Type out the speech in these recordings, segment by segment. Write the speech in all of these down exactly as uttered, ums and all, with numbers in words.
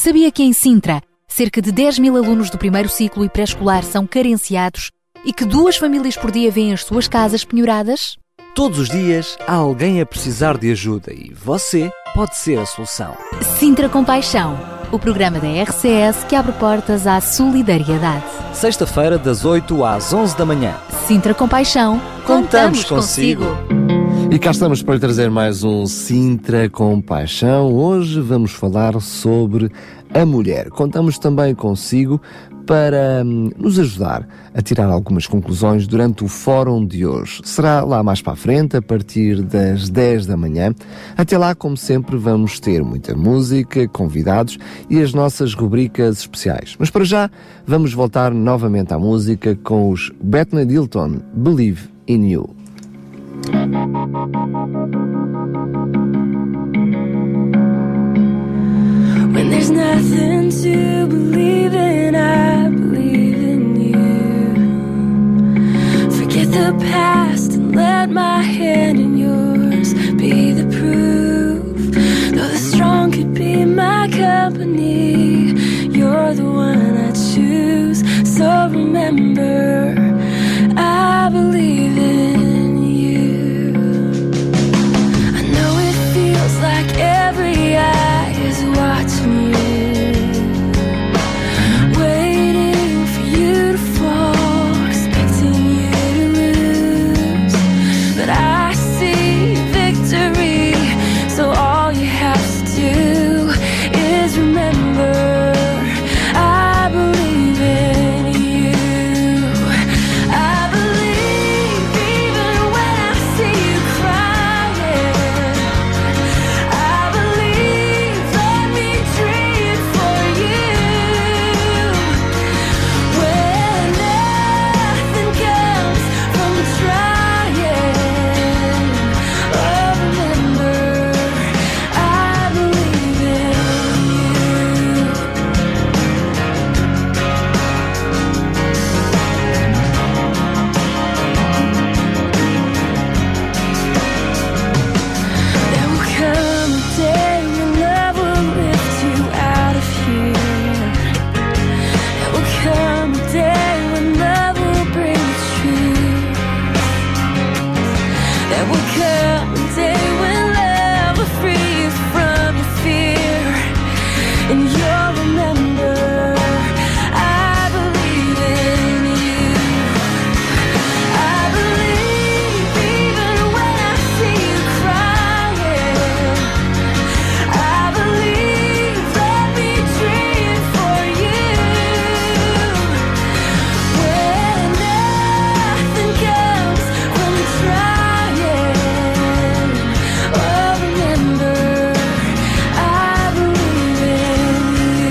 Sabia que em Sintra, cerca de dez mil alunos do primeiro ciclo e pré-escolar são carenciados e que duas famílias por dia vêem as suas casas penhoradas? Todos os dias há alguém a precisar de ajuda e você pode ser a solução. Sintra Compaixão, o programa da R C S que abre portas à solidariedade. Sexta-feira, das oito às onze da manhã. Sintra Compaixão, contamos, contamos consigo. E cá estamos para lhe trazer mais um Sintra Compaixão. Hoje vamos falar sobre a mulher. Contamos também consigo para hum, nos ajudar a tirar algumas conclusões durante o fórum de hoje. Será lá mais para a frente, a partir das dez da manhã. Até lá, como sempre, vamos ter muita música, convidados e as nossas rubricas especiais. Mas para já, vamos voltar novamente à música com os Bethany Dilton, Believe in You. When there's nothing to believe in, I believe in you. Forget the past and let my hand in yours be the proof. Though the strong could be my company, you're the one I choose. So remember, I believe in you. I know it feels like every eye is watching you, waiting for you to fall, expecting you to lose. But I see victory, so all you have to do is remember, I believe in you. I believe even when I see you crying. I believe, let me dream for you. When nothing comes from trying, oh remember, I believe in you. There will come a day when love will lift you out of here. There will come a day when love will bring you truth. There will come a day when love will free you from your fear. And you'll remember, I believe in you. I believe even when I see you crying. I believe, let me dream for you. When nothing comes from trying, oh remember, I believe in you.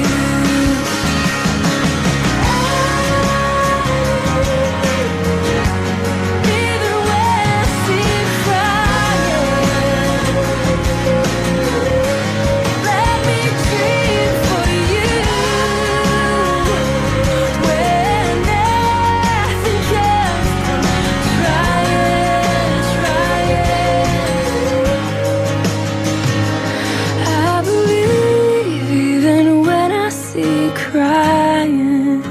Even when I see you crying, let me dream for you. When nothing comes from trying, trying, I believe even when I see you crying.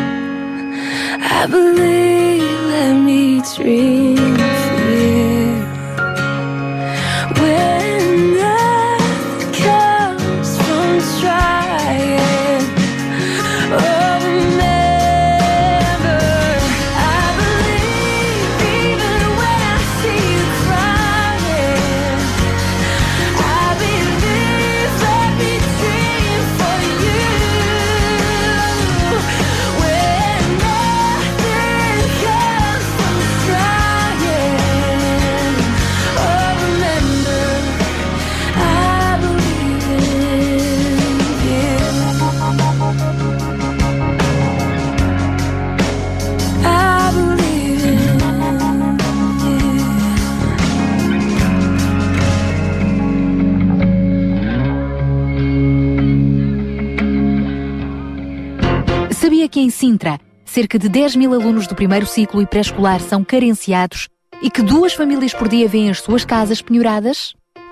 I believe, let me dream for you. When nothing comes from trying, oh remember, I believe even when I see you crying. I believe, let me dream for you. When nothing comes from trying, oh remember, I believe in you. I believe in you. Sabia que em Sintra, cerca de dez mil alunos do primeiro ciclo e pré-escolar são carenciados e que duas famílias por dia vêem as suas casas penhoradas?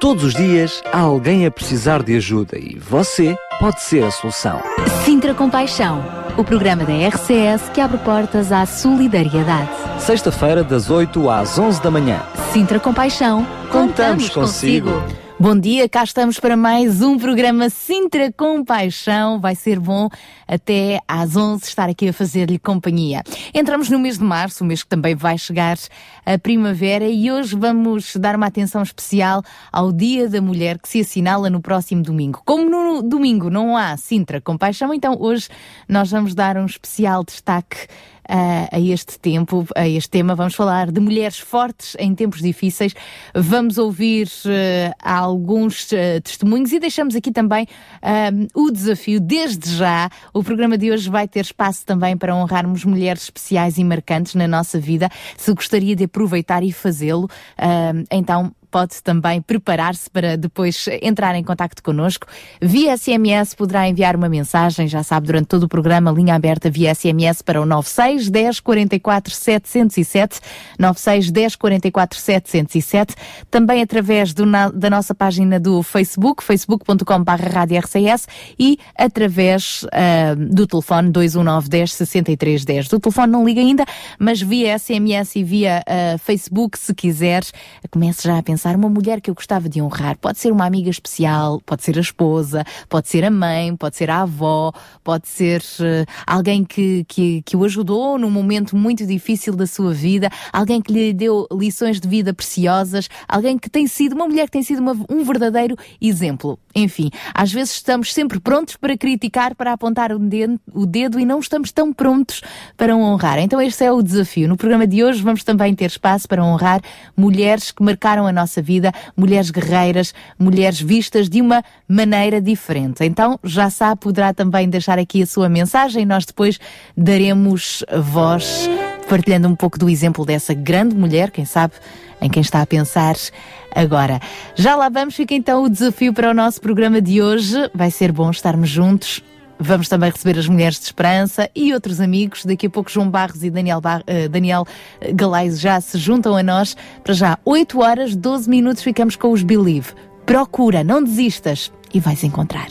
Todos os dias há alguém a precisar de ajuda e você pode ser a solução. Sintra Compaixão, o programa da R C S que abre portas à solidariedade. Sexta-feira, das oito às onze da manhã. Sintra Compaixão, contamos consigo. Bom dia, cá estamos para mais um programa Sintra Compaixão. Vai ser bom até às onze estar aqui a fazer-lhe companhia. Entramos no mês de março, o mês que também vai chegar a primavera, e hoje vamos dar uma atenção especial ao Dia da Mulher, que se assinala no próximo domingo. Como no domingo não há Sintra Compaixão, então hoje nós vamos dar um especial destaque Uh, a este tempo, a este tema. Vamos falar de mulheres fortes em tempos difíceis. Vamos ouvir uh, alguns uh, testemunhos e deixamos aqui também uh, o desafio. Desde já, o programa de hoje vai ter espaço também para honrarmos mulheres especiais e marcantes na nossa vida. Se gostaria de aproveitar e fazê-lo, uh, então pode também preparar-se para depois entrar em contacto connosco. Via S M S poderá enviar uma mensagem, já sabe, durante todo o programa, linha aberta via S M S para o nove seis, dez, quarenta e quatro, setecentos e sete, nove seis, dez, quarenta e quatro, setecentos e sete, também através do na, da nossa página do Facebook, facebook ponto com barra rádio R C S, e através uh, do telefone dois um nove, dez, sessenta e três, dez. Do telefone não liga ainda, mas via S M S e via uh, Facebook, se quiser, comece já a pensar uma mulher que eu gostava de honrar. Pode ser uma amiga especial, pode ser a esposa, pode ser a mãe, pode ser a avó, pode ser uh, alguém que, que, que o ajudou num momento muito difícil da sua vida, alguém que lhe deu lições de vida preciosas, alguém que tem sido, uma mulher que tem sido uma, um verdadeiro exemplo. Enfim, às vezes estamos sempre prontos para criticar, para apontar o dedo, o dedo e não estamos tão prontos para honrar. Então este é o desafio. No programa de hoje vamos também ter espaço para honrar mulheres que marcaram a nossa vida, mulheres guerreiras, mulheres vistas de uma maneira diferente. Então, já sabe, poderá também deixar aqui a sua mensagem e nós depois daremos voz, partilhando um pouco do exemplo dessa grande mulher, quem sabe, em quem está a pensar agora. Já lá vamos, fica então o desafio para o nosso programa de hoje. Vai ser bom estarmos juntos. Vamos também receber as Mulheres de Esperança e outros amigos. Daqui a pouco João Barros e Daniel, Bar... uh, Daniel Galais já se juntam a nós. Para já, oito horas, doze minutos, ficamos com os Believe. Procura, não desistas e vais encontrar.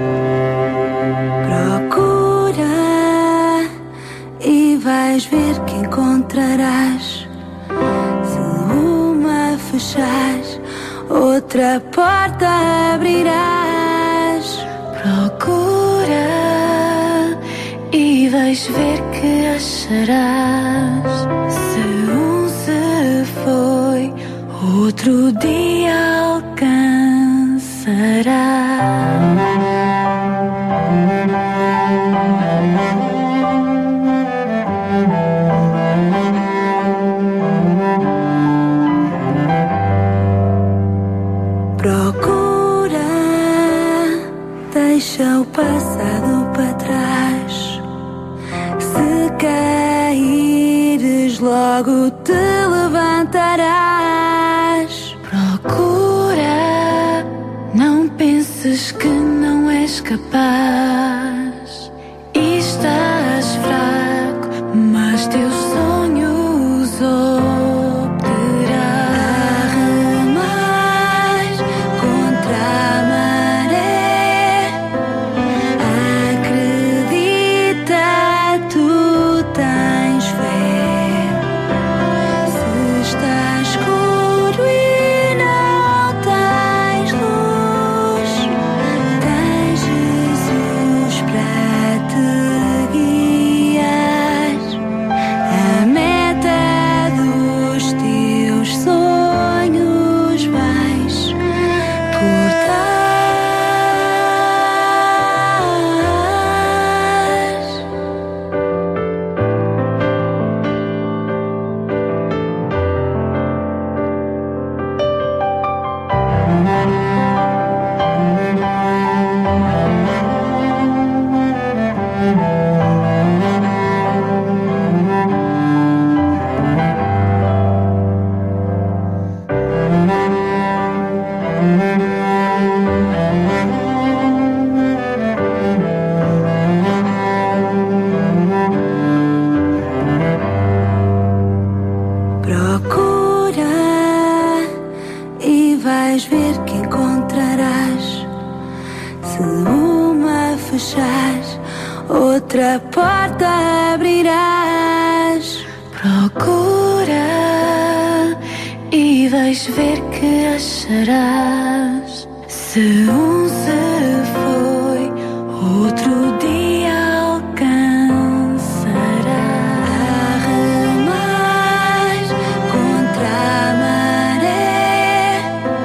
Procura e vais ver que encontrarás. Se uma fechares, outra porta abrirás. Procura e vais ver que acharás. Se um se foi, outro dia alcançará. Procura, deixa o passado para trás. Se caíres, logo te levantarás. Procura, não penses que não és capaz. Estás fraco, mas teus sonhos obterás. Arremais contra a maré. Acredita, tu tens fé. Se está escuro e não tens luz, tens Jesus para fechar, outra porta abrirás. Procura e vais ver que acharás. Se um se foi, outro dia alcançará. A remar contra a maré,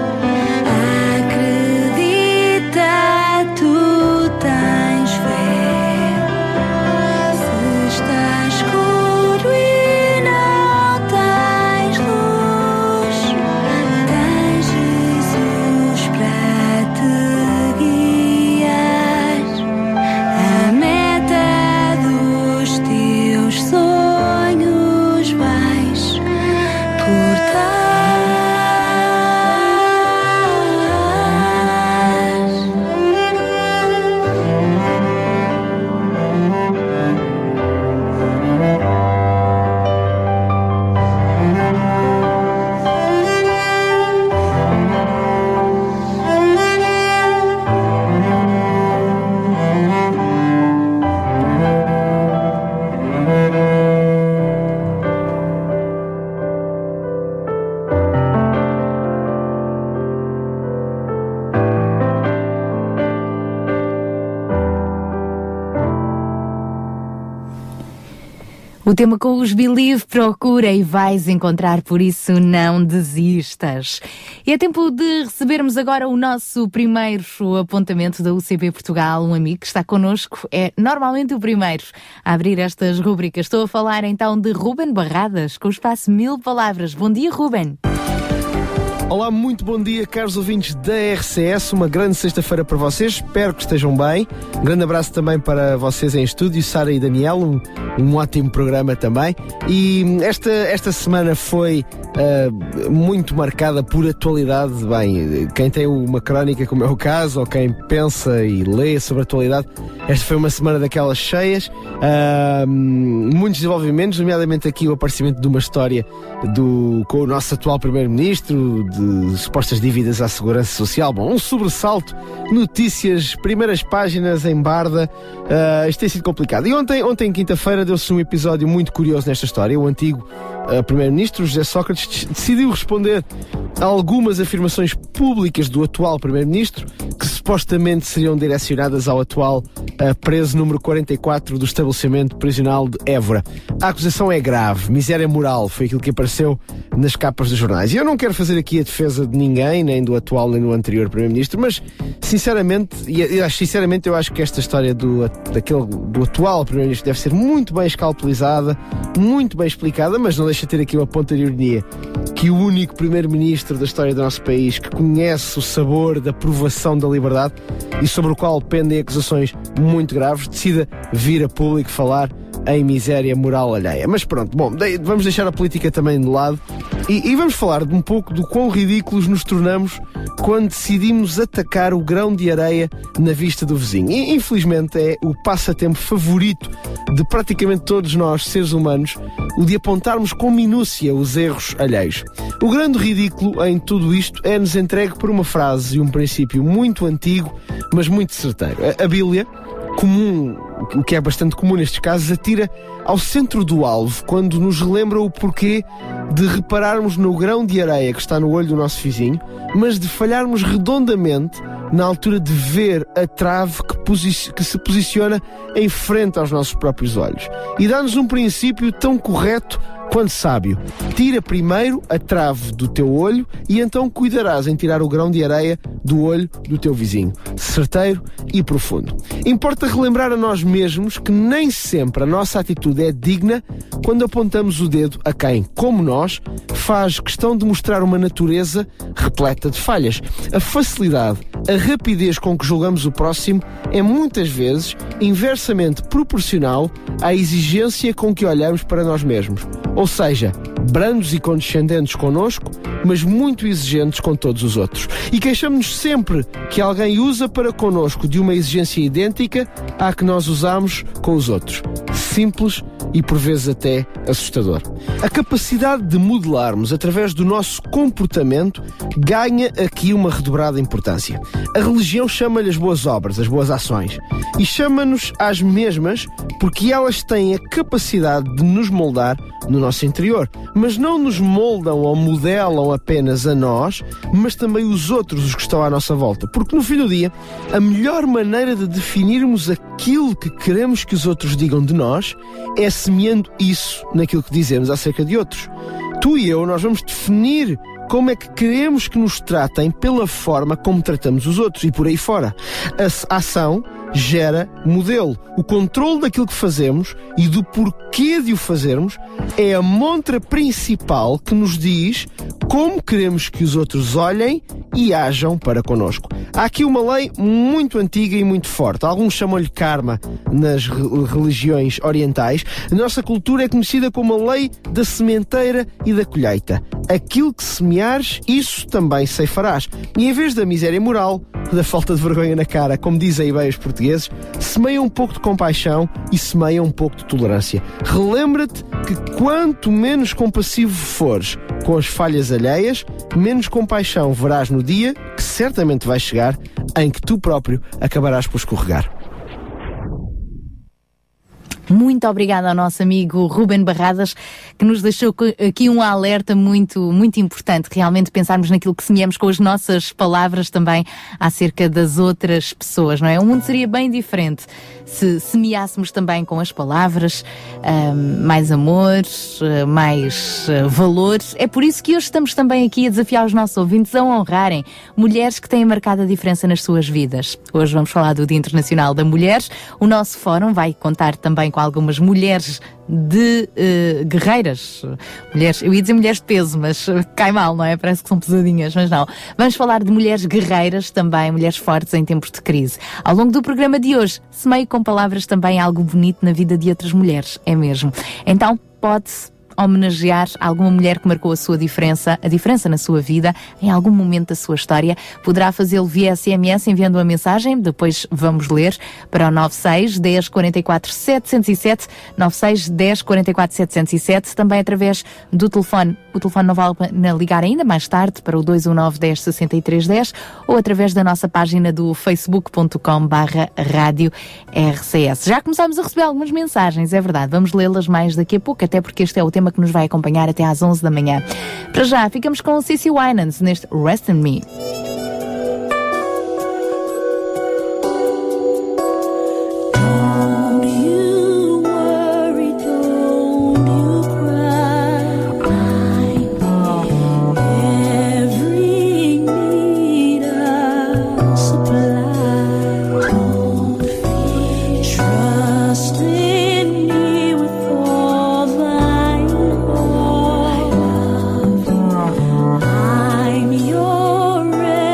acredita, tu tens fé. Se está escuro e não tens luz, tens Jesus para te guiar. A meta dos teus sonhos vais cortar. O tema com os Believe, procura e vais encontrar, por isso não desistas. E é tempo de recebermos agora o nosso primeiro apontamento da U C P Portugal, um amigo que está connosco, é normalmente o primeiro a abrir estas rubricas. Estou a falar então de Ruben Barradas, com o espaço Mil Palavras. Bom dia, Ruben. Olá, muito bom dia, caros ouvintes da R C S, uma grande sexta-feira para vocês, espero que estejam bem. Um grande abraço também para vocês em estúdio, Sara e Daniel, um, um ótimo programa também. E esta, esta semana foi uh, muito marcada por atualidade. Bem, quem tem uma crónica como é o caso, ou quem pensa e lê sobre a atualidade, esta foi uma semana daquelas cheias, uh, muitos desenvolvimentos, nomeadamente aqui o aparecimento de uma história do, com o nosso atual Primeiro-Ministro, de supostas dívidas à Segurança Social. Bom, um sobressalto, notícias, primeiras páginas em Barda, uh, isto tem sido complicado. E ontem, ontem quinta-feira, deu-se um episódio muito curioso nesta história. O antigo uh, Primeiro-Ministro, José Sócrates, decidiu responder a algumas afirmações públicas do atual Primeiro-Ministro, que supostamente seriam direcionadas ao atual uh, preso número quarenta e quatro do estabelecimento prisional de Évora. A acusação é grave, miséria moral, foi aquilo que apareceu nas capas dos jornais. E eu não quero fazer aqui a defesa de ninguém, nem do atual nem do anterior Primeiro-Ministro, mas sinceramente, e eu acho, sinceramente eu acho que esta história do, daquele, do atual Primeiro-Ministro deve ser muito bem escalpelizada, muito bem explicada, mas não deixa de ter aqui uma ponta de ironia, que o único Primeiro-Ministro da história do nosso país que conhece o sabor da provação da liberdade e sobre o qual pendem acusações muito graves, decida vir a público falar em miséria moral alheia. Mas pronto, bom, de, vamos deixar a política também de lado e, e vamos falar de um pouco do quão ridículos nos tornamos quando decidimos atacar o grão de areia na vista do vizinho. E infelizmente é o passatempo favorito de praticamente todos nós, seres humanos, o de apontarmos com minúcia os erros alheios. O grande ridículo em tudo isto é-nos entregue por uma frase e um princípio muito antigo, mas muito certeiro. A, a Bíblia, comum, o que é bastante comum nestes casos, atira ao centro do alvo quando nos relembra o porquê de repararmos no grão de areia que está no olho do nosso vizinho, mas de falharmos redondamente na altura de ver a trave que, posi- que se posiciona em frente aos nossos próprios olhos. E dá-nos um princípio tão correto quanto sábio. Tira primeiro a trave do teu olho e então cuidarás em tirar o grão de areia do olho do teu vizinho. Certeiro e profundo. Importa relembrar a nós mesmos que nem sempre a nossa atitude é digna quando apontamos o dedo a quem, como nós, faz questão de mostrar uma natureza repleta de falhas. A facilidade, a rapidez com que julgamos o próximo é muitas vezes inversamente proporcional à exigência com que olhamos para nós mesmos. Ou seja, brandos e condescendentes connosco, mas muito exigentes com todos os outros. E queixamos-nos sempre que alguém usa para connosco de uma exigência idêntica à que nós usamos com os outros. Simples e por vezes até assustador. A capacidade de modelarmos através do nosso comportamento ganha aqui uma redobrada importância. A religião chama-lhe as boas obras, as boas ações, e chama-nos às mesmas porque elas têm a capacidade de nos moldar no nosso interior, mas não nos moldam ou modelam apenas a nós, mas também os outros, os que estão à nossa volta. Porque no fim do dia, a melhor maneira de definirmos aquilo que queremos que os outros digam de nós é semeando isso naquilo que dizemos acerca de outros. Tu e eu, nós vamos definir como é que queremos que nos tratem pela forma como tratamos os outros e por aí fora. A ação gera modelo. O controle daquilo que fazemos e do porquê de o fazermos é a montra principal que nos diz como queremos que os outros olhem e ajam para connosco. Há aqui uma lei muito antiga e muito forte. Alguns chamam-lhe karma nas religiões orientais. A nossa cultura é conhecida como a lei da sementeira e da colheita. Aquilo que semeares, isso também ceifarás. E em vez da miséria moral, da falta de vergonha na cara, como dizem bem os portugueses, semeia um pouco de compaixão e semeia um pouco de tolerância. Relembra-te que quanto menos compassivo fores com as falhas alheias, menos compaixão verás no dia que certamente vai chegar em que tu próprio acabarás por escorregar. Muito obrigada ao nosso amigo Ruben Barradas, que nos deixou aqui um alerta muito, muito importante. Realmente pensarmos naquilo que semeamos com as nossas palavras também acerca das outras pessoas, não é? O mundo seria bem diferente se semeássemos também com as palavras um, mais amor, mais uh, valores. É por isso que hoje estamos também aqui a desafiar os nossos ouvintes a honrarem mulheres que têm marcado a diferença nas suas vidas. Hoje vamos falar do Dia Internacional da Mulher. O nosso fórum vai contar também com algumas mulheres de uh, guerreiras, mulheres, eu ia dizer mulheres de peso, mas cai mal, não é? Parece que são pesadinhas, mas não. Vamos falar de mulheres guerreiras também, mulheres fortes em tempos de crise. Ao longo do programa de hoje, semeio com palavras também algo bonito na vida de outras mulheres, é mesmo. Então, pode-se homenagear alguma mulher que marcou a sua diferença, a diferença na sua vida, em algum momento da sua história. Poderá fazê-lo via S M S enviando uma mensagem, depois vamos ler para o nove seis, dez, quarenta e quatro, setecentos e sete, nove seis, dez, quarenta e quatro, setecentos e sete, também através do telefone. O telefone não vale a pena ligar ainda, mais tarde, para o dois um nove, dez, sessenta e três, dez, ou através da nossa página do facebook ponto com barra rádio R C S. Já começámos a receber algumas mensagens, é verdade, vamos lê-las mais daqui a pouco, até porque este é o tema que nos vai acompanhar até às onze da manhã. Para já, ficamos com o C C Winans neste Rest in Me. I'm your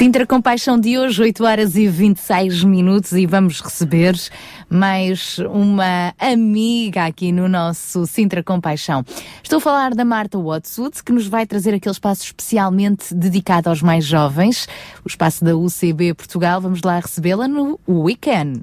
Sintra Compaixão de hoje, oito horas e vinte e seis minutos, e vamos receber mais uma amiga aqui no nosso Sintra Compaixão. Estou a falar da Marta Watswood, que nos vai trazer aquele espaço especialmente dedicado aos mais jovens, o espaço da U C B Portugal. Vamos lá recebê-la no Weekend.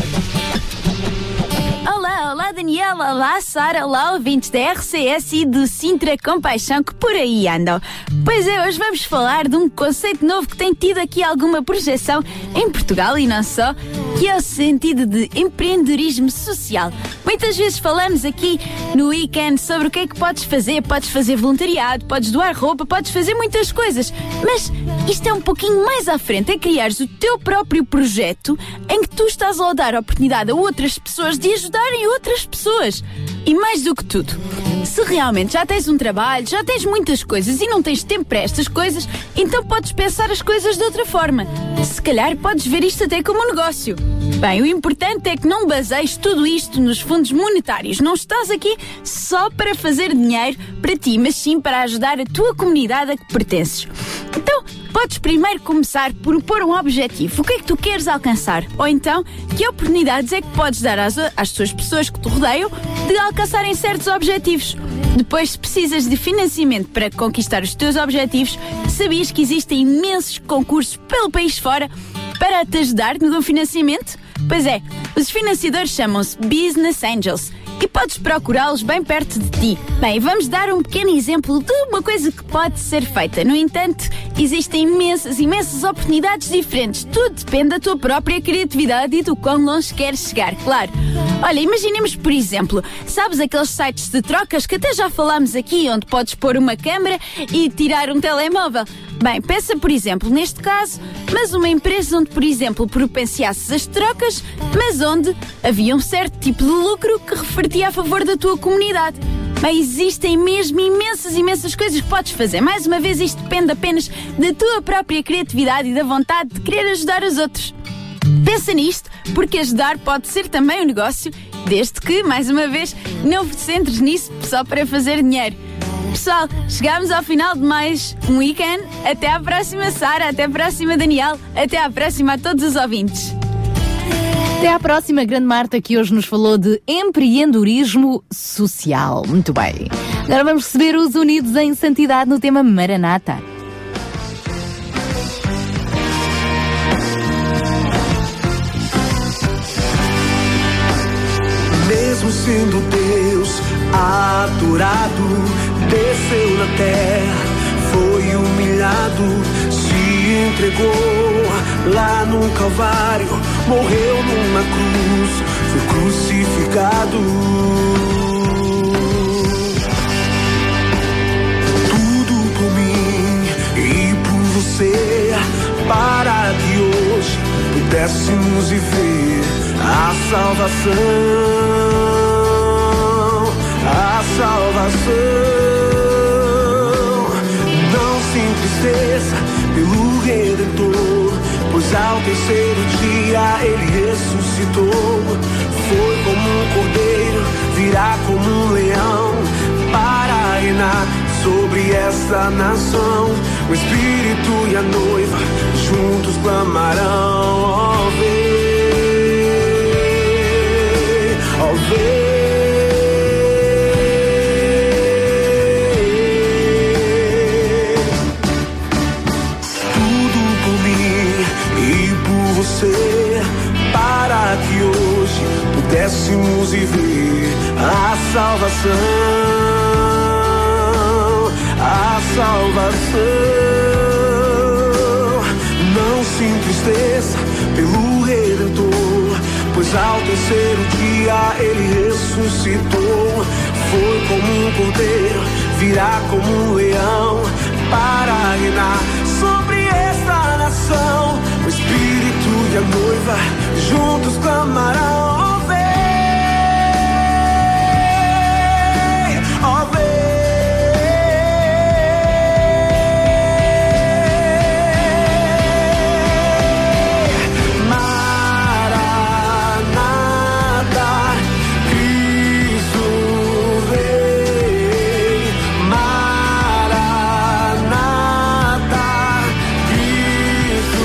Olá, olá Daniela, olá Sara, olá ouvintes da R C S e do Sintra Compaixão que por aí andam. Pois é, hoje vamos falar de um conceito novo que tem tido aqui alguma projeção em Portugal e não só, que é o sentido de empreendedorismo social. Muitas vezes falamos aqui no Weekend sobre o que é que podes fazer. Podes fazer voluntariado, podes doar roupa, podes fazer muitas coisas. Mas isto é um pouquinho mais à frente, é criares o teu próprio projeto em que tu estás a dar a oportunidade a outras pessoas de ajudarem outras pessoas. E mais do que tudo, se realmente já tens um trabalho, já tens muitas coisas e não tens tempo para estas coisas, então podes pensar as coisas de outra forma. Se calhar podes ver isto até como um negócio. Bem, o importante é que não baseies tudo isto nos fundos monetários. Não estás aqui só para fazer dinheiro para ti, mas sim para ajudar a tua comunidade a que pertences. Então, podes primeiro começar por pôr um objetivo. O que é que tu queres alcançar? Ou então, que oportunidades é que podes dar às, às tuas pessoas que te rodeiam de alcançarem certos objetivos? Depois, se precisas de financiamento para conquistar os teus objetivos, sabias que existem imensos concursos pelo país fora para te ajudar no financiamento? Pois é, os financiadores chamam-se Business Angels e podes procurá-los bem perto de ti. Bem, vamos dar um pequeno exemplo de uma coisa que pode ser feita. No entanto, existem imensas, imensas oportunidades diferentes. Tudo depende da tua própria criatividade e do quão longe queres chegar, claro. Olha, imaginemos, por exemplo, sabes aqueles sites de trocas que até já falámos aqui, onde podes pôr uma câmera e tirar um telemóvel? Bem, pensa, por exemplo, neste caso, mas uma empresa onde, por exemplo, propenciasses as trocas, mas onde havia um certo tipo de lucro que revertia a favor da tua comunidade. Bem, existem mesmo imensas, imensas coisas que podes fazer. Mais uma vez, isto depende apenas da tua própria criatividade e da vontade de querer ajudar os outros. Pensa nisto, porque ajudar pode ser também um negócio, desde que, mais uma vez, não te centres nisso só para fazer dinheiro. Pessoal, chegámos ao final de mais um Weekend. Até à próxima, Sara. Até à próxima, Daniel. Até à próxima a todos os ouvintes. Até à próxima, grande Marta, que hoje nos falou de empreendedorismo social. Muito bem. Agora vamos receber os Unidos em Santidade no tema Maranata. Mesmo sendo Deus adorado, desceu na terra, foi humilhado, se entregou lá no Calvário, morreu numa cruz, foi crucificado. Tudo por mim e por você, para que hoje pudéssemos viver a salvação. A salvação. Não se entristeça pelo Redentor, pois ao terceiro dia ele ressuscitou. Foi como um cordeiro, virá como um leão, para reinar sobre esta nação. O Espírito e a noiva juntos clamarão: ó vem, ó vem. Para que hoje pudéssemos viver a salvação, a salvação. Não se entristeça pelo Redentor, pois ao terceiro dia ele ressuscitou. Foi como um cordeiro, virá como um leão, para reinar sobre esta nação. O Espírito e a noiva juntos clamarão: ó vem, ó vem. Maranata, Cristo vem. Maranata, Cristo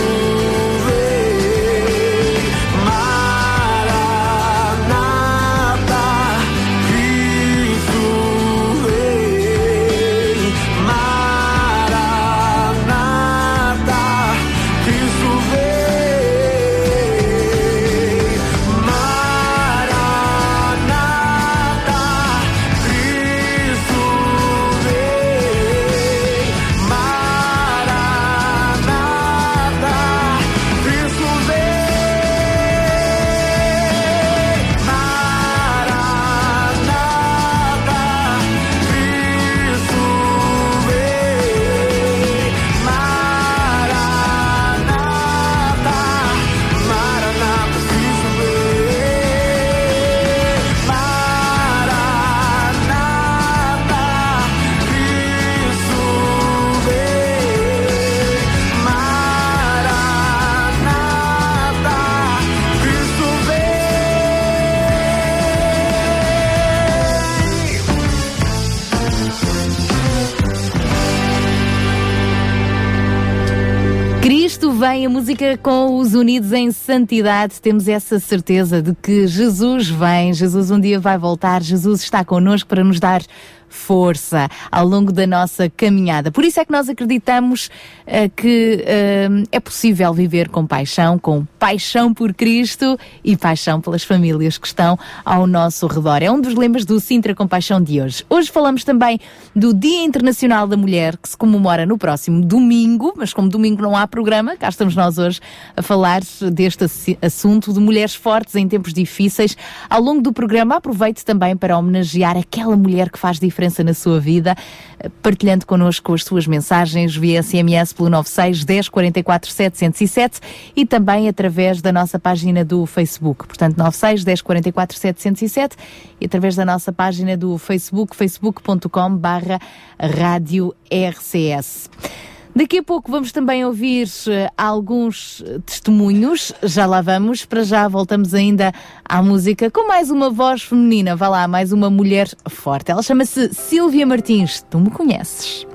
também a música com os Unidos em Santidade. Temos essa certeza de que Jesus vem, Jesus um dia vai voltar, Jesus está connosco para nos dar força ao longo da nossa caminhada. Por isso é que nós acreditamos uh, que uh, é possível viver com paixão, com paixão por Cristo e paixão pelas famílias que estão ao nosso redor. É um dos lemas do Sintra Compaixão de hoje. Hoje falamos também do Dia Internacional da Mulher, que se comemora no próximo domingo, mas como domingo não há programa, cá estamos nós hoje a falar deste assunto de mulheres fortes em tempos difíceis. Ao longo do programa aproveite também para homenagear aquela mulher que faz diferença na sua vida, partilhando connosco as suas mensagens via S M S pelo nove seis, dez, quarenta e quatro, setecentos e sete e também através da nossa página do Facebook. Portanto, nove seis, dez, quarenta e quatro, setecentos e sete e através da nossa página do Facebook, facebook ponto com barra rádio R C S. Daqui a pouco vamos também ouvir uh, alguns testemunhos, já lá vamos, para já voltamos ainda à música com mais uma voz feminina, vá lá, mais uma mulher forte. Ela chama-se Sílvia Martins, tu me conheces.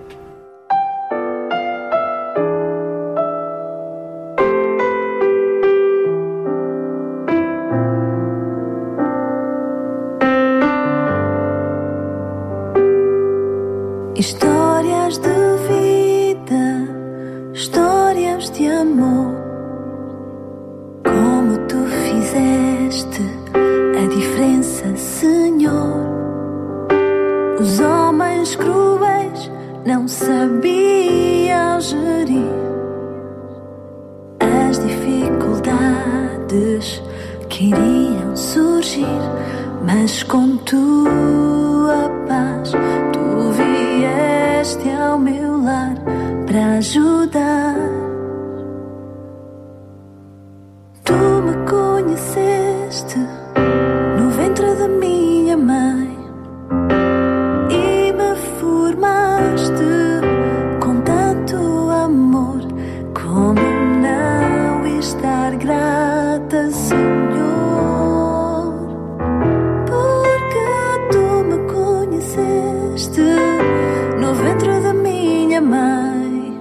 Histórias de histórias de amor, como tu fizeste a diferença, Senhor. Os homens cruéis não sabiam gerir as dificuldades que iriam surgir, mas com tua paz tu vieste ao meu lar para ajudar. Tu me conheceste no ventre da minha mãe e me formaste com tanto amor. Como não estar grata, Senhor, porque tu me conheceste no ventre da minha mãe.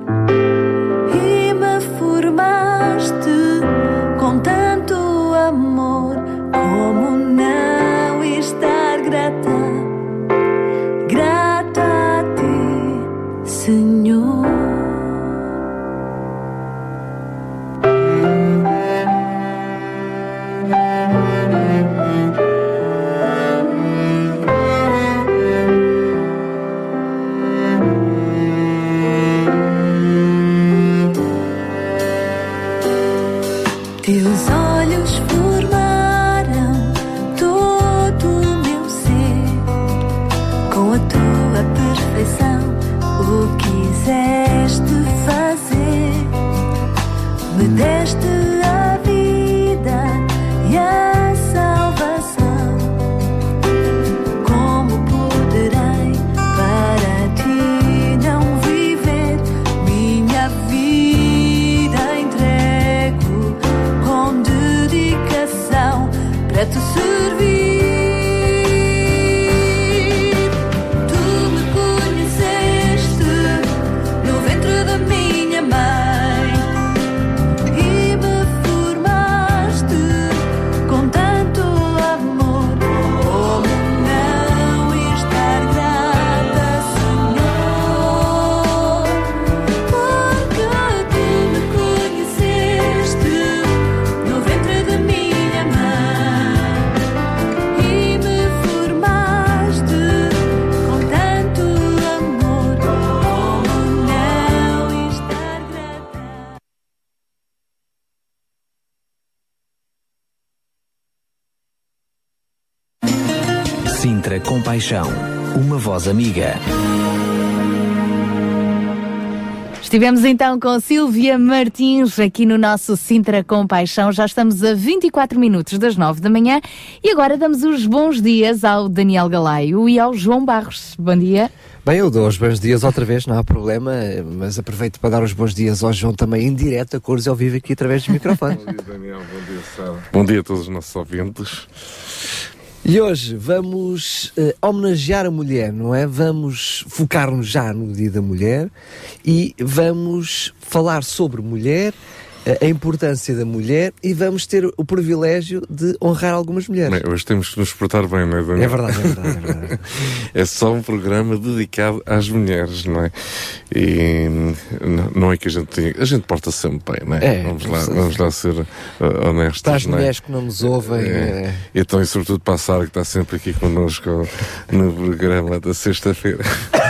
Sintra Compaixão, uma voz amiga. Estivemos então com Sílvia Martins aqui no nosso Sintra Compaixão. Já estamos a vinte e quatro minutos das nove da manhã e agora damos os bons dias ao Daniel Galaio e ao João Barros. Bom dia. Bem, eu dou os bons dias outra vez, não há problema, mas aproveito para dar os bons dias ao João também em direto, a cores ao vivo aqui através do microfone. Bom dia, Daniel. Bom dia, Sara. Bom dia a todos os nossos ouvintes. E hoje vamos uh, homenagear a mulher, não é? Vamos focar-nos já no Dia da Mulher e vamos falar sobre mulher a importância da mulher e vamos ter o privilégio de honrar algumas mulheres. Bem, hoje temos que nos portar bem, não é, Daniel? É verdade, é verdade, é verdade. É só um programa dedicado às mulheres, não é? E não, não é que a gente tenha... A gente porta sempre bem, não é? É, vamos, lá, vamos lá ser uh, honestos. Para as não é? mulheres que não nos ouvem... É. É... Então, e sobretudo para a Sara, que está sempre aqui connosco no programa da sexta-feira.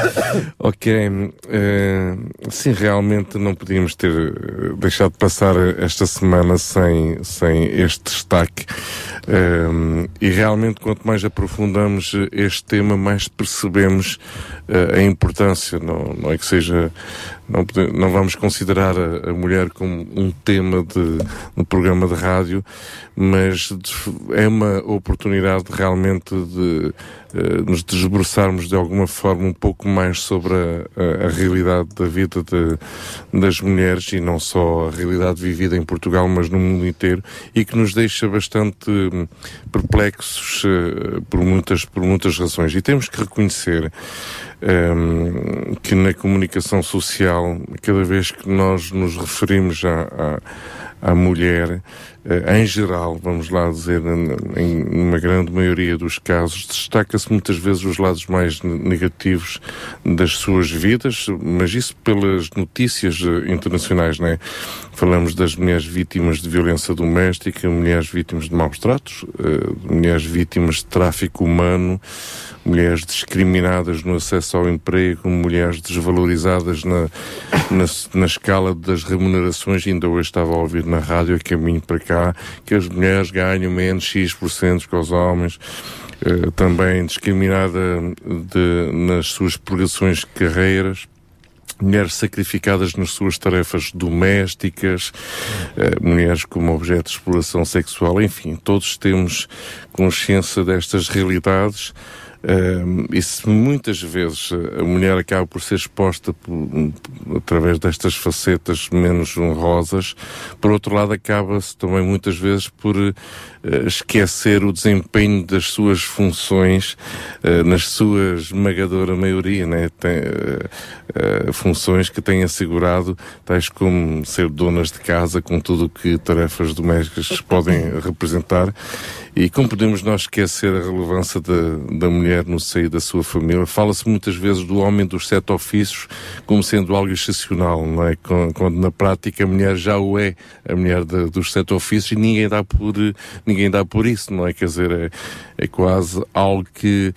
Ok. Uh, sim, realmente não podíamos ter deixado de passar esta semana sem, sem este destaque. Uh, e realmente, quanto mais aprofundamos este tema, mais percebemos uh, a importância. Não, não é que seja... Não, não vamos considerar a, a mulher como um tema de um programa de rádio, mas de, é uma oportunidade realmente de uh, nos desbruçarmos de alguma forma um pouco mais sobre a, a, a realidade da vida de, das mulheres, e não só a realidade vivida em Portugal, mas no mundo inteiro, e que nos deixa bastante um, perplexos uh, por muitas, por muitas razões. E temos que reconhecer um, que na comunicação social, cada vez que nós nos referimos à, à, à mulher, em geral, vamos lá dizer, em uma grande maioria dos casos, destaca-se muitas vezes os lados mais negativos das suas vidas, mas isso pelas notícias internacionais, não é? Falamos das mulheres vítimas de violência doméstica, mulheres vítimas de maus tratos, mulheres vítimas de tráfico humano, mulheres discriminadas no acesso ao emprego, mulheres desvalorizadas na, na, na escala das remunerações. Ainda hoje estava a ouvir na rádio, a caminho para cá, que as mulheres ganham menos X por cento que os homens. Uh, também discriminada de, nas suas progressões de carreiras. Mulheres sacrificadas nas suas tarefas domésticas, uh, mulheres como objeto de exploração sexual, enfim, todos temos consciência destas realidades. Uh, e se muitas vezes a mulher acaba por ser exposta por, um, através destas facetas menos honrosas, por outro lado acaba-se também muitas vezes por uh, esquecer o desempenho das suas funções uh, nas suas esmagadora maioria, né? Tem, uh, uh, funções que têm assegurado, tais como ser donas de casa, com tudo o que tarefas domésticas podem representar. E como podemos nós esquecer a relevância da, da mulher no seio da sua família? Fala-se muitas vezes do homem dos sete ofícios como sendo algo excepcional, não é? Quando na prática a mulher já o é, a mulher de, dos sete ofícios, e ninguém dá por, ninguém dá por isso, não é? Quer dizer, é, é quase algo que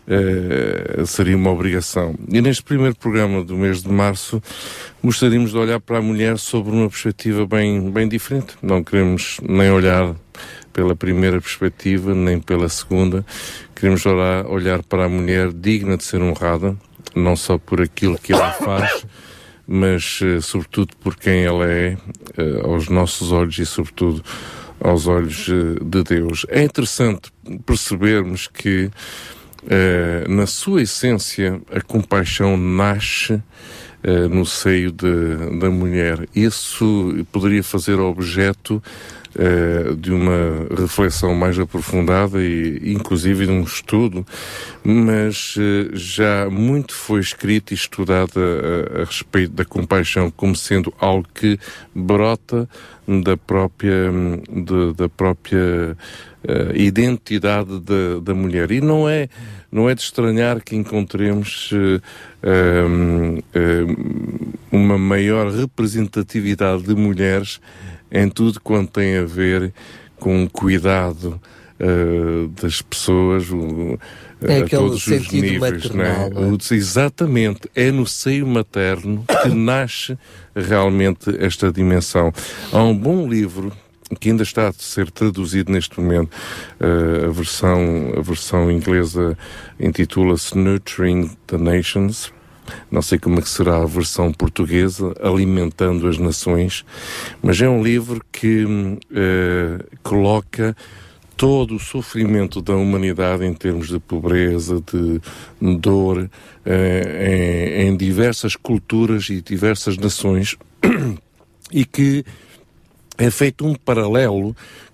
é, seria uma obrigação. E neste primeiro programa do mês de março, gostaríamos de olhar para a mulher sobre uma perspectiva bem, bem diferente. Não queremos nem olhar pela primeira perspectiva, nem pela segunda. Queremos olhar, olhar para a mulher digna de ser honrada, não só por aquilo que ela faz, mas uh, sobretudo por quem ela é, uh, aos nossos olhos e sobretudo aos olhos uh, de Deus. É interessante percebermos que uh, na sua essência a compaixão nasce uh, no seio de, da mulher. Isso poderia fazer objeto Uh, de uma reflexão mais aprofundada e inclusive de um estudo, mas uh, já muito foi escrito e estudado a, a respeito da compaixão como sendo algo que brota da própria, de, da própria uh, identidade da, da mulher. E não é, não é de estranhar que encontremos uh, um, uh, uma maior representatividade de mulheres em tudo quanto tem a ver com o cuidado uh, das pessoas, o, é a todos os níveis. Maternal, não é? O, exatamente, é no seio materno que nasce realmente esta dimensão. Há um bom livro que ainda está a ser traduzido neste momento, uh, a versão, a versão inglesa intitula-se Nurturing the Nations. Não sei como é que será a versão portuguesa, Alimentando as Nações, mas é um livro que uh, coloca todo o sofrimento da humanidade em termos de pobreza, de dor, uh, em, em diversas culturas e diversas nações, e que é feito um paralelo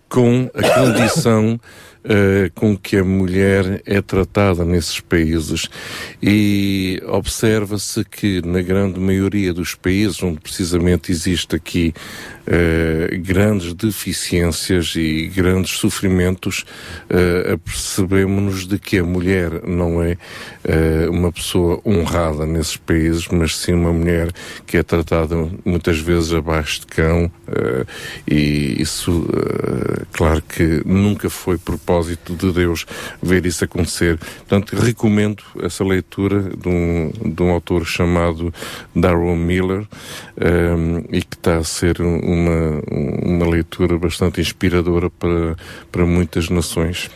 com a condição uh, com que a mulher é tratada nesses países. E observa-se que na grande maioria dos países onde precisamente existe aqui uh, grandes deficiências e grandes sofrimentos, uh, apercebemos-nos de que a mulher não é uh, uma pessoa honrada nesses países, mas sim uma mulher que é tratada muitas vezes abaixo de cão, uh, e isso, uh, claro que nunca foi propósito de Deus ver isso acontecer. Portanto, recomendo essa leitura de um, de um autor chamado Darrell Miller, um, e que está a ser uma, uma leitura bastante inspiradora para, para muitas nações.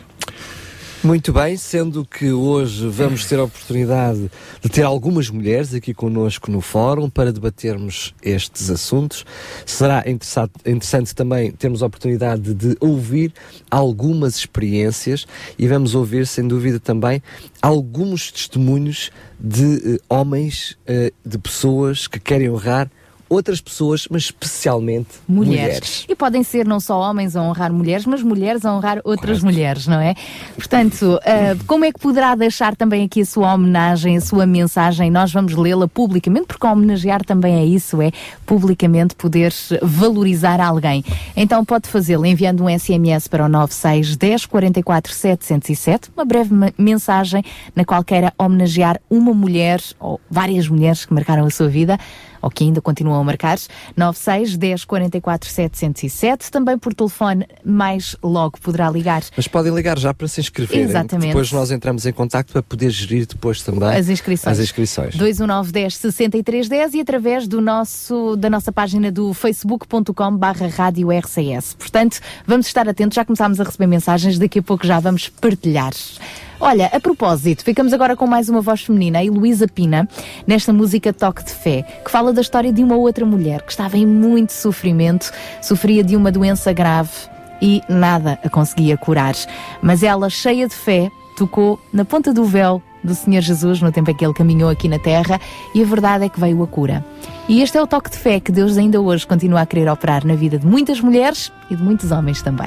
Muito bem, sendo que hoje vamos ter a oportunidade de ter algumas mulheres aqui connosco no fórum para debatermos estes assuntos. Será interessante, interessante também termos a oportunidade de ouvir algumas experiências e vamos ouvir, sem dúvida, também alguns testemunhos de uh, homens, uh, de pessoas que querem honrar outras pessoas, mas especialmente mulheres. mulheres. E podem ser não só homens a honrar mulheres, mas mulheres a honrar outras Correto. mulheres, não é? Portanto, uh, como é que poderá deixar também aqui a sua homenagem, a sua mensagem? Nós vamos lê-la publicamente, porque homenagear também é isso, é publicamente poder valorizar alguém. Então pode fazê-lo enviando um S M S para o nove seis um zero quatro quatro sete zero sete, uma breve mensagem na qual queira homenagear uma mulher ou várias mulheres que marcaram a sua vida, ou que ainda continuam a marcar, nove seis um zero quatro quatro sete zero sete, também por telefone, mais logo poderá ligar. Mas podem ligar já para se inscreverem. Exatamente. Depois nós entramos em contacto para poder gerir depois também as inscrições. As inscrições. dois um nove, dez, sessenta e três, dez e através do nosso, da nossa página do facebook ponto com barra rádio R C S. Portanto, vamos estar atentos, já começámos a receber mensagens, daqui a pouco já vamos partilhar. Olha, a propósito, ficamos agora com mais uma voz feminina, a Heloísa Pina, nesta música Toque de Fé, que fala da história de uma outra mulher que estava em muito sofrimento, sofria de uma doença grave e nada a conseguia curar. Mas ela, cheia de fé, tocou na ponta do véu do Senhor Jesus no tempo em que Ele caminhou aqui na Terra, e a verdade é que veio a cura. E este é o toque de fé que Deus ainda hoje continua a querer operar na vida de muitas mulheres e de muitos homens também.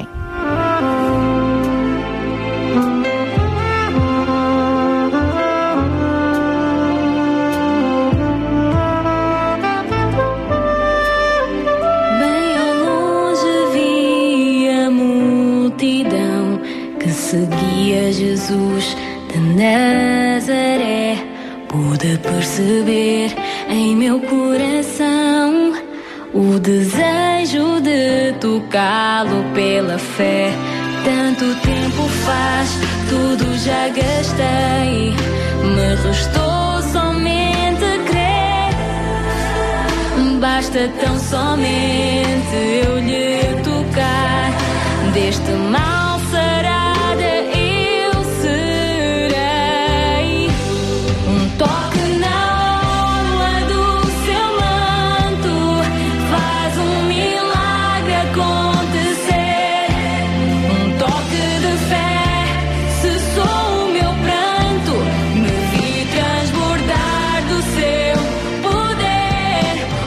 Seguia Jesus de Nazaré, pude perceber em meu coração o desejo de tocá-lo pela fé. Tanto tempo faz, tudo já gastei, me restou somente crer. Basta tão somente eu lhe tocar, deste mal será.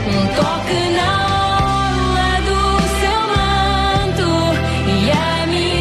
Toque na orla do seu manto e a minha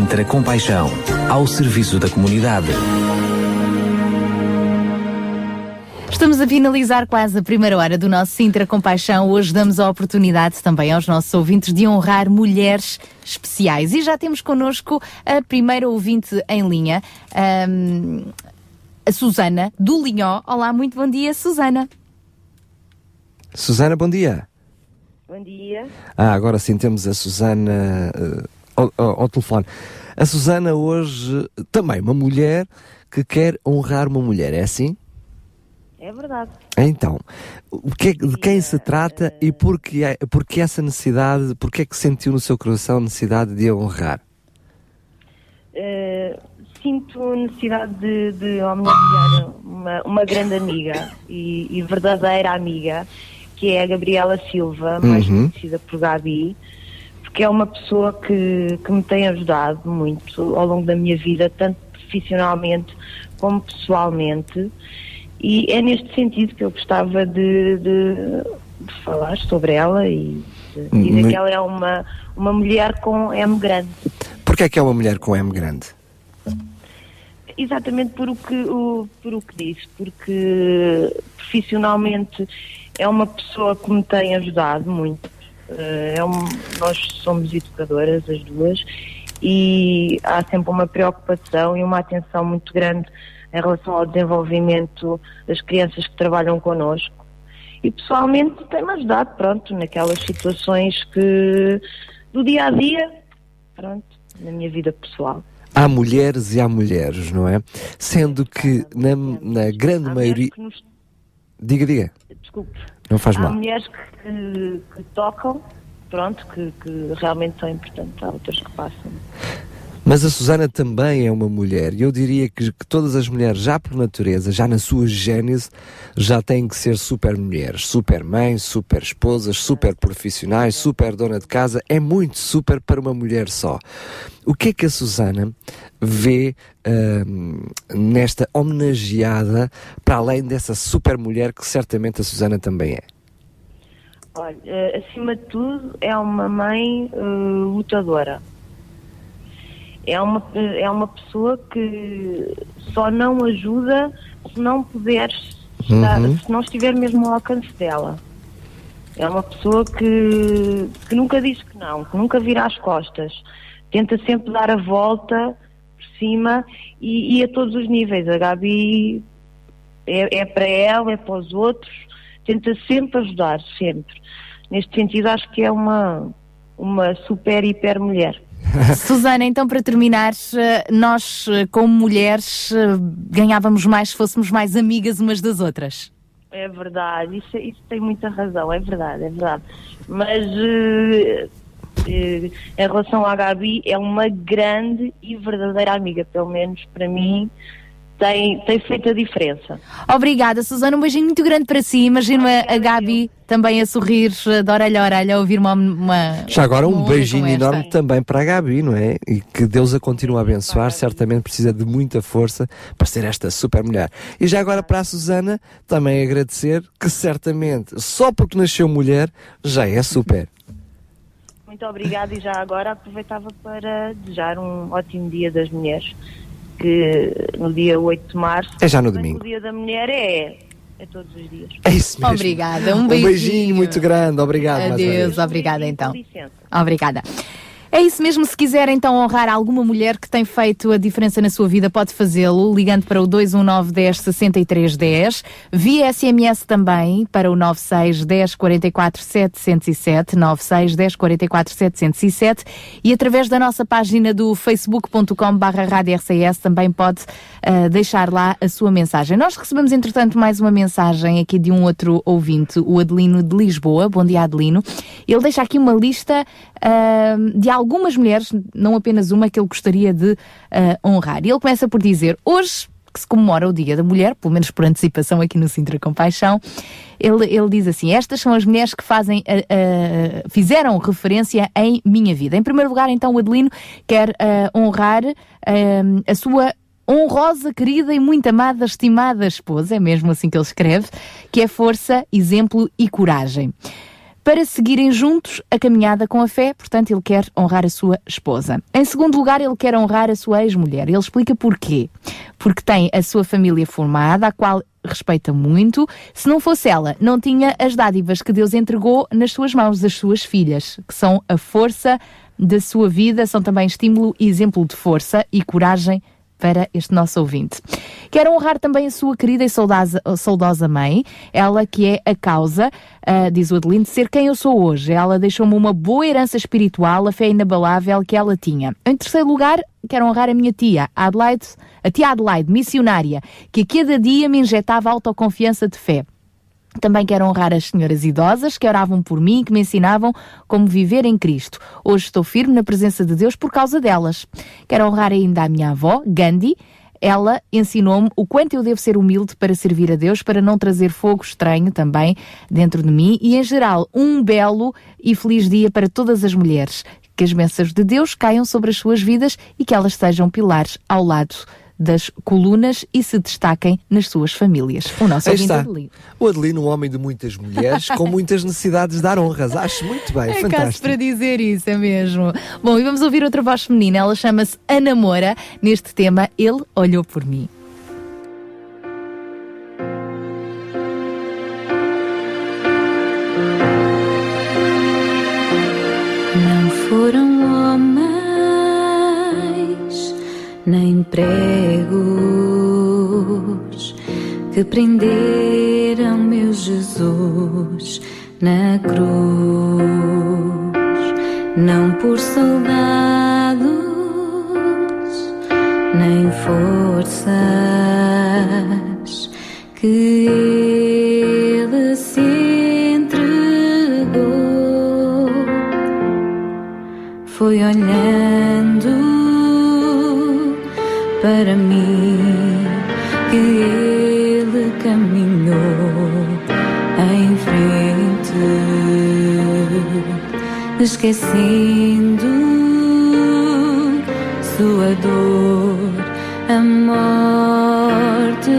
Sintra Compaixão, ao serviço da comunidade. Estamos a finalizar quase a primeira hora do nosso Sintra Compaixão. Hoje damos a oportunidade também aos nossos ouvintes de honrar mulheres especiais. E já temos connosco a primeira ouvinte em linha, um, a Susana, do Linhó. Olá, muito bom dia, Susana. Susana, bom dia. Bom dia. Ah, agora sim temos a Susana uh, ao, ao, ao telefone. A Susana hoje, também uma mulher que quer honrar uma mulher, é assim? É verdade. Então, o que é, de quem se trata e porquê, porquê essa necessidade, porquê é que sentiu no seu coração a necessidade de a honrar? Uh, sinto necessidade de, de homenagear uma, uma grande amiga e, e verdadeira amiga, que é a Gabriela Silva, mais Uhum. conhecida por Gabi, porque é uma pessoa que, que me tem ajudado muito ao longo da minha vida, tanto profissionalmente como pessoalmente, e é neste sentido que eu gostava de, de, de falar sobre ela e de dizer Mas- que ela é uma, uma mulher com M grande. Porquê é que é uma mulher com M grande? Exatamente por o que, o, por o que disse, porque profissionalmente é uma pessoa que me tem ajudado muito. Eh, é um, nós somos educadoras, as duas, e há sempre uma preocupação e uma atenção muito grande em relação ao desenvolvimento das crianças que trabalham connosco. E pessoalmente tem-me ajudado, pronto, naquelas situações que do dia a dia, pronto, na minha vida pessoal. Há mulheres e há mulheres, não é? Sendo que na, na grande Há maioria... mulheres que nos- Diga, diga. Desculpe. Não faz Há mal. mulheres que, que, que tocam, pronto, que, que realmente são importantes, há outras que passam. Mas a Susana também é uma mulher, e eu diria que, que todas as mulheres, já por natureza, já na sua gênese, já têm que ser super mulheres, super mães, super esposas, super profissionais, super dona de casa. É muito super para uma mulher só. O que é que a Susana vê hum, nesta homenageada, para além dessa super mulher que certamente a Susana também é? Olha, eh, acima de tudo, é uma mãe eh, lutadora. É uma, é uma pessoa que só não ajuda se não puderes estar, Uhum. se não estiver mesmo ao alcance dela. É uma pessoa que, que nunca diz que não, que nunca vira as costas. Tenta sempre dar a volta por cima e, e a todos os níveis. A Gabi é, é para ela, é para os outros. Tenta sempre ajudar, sempre. Neste sentido, acho que é uma, uma super, hiper mulher. Susana, então para terminar, eh, nós eh, como mulheres eh, ganhávamos mais se fôssemos mais amigas umas das outras. É verdade, isso, isso tem muita razão, é verdade, é verdade. Mas eh, eh, em relação à Gabi, é uma grande e verdadeira amiga, pelo menos para mim, tem, tem feito a diferença. Obrigada, Susana, um beijinho muito grande para si. Imagino a, a Gabi também a sorrir eh, de orelha a orelha a ouvir uma... uma Já agora um uma honra beijinho como esta. enorme também para a Gabi, não é? E que Deus a continue a abençoar, certamente precisa de muita força para ser esta super mulher. E já agora para a Susana, também agradecer que certamente, só porque nasceu mulher, já é super. Muito obrigada e já agora aproveitava para desejar um ótimo Dia das Mulheres, que no dia oito de março... É já no bem que domingo. O Dia da Mulher é, é todos os dias. É isso mesmo. Obrigada, um Um beijinho. beijinho muito grande, obrigado mais uma vez. Adeus, obrigada então. Com licença. Obrigada. É isso mesmo, se quiser então honrar alguma mulher que tem feito a diferença na sua vida, pode fazê-lo ligando para o dois um nove, dez, sessenta e três, dez, via S M S também para o nove seis, dez, quarenta e quatro, setecentos e sete, nove seis, dez, quarenta e quatro, setecentos e sete, e através da nossa página do facebook ponto com barra rádio R C S também pode uh, deixar lá a sua mensagem. Nós recebemos entretanto mais uma mensagem aqui de um outro ouvinte, o Adelino de Lisboa. Bom dia, Adelino. Ele deixa aqui uma lista uh, de algumas mulheres, não apenas uma, que ele gostaria de uh, honrar. E ele começa por dizer, hoje, que se comemora o Dia da Mulher, pelo menos por antecipação aqui no Sintra Compaixão, ele, ele diz assim, estas são as mulheres que fazem, uh, uh, fizeram referência em minha vida. Em primeiro lugar, então, o Adelino quer uh, honrar uh, a sua honrosa, querida e muito amada, estimada esposa, é mesmo assim que ele escreve, que é força, exemplo e coragem. para seguirem juntos a caminhada com a fé. Portanto, ele quer honrar a sua esposa. Em segundo lugar, ele quer honrar a sua ex-mulher. Ele explica porquê. Porque tem a sua família formada, a qual respeita muito. Se não fosse ela, não tinha as dádivas que Deus entregou nas suas mãos, as suas filhas, que são a força da sua vida, são também estímulo e exemplo de força e coragem para este nosso ouvinte. Quero honrar também a sua querida e saudosa, saudosa mãe, ela que é a causa, uh, diz o Adelino, de ser quem eu sou hoje. Ela deixou-me uma boa herança espiritual, a fé inabalável que ela tinha. Em terceiro lugar, quero honrar a minha tia, Adelaide, a tia Adelaide, missionária, que a cada dia me injetava autoconfiança de fé. Também quero honrar as senhoras idosas que oravam por mim e que me ensinavam como viver em Cristo. Hoje estou firme na presença de Deus por causa delas. Quero honrar ainda a minha avó, Gandhi. Ela ensinou-me o quanto eu devo ser humilde para servir a Deus, para não trazer fogo estranho também dentro de mim. E, em geral, um belo e feliz dia para todas as mulheres. Que as bênçãos de Deus caiam sobre as suas vidas e que elas sejam pilares ao lado das colunas e se destaquem nas suas famílias. O nosso ouvinte Adelino. O Adelino, um homem de muitas mulheres, com muitas necessidades de dar honras. Acho muito bem, é fantástico. É caso para dizer isso, é mesmo. Bom, e vamos ouvir outra voz feminina. Ela chama-se Ana Moura. Neste tema, Ele Olhou por Mim. Não foram homens nem pregos que prenderam meu Jesus na cruz, não por soldados nem forças que ele se entregou, foi olhando para mim que ele caminhou em frente, esquecendo sua dor, a morte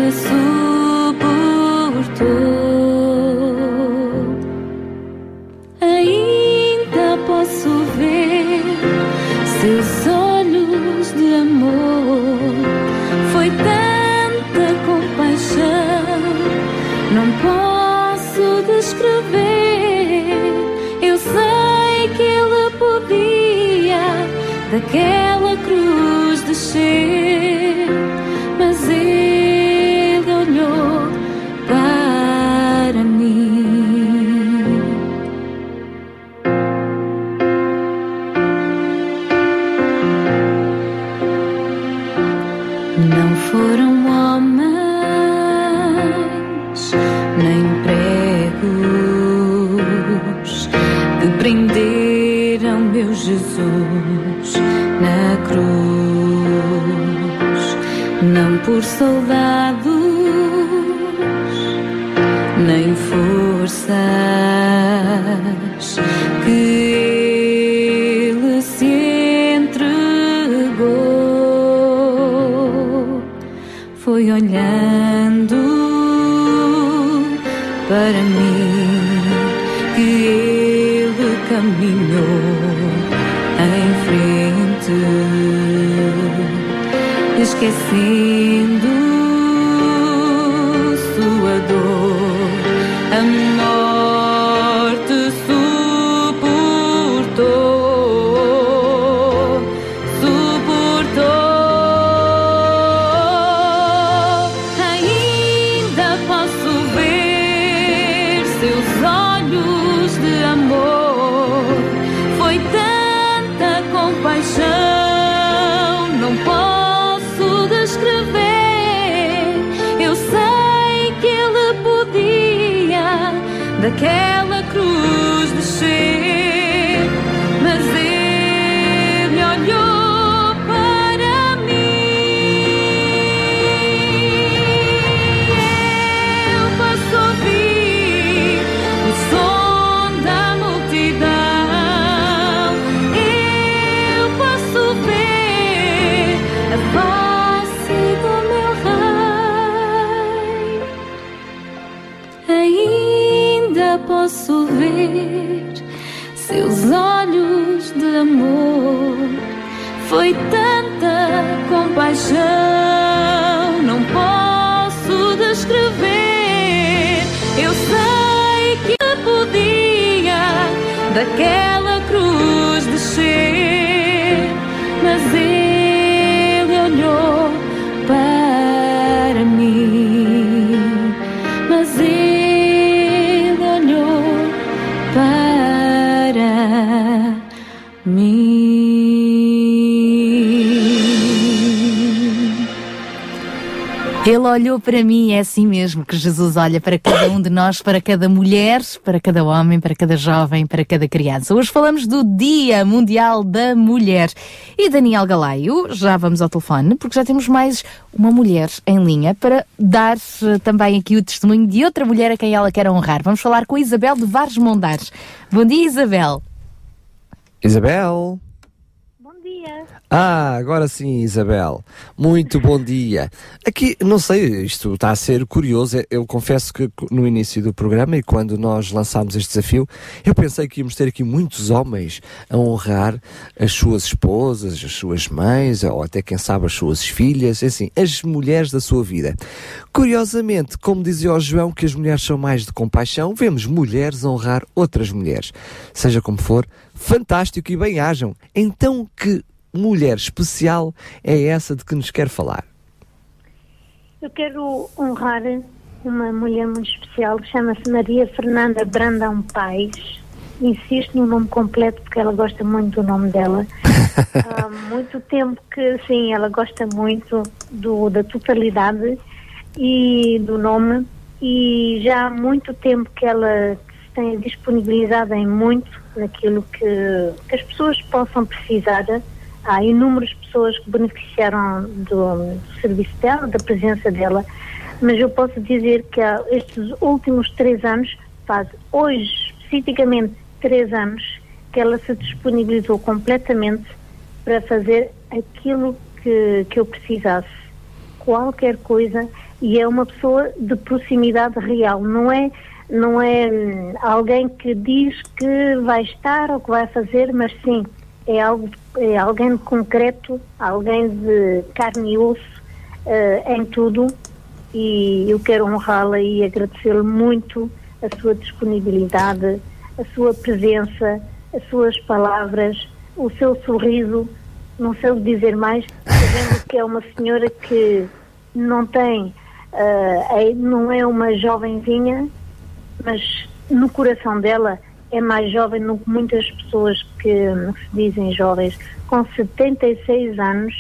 suportou. Ainda posso ver seus olhos de amor. Foi tanta compaixão, não posso descrever. Eu sei que ele podia daquela cruz descer, mas ele olhou para mim. Não foram homens nem pregos que prenderam meu Jesus na cruz, não por soldados nem forças que ele se entregou, foi olhando para mim que ele caminhou em frente, esquecendo sua dor, a morte suportou, suportou. Ainda posso ver seus olhos de amor. Foi tanta compaixão, não posso descrever. Eu sei que ele podia daquela cruz descer, mas ele olhou para mim. Eu posso ouvir o som da multidão, eu posso ver a face do meu Rei. Ainda posso ver seus olhos de amor. Foi tanta compaixão, não posso descrever. Eu sei que podia daquela cruz descer, mas ele olhou para mim, mas ele olhou para mim. Ele olhou para mim, é assim mesmo que Jesus olha para cada um de nós, para cada mulher, para cada homem, para cada jovem, para cada criança. Hoje falamos do Dia Mundial da Mulher. E Daniel Galaio, já vamos ao telefone, porque já temos mais uma mulher em linha para dar também aqui o testemunho de outra mulher a quem ela quer honrar. Vamos falar com a Isabel de Vares Mondares. Bom dia, Isabel. Isabel. Ah, agora sim, Isabel. Muito bom dia. Aqui, não sei, isto está a ser curioso. Eu confesso que no início do programa e quando nós lançámos este desafio, eu pensei que íamos ter aqui muitos homens a honrar as suas esposas, as suas mães, ou até, quem sabe, as suas filhas, assim, as mulheres da sua vida. Curiosamente, como dizia o João que as mulheres são mais de compaixão, vemos mulheres a honrar outras mulheres. Seja como for, fantástico e bem-ajam. Então, que mulher especial é essa de que nos quer falar? Eu quero honrar uma mulher muito especial, chama-se Maria Fernanda Brandão Paes. Insisto no nome completo porque ela gosta muito do nome dela. Há muito tempo que, sim, ela gosta muito do, da totalidade e do nome, e já há muito tempo que ela se tem disponibilizado em muito naquilo que, que as pessoas possam precisar. Há inúmeras pessoas que beneficiaram do, do serviço dela, da presença dela, mas eu posso dizer que há estes últimos três anos, faz hoje especificamente três anos, que ela se disponibilizou completamente para fazer aquilo que, que eu precisasse, qualquer coisa, e é uma pessoa de proximidade real, não é, não é hum, alguém que diz que vai estar ou que vai fazer, mas sim, é, algo, é alguém concreto, alguém de carne e osso uh, em tudo, e eu quero honrá-la e agradecer-lhe muito a sua disponibilidade, a sua presença, as suas palavras, o seu sorriso, não sei o dizer mais, sabendo que é uma senhora que não tem, uh, é, não é uma jovenzinha, mas no coração dela é mais jovem do que muitas pessoas que se dizem jovens. Com setenta e seis anos,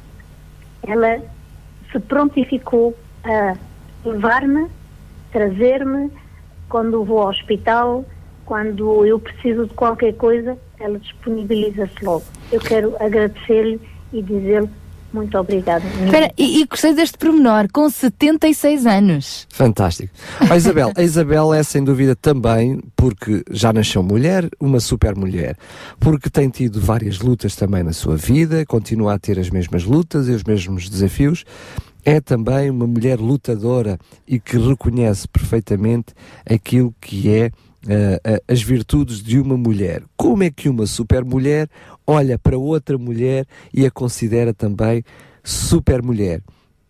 ela se prontificou a levar-me, trazer-me, quando vou ao hospital, quando eu preciso de qualquer coisa, ela disponibiliza-se logo. Eu quero agradecer-lhe e dizer-lhe muito obrigada. Espera, e, e gostei deste pormenor, com setenta e seis anos. Fantástico. A Isabel, a Isabel é sem dúvida também, porque já nasceu mulher, uma super mulher, porque tem tido várias lutas também na sua vida, continua a ter as mesmas lutas e os mesmos desafios. É também uma mulher lutadora e que reconhece perfeitamente aquilo que é Uh, uh, as virtudes de uma mulher. Como é que uma super mulher olha para outra mulher e a considera também super mulher?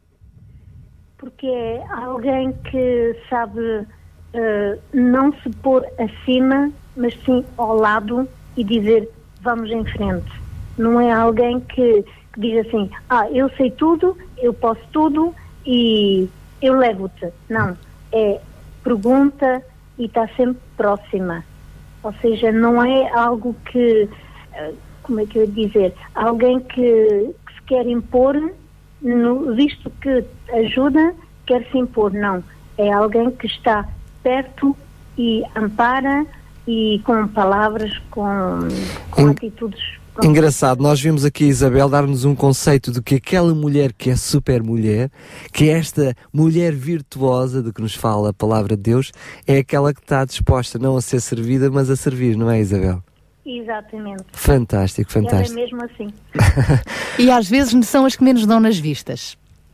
Porque é alguém que sabe uh, não se pôr acima, mas sim ao lado e dizer vamos em frente. Não é alguém que, que diz assim, ah, eu sei tudo, eu posso tudo e eu levo-te. Não, é pergunta e está sempre próxima. Ou seja, não é algo que, como é que eu ia dizer, alguém que, que se quer impor, no, visto que ajuda, quer se impor. Não, é alguém que está perto e ampara e com palavras, com, com em... atitudes. Engraçado, nós vimos aqui a Isabel dar-nos um conceito de que aquela mulher que é super mulher, que é esta mulher virtuosa de que nos fala a palavra de Deus, é aquela que está disposta não a ser servida, mas a servir, não é, Isabel? Exatamente. Fantástico, fantástico. Ela é mesmo assim. E às vezes são as que menos dão nas vistas.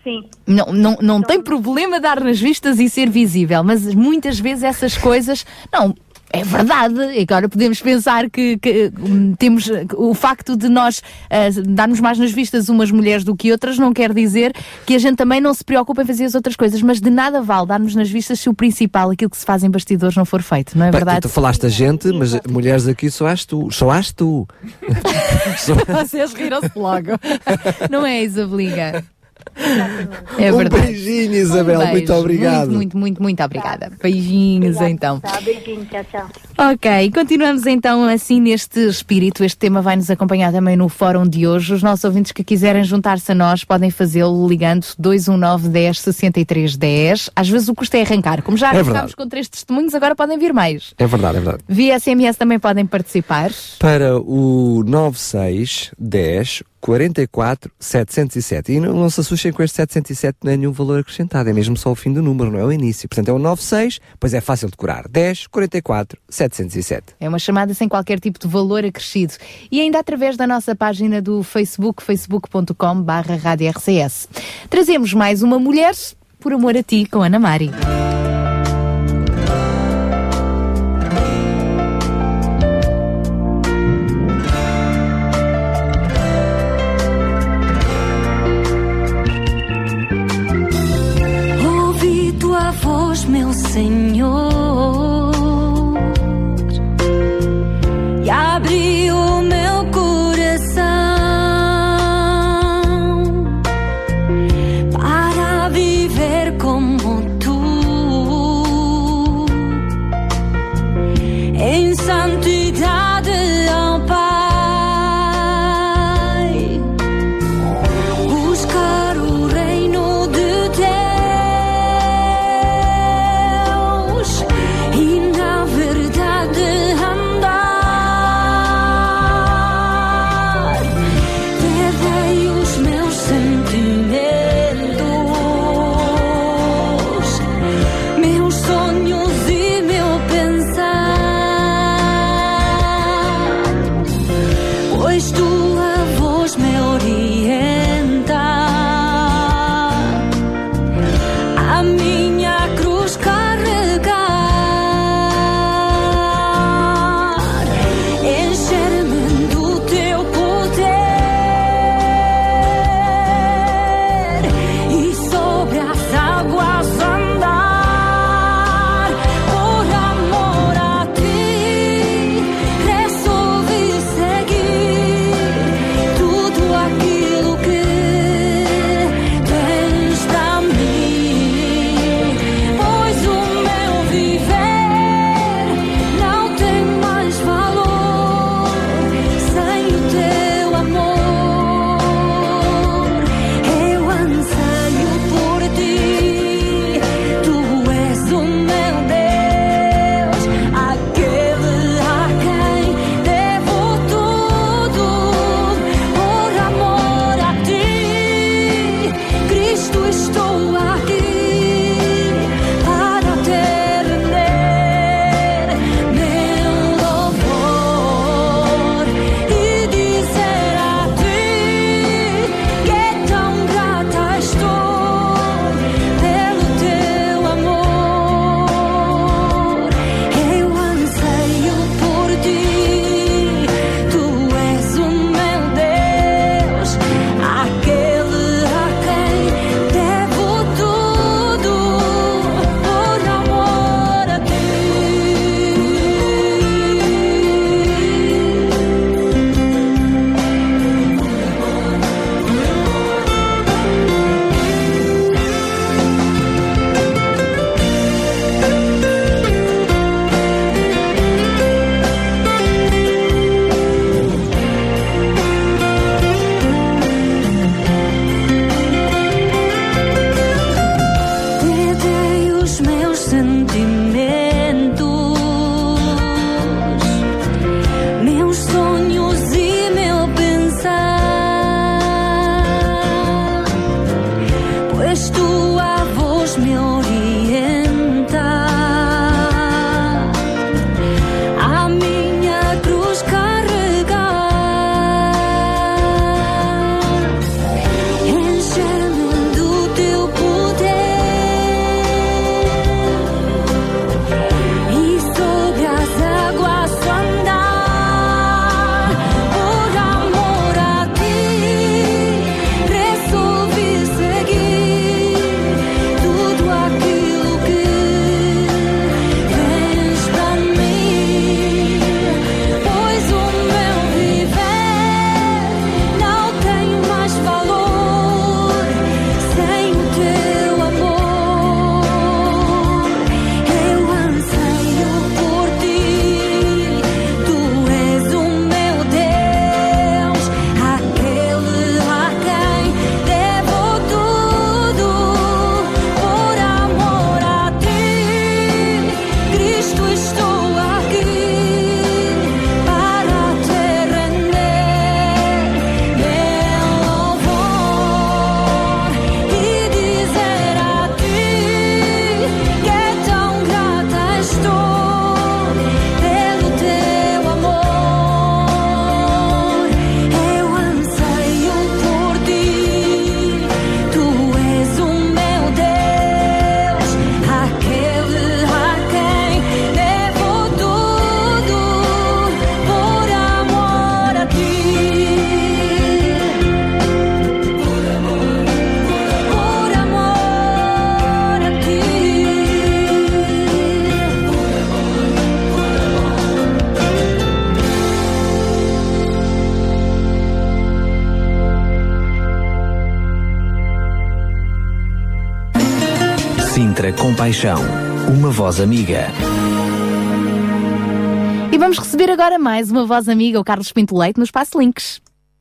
Sim. Não, não, não tem problema dar nas vistas e ser visível, mas muitas vezes essas coisas, não, é verdade. Agora podemos pensar que, que um, temos o facto de nós uh, darmos mais nas vistas umas mulheres do que outras, não quer dizer que a gente também não se preocupe em fazer as outras coisas, mas de nada vale darmos nas vistas se o principal, aquilo que se faz em bastidores, não for feito, não é Bem, verdade? Tu, tu falaste a gente, mas mulheres aqui só és tu, só és tu. Vocês riram-se logo. Não é, Isabelinha? É um verdade. beijinho, Isabel, Um beijo. muito obrigado. Muito, muito, muito, muito obrigada. Beijinhos, Obrigada, então. Tá, beijinho, tchau, tchau. Ok, continuamos então assim neste espírito. Este tema vai nos acompanhar também no fórum de hoje. Os nossos ouvintes que quiserem juntar-se a nós podem fazê-lo ligando dois um nove, dez, sessenta e três, dez. Às vezes o custo é arrancar. Como já É arrancámos verdade. com três testemunhos, agora podem vir mais. É verdade, é verdade. Via S M S também podem participar. Para o nove seis, dez, quarenta e quatro, setecentos e sete. E não, não se assustem com este setecentos e sete, não é nenhum valor acrescentado, é mesmo só o fim do número, não é o início. Portanto, é o nove seis, pois é fácil de decorar. dez, quarenta e quatro, setecentos e sete. É uma chamada sem qualquer tipo de valor acrescido. E ainda através da nossa página do Facebook, facebook ponto com barra rádio R C S. Trazemos mais uma mulher por amor a ti, com Ana Mari. Ouvi tua voz, meu Senhor, e abri o meu coração para viver como tu, em santidade ao Pai, buscar o reino de Deus e na verdade andar. Perdei os meus sentimentos, meus sonhos e meu pensar. Sintra Compaixão, uma voz amiga. E vamos receber agora mais uma voz amiga, o Carlos Pinto Leite, no Espaço Links.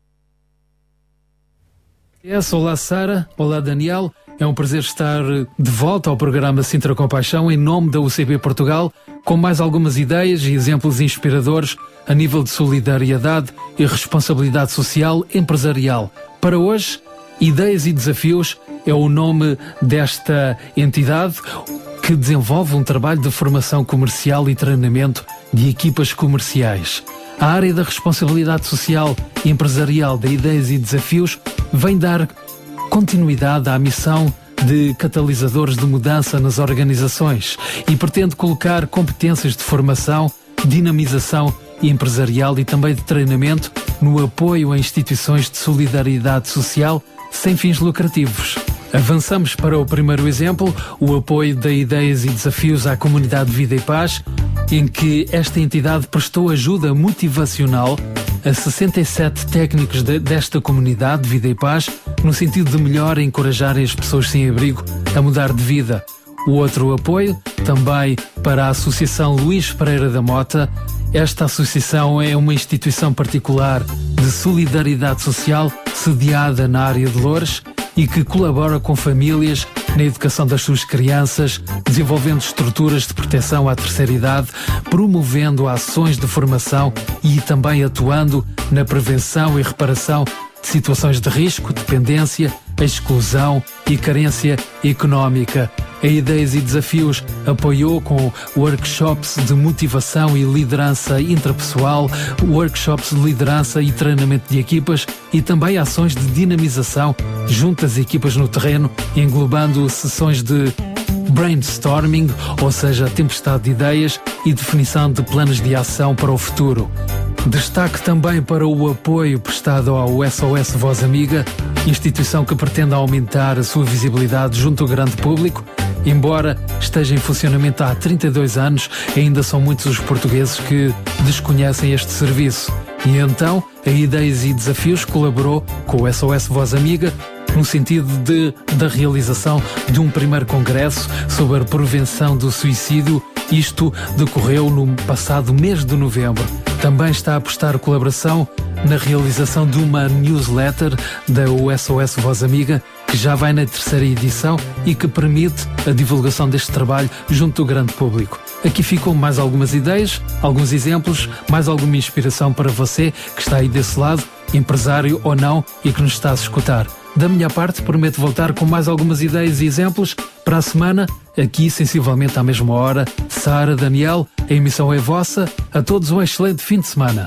Yes, olá Sara, olá Daniel, é um prazer estar de volta ao programa Sintra Compaixão em nome da U C B Portugal, com mais algumas ideias e exemplos inspiradores a nível de solidariedade e responsabilidade social empresarial. Para hoje, Ideias e Desafios é o nome desta entidade que desenvolve um trabalho de formação comercial e treinamento de equipas comerciais. A área da responsabilidade social e empresarial da Ideias e Desafios vem dar continuidade à missão de catalisadores de mudança nas organizações e pretende colocar competências de formação, dinamização empresarial e também de treinamento no apoio a instituições de solidariedade social sem fins lucrativos. Avançamos para o primeiro exemplo, o apoio da Ideias e Desafios à Comunidade Vida e Paz, em que esta entidade prestou ajuda motivacional a sessenta e sete técnicos de, desta comunidade Vida e Paz, no sentido de melhor encorajarem as pessoas sem abrigo a mudar de vida. O outro apoio, também para a Associação Luís Pereira da Mota. Esta associação é uma instituição particular de solidariedade social sediada na área de Loures e que colabora com famílias na educação das suas crianças, desenvolvendo estruturas de proteção à terceira idade, promovendo ações de formação e também atuando na prevenção e reparação de situações de risco, dependência, exclusão e carência económica. A Ideias e Desafios apoiou com workshops de motivação e liderança intrapessoal, workshops de liderança e treinamento de equipas e também ações de dinamização junto às equipas no terreno, englobando sessões de brainstorming, ou seja, tempestade de ideias e definição de planos de ação para o futuro. Destaque também para o apoio prestado ao S O S Voz Amiga, instituição que pretende aumentar a sua visibilidade junto ao grande público. Embora esteja em funcionamento há trinta e dois anos, ainda são muitos os portugueses que desconhecem este serviço. E então, a Ideias e Desafios colaborou com o S O S Voz Amiga no sentido de, da realização de um primeiro congresso sobre a prevenção do suicídio. Isto decorreu no passado mês de novembro. Também está a prestar colaboração na realização de uma newsletter da U S O S Voz Amiga, que já vai na terceira edição e que permite a divulgação deste trabalho junto do grande público. Aqui ficam mais algumas ideias, alguns exemplos, mais alguma inspiração para você que está aí desse lado, empresário ou não, e que nos está a escutar. Da minha parte, prometo voltar com mais algumas ideias e exemplos para a semana, aqui sensivelmente à mesma hora. Sara, Daniel, a emissão é vossa. A todos um excelente fim de semana.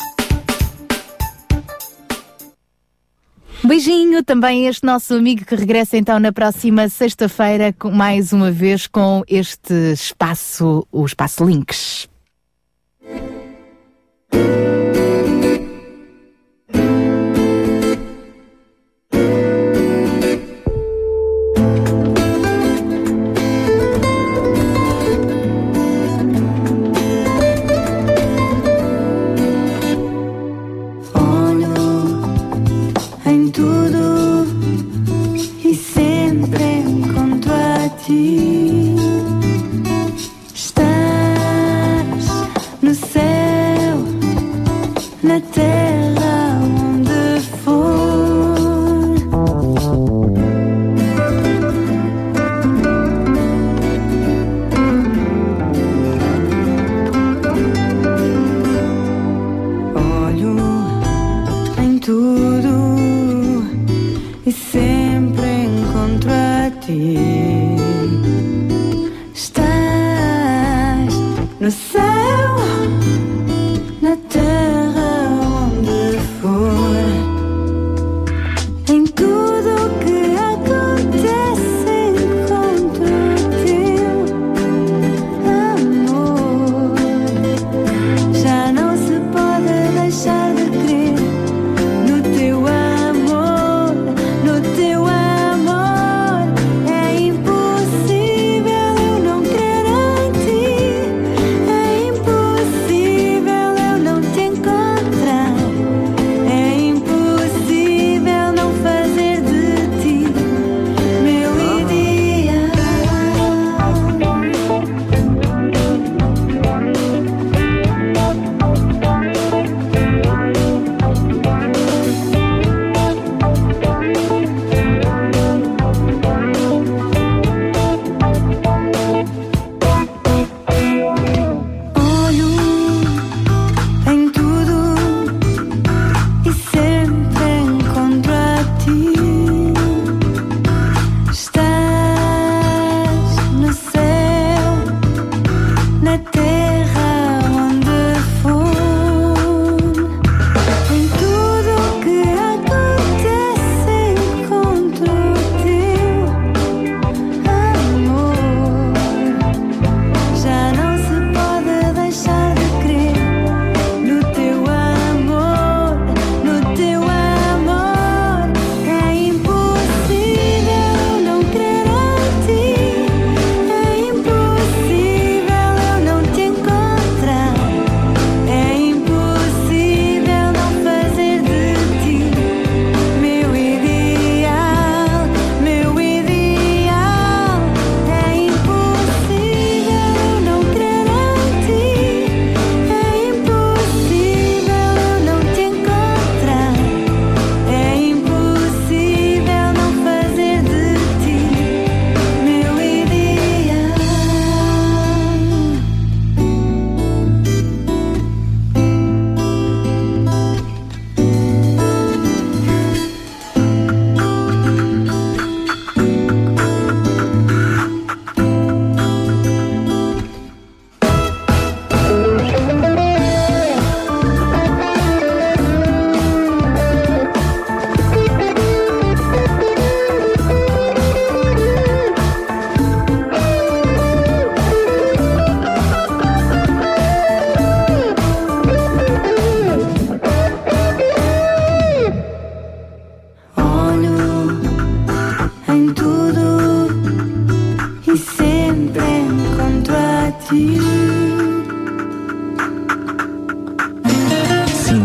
Beijinho também a este nosso amigo que regressa então na próxima sexta-feira, com, mais uma vez com este espaço, o Espaço Links. Não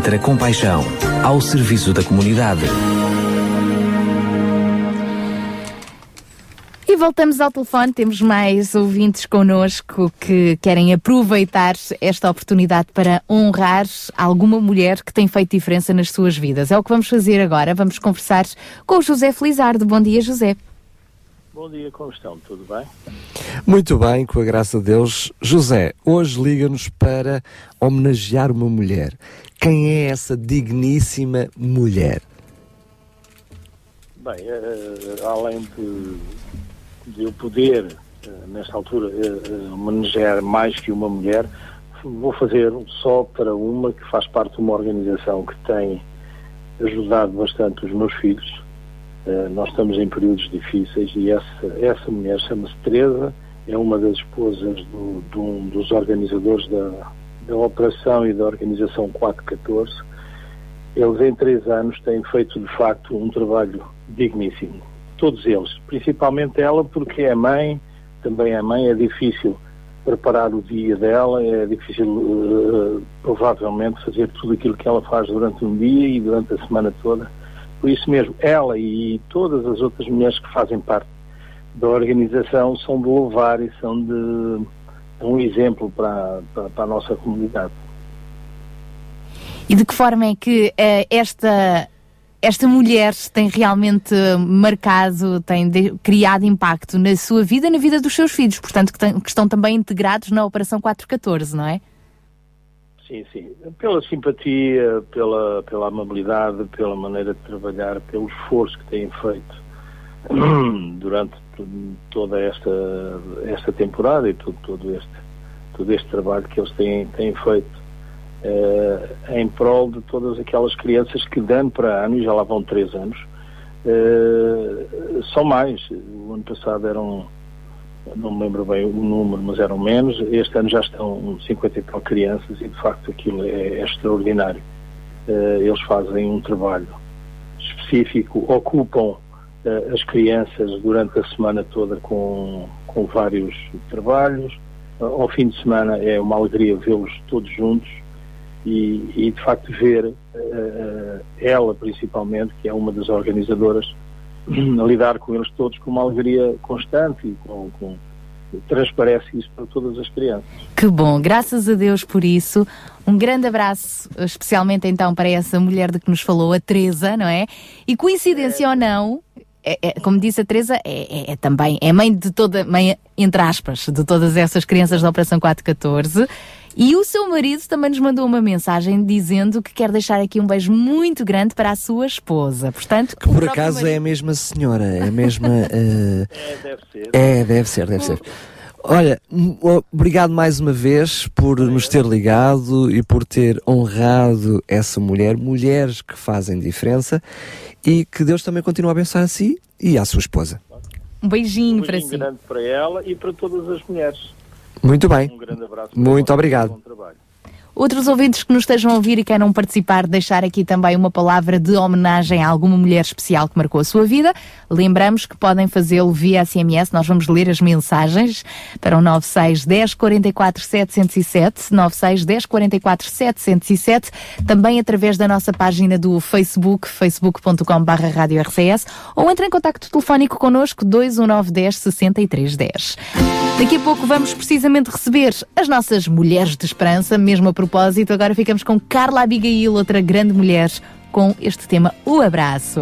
Sintra Compaixão, ao serviço da comunidade. E voltamos ao telefone, temos mais ouvintes connosco que querem aproveitar esta oportunidade para honrar alguma mulher que tem feito diferença nas suas vidas. É o que vamos fazer agora, vamos conversar com o José Felizardo. Bom dia, José. Bom dia, como estão? Tudo bem? Muito bem, com a graça de Deus. José, hoje liga-nos para homenagear uma mulher. Quem é essa digníssima mulher? Bem, uh, além de, de eu poder, uh, nesta altura, uh, homenagear mais que uma mulher, vou fazer só para uma que faz parte de uma organização que tem ajudado bastante os meus filhos. Uh, nós estamos em períodos difíceis e essa, essa mulher chama-se Teresa, é uma das esposas do, de um dos organizadores da, da operação e da organização quatro catorze. Eles em três anos têm feito de facto um trabalho digníssimo, todos eles, principalmente ela, porque é mãe, também é mãe, é difícil preparar o dia dela, é difícil uh, provavelmente fazer tudo aquilo que ela faz durante um dia e durante a semana toda. Por isso mesmo, ela e todas as outras mulheres que fazem parte da organização são de louvar e são de um exemplo para, para, para a nossa comunidade. E de que forma é que uh, esta, esta mulher tem realmente marcado, tem de, criado impacto na sua vida e na vida dos seus filhos, portanto que, tem, que estão também integrados na Operação quatro catorze, não é? Sim, sim. Pela simpatia, pela, pela amabilidade, pela maneira de trabalhar, pelo esforço que têm feito durante toda esta, esta temporada e todo, todo, este, todo este trabalho que eles têm, têm feito uh, em prol de todas aquelas crianças que de ano para ano, e já lá vão três anos, uh, são mais. O ano passado eram, não me lembro bem o número, mas eram menos. Este ano já estão cinquenta e tal crianças e de facto aquilo é, é extraordinário. Uh, eles fazem um trabalho específico, ocupam uh, as crianças durante a semana toda com, com vários trabalhos. Uh, ao fim de semana é uma alegria vê-los todos juntos e, e de facto ver uh, ela principalmente, que é uma das organizadoras, a lidar com eles todos com uma alegria constante e com, com, transparece isso para todas as crianças. Que bom, graças a Deus por isso. Um grande abraço, especialmente então para essa mulher de que nos falou, a Teresa, não é? E coincidência é. ou não, é, é, como disse a Teresa, é, é, é também, é mãe de toda, mãe, entre aspas, de todas essas crianças da Operação quatro catorze. E o seu marido também nos mandou uma mensagem dizendo que quer deixar aqui um beijo muito grande para a sua esposa. Portanto, que por acaso marido... é a mesma senhora, é a mesma... Uh... É, deve ser. É, deve ser, deve ser. Olha, obrigado mais uma vez por nos ter ligado e por ter honrado essa mulher, mulheres que fazem diferença, e que Deus também continue a abençoar a si e à sua esposa. Um beijinho, um beijinho para si. grande para ela e para todas as mulheres. Muito bem. Um grande abraço. Muito obrigado. Bom trabalho. Outros ouvintes que nos estejam a ouvir e queiram participar, deixar aqui também uma palavra de homenagem a alguma mulher especial que marcou a sua vida, lembramos que podem fazê-lo via S M S. Nós vamos ler as mensagens para o nove seis, dez, quarenta e quatro, setecentos e sete, nove seis, dez, quarenta e quatro, setecentos e sete, também através da nossa página do Facebook, facebook ponto com barra rádio R C S, ou entre em contacto telefónico connosco, dois um nove, dez, sessenta e três, dez. Daqui a pouco vamos precisamente receber as nossas mulheres de esperança, mesmo a propósito. Agora ficamos com Carla Abigail, outra grande mulher, com este tema, O Abraço.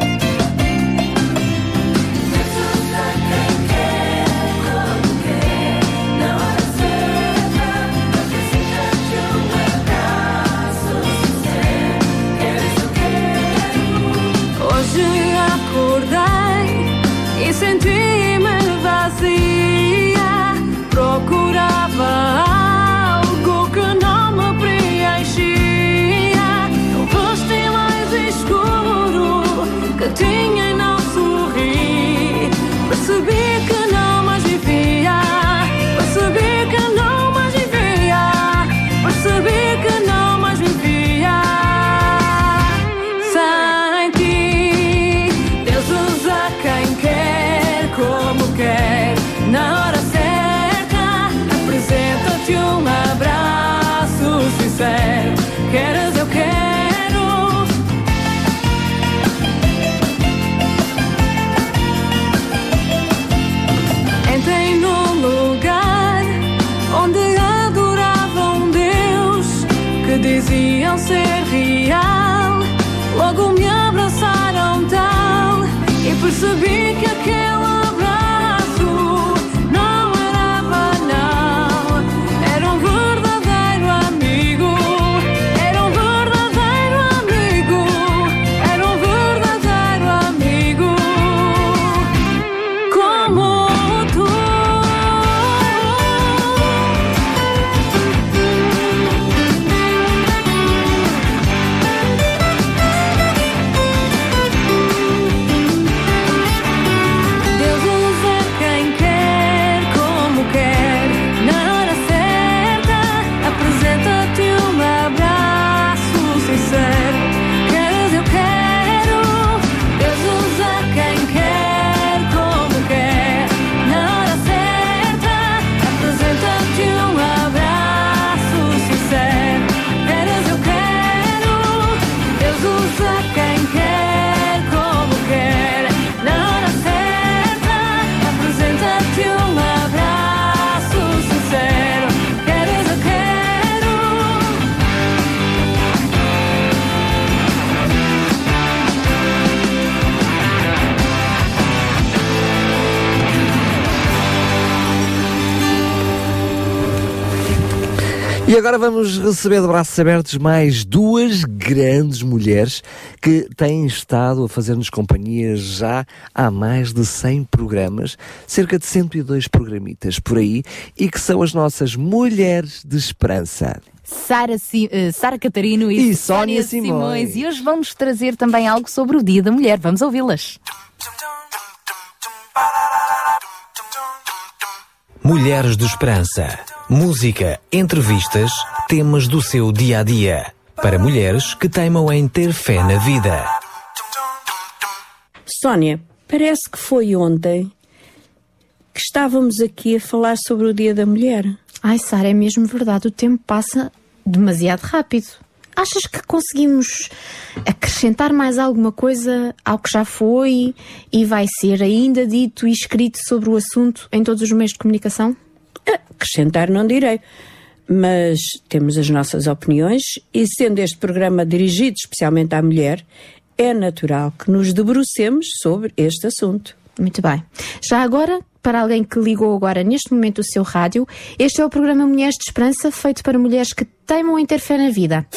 Hoje acordei e senti-me vazia, procurava algo que não me preenchia. Eu vesti mais escuro diziam ser real. Logo me abraçaram tal e percebi que aquele abraço não era banal. Era um verdadeiro amigo, era um verdadeiro amigo, era um verdadeiro amigo, como tu. Deus usa quem quer, como quer, na hora certa. Apresenta-te um abraço sincero. Queres, eu quero. Deus usa quem quer, como quer, na hora certa. Apresenta-te um abraço sincero. Queres, eu quero. Deus usa quem quer, como quer, na hora certa. Apresenta-te um abraço sincero. Queres, eu quero. E agora vamos receber de braços abertos mais duas grandes mulheres que têm estado a fazer-nos companhia já há mais de cem programas, cerca de cento e dois programitas por aí, e que são as nossas mulheres de esperança. Sara, Si- eh, Sara Catarino e, E Sónia Simões. E hoje vamos trazer também algo sobre o Dia da Mulher. Vamos ouvi-las. Mulheres de Esperança. Música, entrevistas, temas do seu dia a dia. Para mulheres que teimam em ter fé na vida. Sónia, parece que foi ontem que estávamos aqui a falar sobre o Dia da Mulher. Ai, Sara, é mesmo verdade. O tempo passa demasiado rápido. Achas que conseguimos acrescentar mais alguma coisa ao que já foi e vai ser ainda dito e escrito sobre o assunto em todos os meios de comunicação? Acrescentar não direi, mas temos as nossas opiniões e, sendo este programa dirigido especialmente à mulher, é natural que nos debrucemos sobre este assunto. Muito bem. Já agora, para alguém que ligou agora neste momento o seu rádio, este é o programa Mulheres de Esperança, feito para mulheres que teimam em ter fé na vida.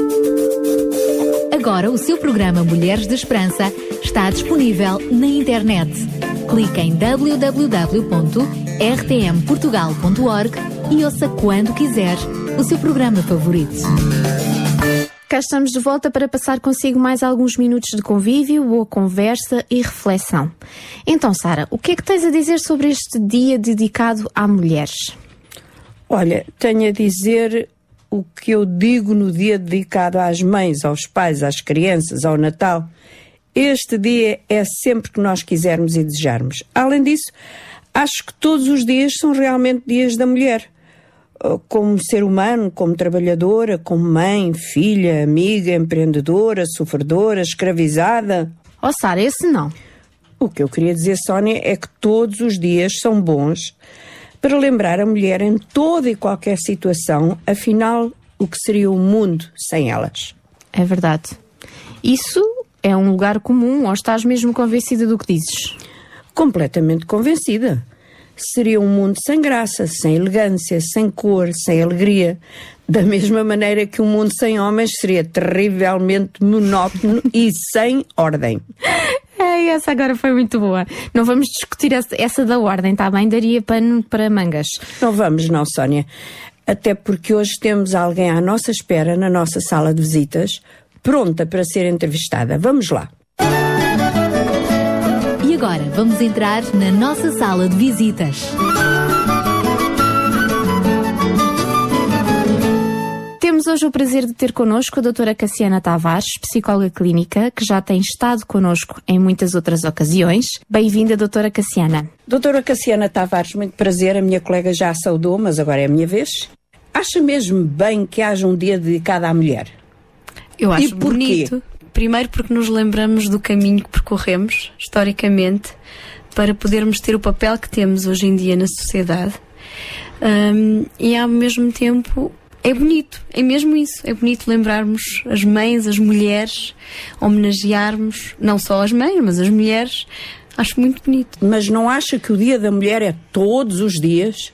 Agora o seu programa Mulheres de Esperança está disponível na internet. Clique em w w w ponto r t m portugal ponto org e ouça quando quiser o seu programa favorito. Cá estamos de volta para passar consigo mais alguns minutos de convívio, boa conversa e reflexão. Então, Sara, o que é que tens a dizer sobre este dia dedicado a mulheres? Olha, tenho a dizer o que eu digo no dia dedicado às mães, aos pais, às crianças, ao Natal. Este dia é sempre que nós quisermos e desejarmos. Além disso, acho que todos os dias são realmente dias da mulher. Como ser humano, como trabalhadora, como mãe, filha, amiga, empreendedora, sofredora, escravizada. Oh, Sara, esse não. O que eu queria dizer, Sónia, é que todos os dias são bons para lembrar a mulher em toda e qualquer situação, afinal, o que seria o mundo sem elas. É verdade. Isso é um lugar comum, ou estás mesmo convencida do que dizes? Completamente convencida. Seria um mundo sem graça, sem elegância, sem cor, sem alegria. Da mesma maneira que um mundo sem homens seria terrivelmente monótono e sem ordem. Ei, essa agora foi muito boa. Não vamos discutir essa, essa da ordem, está bem? Daria pano para mangas. Não vamos não, Sónia. Até porque hoje temos alguém à nossa espera na nossa sala de visitas, pronta para ser entrevistada. Vamos lá. E agora vamos entrar na nossa sala de visitas. Temos hoje o prazer de ter connosco a doutora Cassiana Tavares, psicóloga clínica, que já tem estado connosco em muitas outras ocasiões. Bem-vinda, doutora Cassiana. Doutora Cassiana Tavares, muito prazer. A minha colega já a saudou, mas agora é a minha vez. Acha mesmo bem que haja um dia dedicado à mulher? Eu acho E porquê? bonito. Primeiro porque nos lembramos do caminho que percorremos, historicamente, para podermos ter o papel que temos hoje em dia na sociedade. Um, e ao mesmo tempo é bonito, é mesmo isso. É bonito lembrarmos as mães, as mulheres, homenagearmos não só as mães, mas as mulheres. Acho muito bonito. Mas não acha que o Dia da Mulher é todos os dias?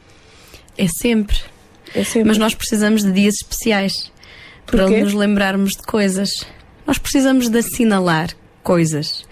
É sempre. É sempre. Mas nós precisamos de dias especiais para Porquê? nos lembrarmos de coisas. Nós precisamos de assinalar coisas.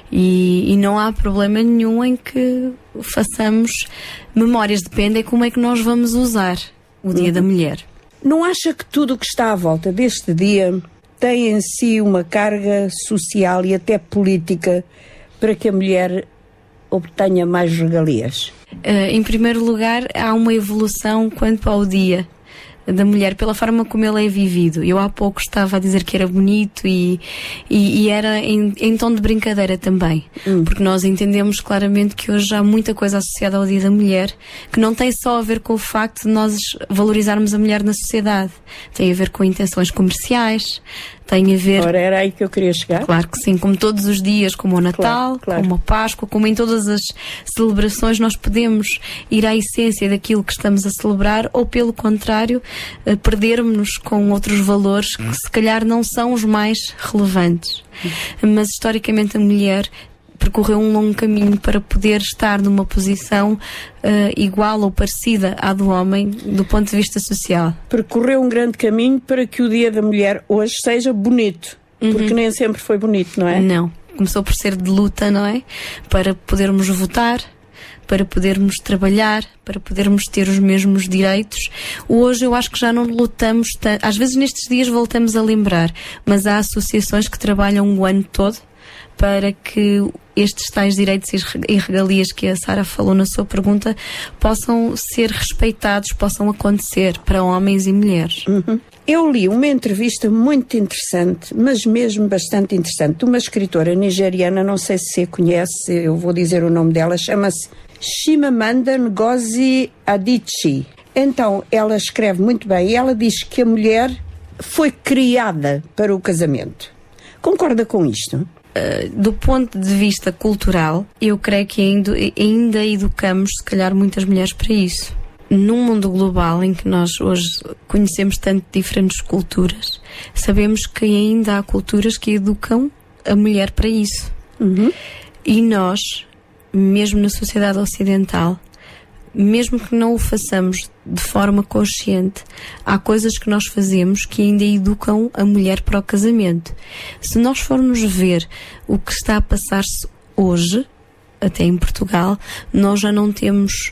E, e não há problema nenhum em que façamos memórias. Depende é como é que nós vamos usar o Dia Uhum. da Mulher. Não acha que tudo o que está à volta deste dia tem em si uma carga social e até política para que a mulher obtenha mais regalias? Uh, em primeiro lugar, há uma evolução quanto ao dia da mulher, pela forma como ele é vivido. Eu há pouco estava a dizer que era bonito e, e, e era em, em tom de brincadeira também. Hum. Porque nós entendemos claramente que hoje há muita coisa associada ao Dia da Mulher que não tem só a ver com o facto de nós valorizarmos a mulher na sociedade. Tem a ver com intenções comerciais, tem a ver... Ora, era aí que eu queria chegar. Claro que sim, como todos os dias, como o Natal, Claro, claro. como a Páscoa, como em todas as celebrações, nós podemos ir à essência daquilo que estamos a celebrar ou, pelo contrário, eh, perdermos-nos com outros valores que se calhar não são os mais relevantes. Mas, historicamente, a mulher percorreu um longo caminho para poder estar numa posição uh, igual ou parecida à do homem do ponto de vista social. Percorreu um grande caminho para que o Dia da Mulher hoje seja bonito, Uhum. porque nem sempre foi bonito, não é? Não. Começou por ser de luta, não é? Para podermos votar, para podermos trabalhar, para podermos ter os mesmos direitos. Hoje eu acho que já não lutamos tanto. Às vezes nestes dias voltamos a lembrar, mas há associações que trabalham o ano todo para que estes tais direitos e regalias que a Sara falou na sua pergunta possam ser respeitados, possam acontecer para homens e mulheres. Uhum. Eu li uma entrevista muito interessante, mas mesmo bastante interessante, de uma escritora nigeriana, não sei se você conhece, eu vou dizer o nome dela, chama-se Chimamanda Ngozi Adichie. Então, ela escreve muito bem e ela diz que a mulher foi criada para o casamento. Concorda com isto? Uh, do ponto de vista cultural, eu creio que ainda, ainda educamos, se calhar, muitas mulheres para isso. Num mundo global em que nós hoje conhecemos tanto diferentes culturas, sabemos que ainda há culturas que educam a mulher para isso. Uhum. E nós, mesmo na sociedade ocidental, mesmo que não o façamos de forma consciente, há coisas que nós fazemos que ainda educam a mulher para o casamento. Se nós formos ver o que está a passar-se hoje, até em Portugal, nós já não temos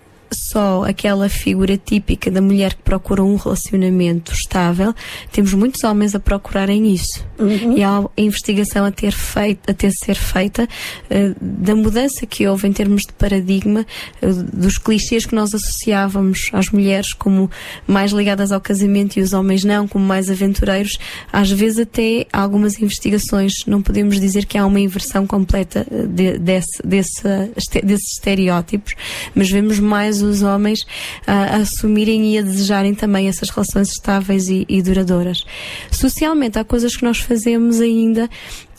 só aquela figura típica da mulher que procura um relacionamento estável. Temos muitos homens a procurarem isso. Uhum. E há a investigação a ter, feito, a ter ser feita uh, da mudança que houve em termos de paradigma, uh, dos clichês que nós associávamos às mulheres como mais ligadas ao casamento e os homens não, como mais aventureiros. Às vezes até há algumas investigações, não podemos dizer que há uma inversão completa de, desse, desse, desses estereótipos, mas vemos mais os homens a, a assumirem e a desejarem também essas relações estáveis e, e duradouras. Socialmente há coisas que nós fazemos ainda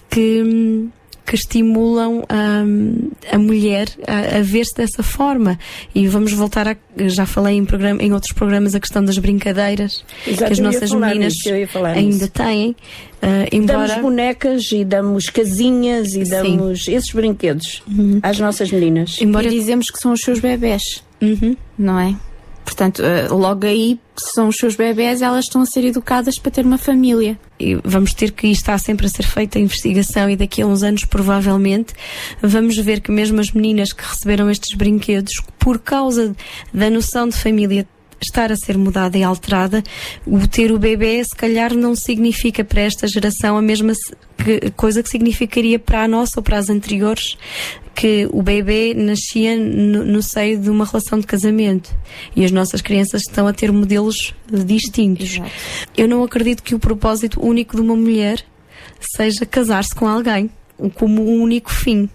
que, que estimulam a, a mulher a, a ver-se dessa forma. E vamos voltar a, já falei em, programa, em outros programas, a questão das brincadeiras. Exato, que as nossas meninas nisso, ainda nisso. têm. Uh, embora... Damos bonecas e damos casinhas e damos Sim. esses brinquedos uhum. às nossas meninas. Embora e dizemos que são os seus bebés, uhum. não é? Portanto, uh, logo aí, se são os seus bebés, elas estão a ser educadas para ter uma família. E vamos ter que está sempre a ser feita a investigação e daqui a uns anos, provavelmente, vamos ver que mesmo as meninas que receberam estes brinquedos, por causa da noção de família estar a ser mudada e alterada, o ter o bebê se calhar não significa para esta geração a mesma que, coisa que significaria para a nossa ou para as anteriores, que o bebê nascia no, no seio de uma relação de casamento e as nossas crianças estão a ter modelos distintos. Exato. Eu não acredito que o propósito único de uma mulher seja casar-se com alguém como o único fim.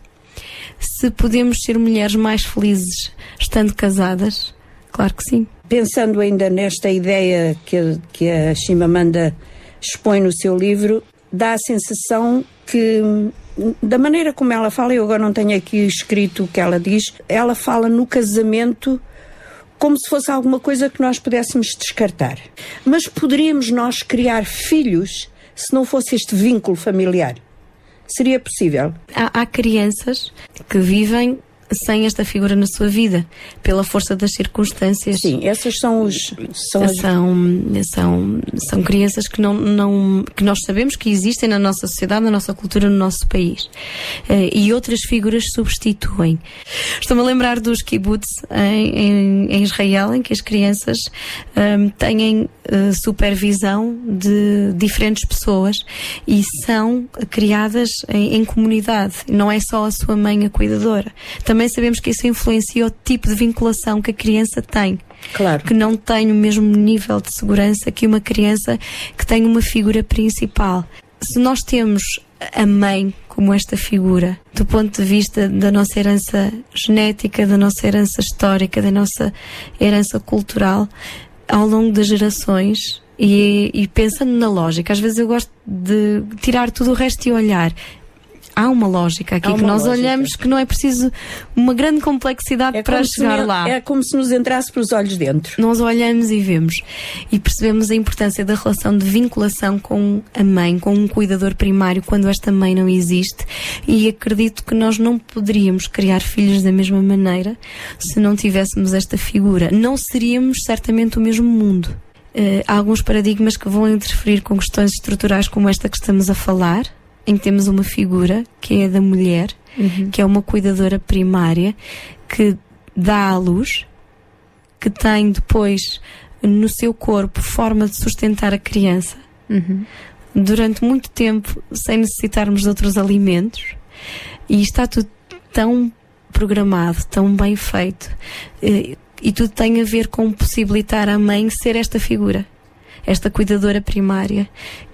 Se podemos ser mulheres mais felizes estando casadas, claro que sim. Pensando ainda nesta ideia que a, que a Chimamanda expõe no seu livro, dá a sensação que, da maneira como ela fala, eu agora não tenho aqui escrito o que ela diz, ela fala no casamento como se fosse alguma coisa que nós pudéssemos descartar. Mas poderíamos nós criar filhos se não fosse este vínculo familiar? Seria possível? Há, há crianças que vivem sem esta figura na sua vida, pela força das circunstâncias. Sim, essas são os... São, as... são, são, são crianças que, não, não, que nós sabemos que existem na nossa sociedade, na nossa cultura, no nosso país. Uh, e outras figuras substituem. Estou-me a lembrar dos kibbutz em, em, em Israel, em que as crianças um, têm uh, supervisão de diferentes pessoas e são criadas em, em comunidade. Não é só a sua mãe a cuidadora. Também sabemos que isso influencia o tipo de vinculação que a criança tem. Claro. Que não tem o mesmo nível de segurança que uma criança que tem uma figura principal. Se nós temos a mãe como esta figura, do ponto de vista da nossa herança genética, da nossa herança histórica, da nossa herança cultural, ao longo das gerações, e, e pensando na lógica, às vezes eu gosto de tirar tudo o resto e olhar. Há uma lógica aqui Há que uma nós lógica. olhamos que não é preciso uma grande complexidade É para como se chegar me- lá. É como se nos entrasse pelos olhos dentro. Nós olhamos e vemos e percebemos a importância da relação de vinculação com a mãe, com um cuidador primário, quando esta mãe não existe, e acredito que nós não poderíamos criar filhos da mesma maneira se não tivéssemos esta figura. Não seríamos certamente o mesmo mundo. Uh, há alguns paradigmas que vão interferir com questões estruturais como esta que estamos a falar, em que temos uma figura, que é a da mulher, Uhum. que é uma cuidadora primária, que dá à luz, que tem depois no seu corpo forma de sustentar a criança, Uhum. durante muito tempo, sem necessitarmos de outros alimentos, e está tudo tão programado, tão bem feito, eh, e tudo tem a ver com possibilitar a mãe ser esta figura, esta cuidadora primária,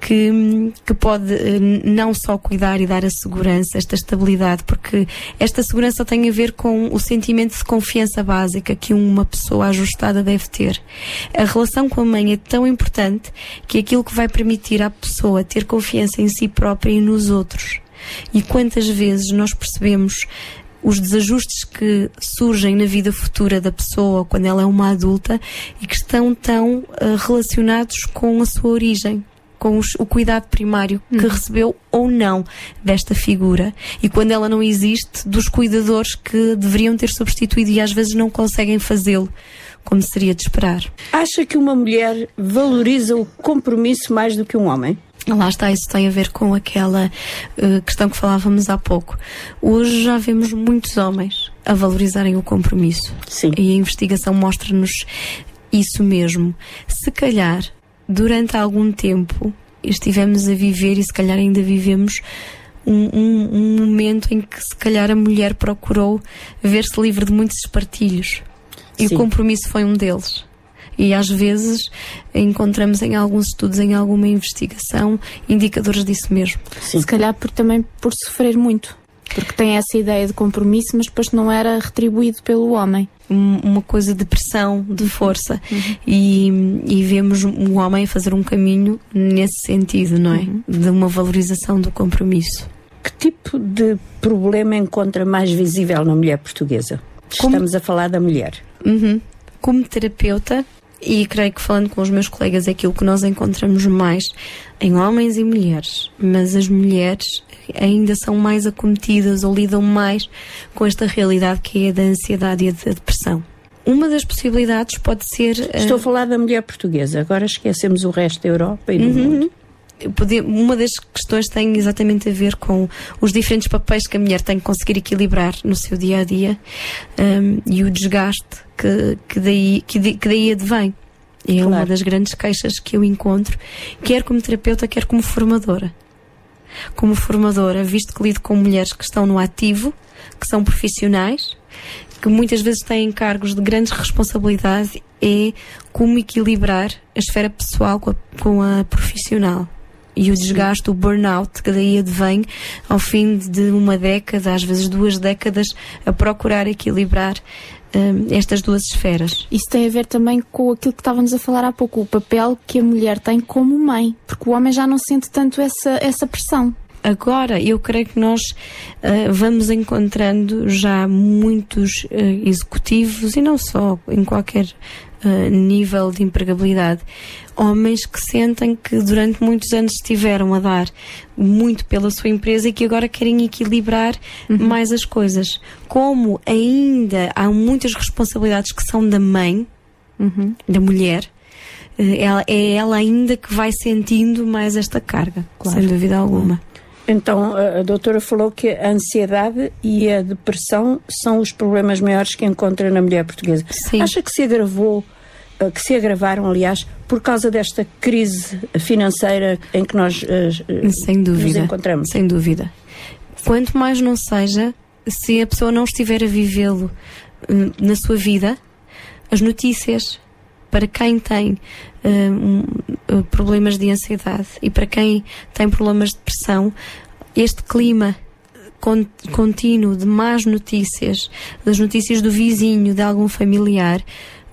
que, que pode eh, não só cuidar e dar a segurança, esta estabilidade, porque esta segurança tem a ver com o sentimento de confiança básica que uma pessoa ajustada deve ter. A relação com a mãe é tão importante que é aquilo que vai permitir à pessoa ter confiança em si própria e nos outros. E quantas vezes nós percebemos os desajustes que surgem na vida futura da pessoa quando ela é uma adulta e que estão tão uh, relacionados com a sua origem, com os, o cuidado primário que recebeu ou não desta figura, e quando ela não existe, dos cuidadores que deveriam ter substituído e às vezes não conseguem fazê-lo como seria de esperar. Acha que uma mulher valoriza o compromisso mais do que um homem? Lá está, isso tem a ver com aquela uh, questão que falávamos há pouco. Hoje já vemos muitos homens a valorizarem o compromisso. Sim. E a investigação mostra-nos isso mesmo. Se calhar, durante algum tempo, estivemos a viver, e se calhar ainda vivemos, um, um, um momento em que se calhar a mulher procurou ver-se livre de muitos espartilhos. E Sim. o compromisso foi um deles. E às vezes encontramos em alguns estudos, em alguma investigação, indicadores disso mesmo. Se calhar por, também por sofrer muito. Porque tem essa ideia de compromisso, mas depois não era retribuído pelo homem. Um, uma coisa de pressão, de força. Uhum. E, e vemos o homem a fazer um caminho nesse sentido, não é? Uhum. De uma valorização do compromisso. Que tipo de problema encontra mais visível na mulher portuguesa? Como... Estamos a falar da mulher. Uhum. Como terapeuta, e creio que falando com os meus colegas é aquilo que nós encontramos mais em homens e mulheres, mas as mulheres ainda são mais acometidas ou lidam mais com esta realidade que é a da ansiedade e a da depressão. Uma das possibilidades pode ser... Estou uh... a falar da mulher portuguesa, agora esquecemos o resto da Europa e do uhum. mundo. Uma das questões tem exatamente a ver com os diferentes papéis que a mulher tem que conseguir equilibrar no seu dia-a-dia, um, e o desgaste que, que, daí, que, que daí advém. É claro. Uma das grandes queixas que eu encontro, quer como terapeuta, quer como formadora. Como formadora, visto que lido com mulheres que estão no ativo, que são profissionais, que muitas vezes têm cargos de grande responsabilidade, é como equilibrar a esfera pessoal com a, com a profissional. E o desgaste, Sim. o burnout, que daí advém ao fim de uma década, às vezes duas décadas, a procurar equilibrar um, estas duas esferas. Isso tem a ver também com aquilo que estávamos a falar há pouco, o papel que a mulher tem como mãe, porque o homem já não sente tanto essa, essa pressão. Agora, eu creio que nós uh, vamos encontrando já muitos uh, executivos, e não só, em qualquer uh, nível de empregabilidade, homens que sentem que durante muitos anos estiveram a dar muito pela sua empresa e que agora querem equilibrar uhum. mais as coisas. Como ainda há muitas responsabilidades que são da mãe, uhum. da mulher, ela, é ela ainda que vai sentindo mais esta carga, claro. Sem dúvida alguma. Então, a doutora falou que a ansiedade e a depressão são os problemas maiores que encontra na mulher portuguesa. Sim. Acha que se agravou, que se agravaram, aliás, por causa desta crise financeira em que nós uh, sem dúvida, nos encontramos? Sem dúvida. Quanto mais não seja, se a pessoa não estiver a vivê-lo uh, na sua vida, as notícias, para quem tem uh, um, uh, problemas de ansiedade e para quem tem problemas de depressão, este clima con- contínuo de más notícias, das notícias do vizinho, de algum familiar,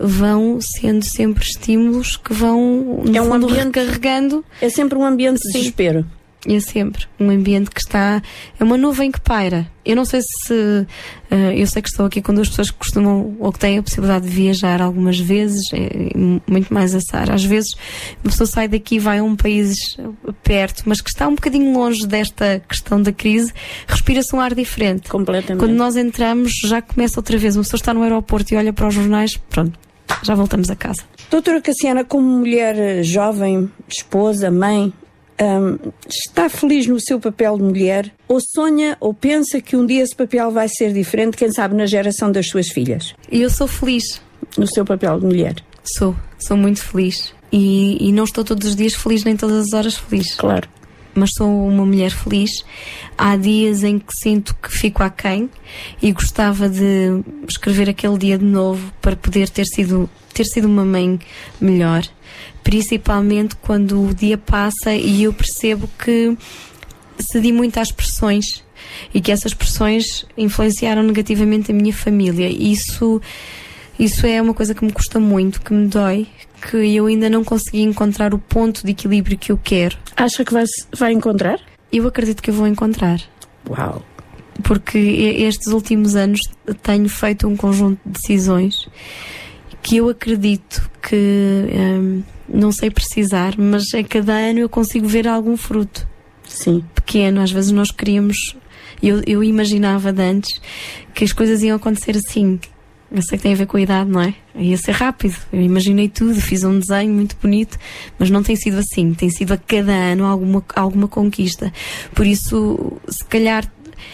vão sendo sempre estímulos que vão, no é um fundo, ambiente, recarregando. É sempre um ambiente de desespero. É sempre um ambiente que está... É uma nuvem que paira. Eu não sei se... Uh, eu sei que estou aqui com duas pessoas que costumam ou que têm a possibilidade de viajar algumas vezes, é, muito mais a Sara. Às vezes uma pessoa sai daqui e vai a um país perto, mas que está um bocadinho longe desta questão da crise, respira-se um ar diferente. Completamente. Quando nós entramos, já começa outra vez. Uma pessoa está no aeroporto e olha para os jornais, pronto, já voltamos a casa. Doutora Cassiana, como mulher jovem, esposa, mãe, Um, está feliz no seu papel de mulher, ou sonha ou pensa que um dia esse papel vai ser diferente, quem sabe na geração das suas filhas? Eu sou feliz no seu papel de mulher. Sou, sou muito feliz e, e não estou todos os dias feliz, nem todas as horas feliz. Claro. Mas sou uma mulher feliz. Há dias em que sinto que fico aquém e gostava de escrever aquele dia de novo para poder ter sido, ter sido uma mãe melhor. Principalmente quando o dia passa e eu percebo que cedi muito às pressões e que essas pressões influenciaram negativamente a minha família. Isso, isso é uma coisa que me custa muito, que me dói, que eu ainda não consegui encontrar o ponto de equilíbrio que eu quero. Acha que vai, vai encontrar? Eu acredito que eu vou encontrar. Uau! Porque estes últimos anos tenho feito um conjunto de decisões que eu acredito que... Hum, não sei precisar, mas a cada ano eu consigo ver algum fruto. Sim. Pequeno, às vezes nós queríamos, eu, eu imaginava de antes que as coisas iam acontecer assim. Eu sei que tem a ver com a idade, não é? Ia ser rápido, eu imaginei tudo, fiz um desenho muito bonito, mas não tem sido assim, tem sido a cada ano alguma, alguma conquista. Por isso, se calhar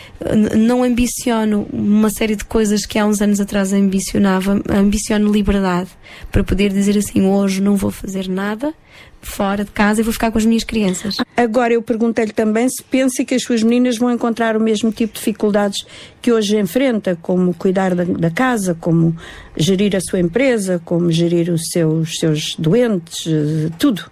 não ambiciono uma série de coisas que há uns anos atrás ambicionava, ambiciono liberdade para poder dizer assim, hoje não vou fazer nada fora de casa e vou ficar com as minhas crianças. Agora eu perguntei-lhe também se pensa que as suas meninas vão encontrar o mesmo tipo de dificuldades que hoje enfrenta, como cuidar da, da casa, como gerir a sua empresa, como gerir os seus, seus doentes, tudo.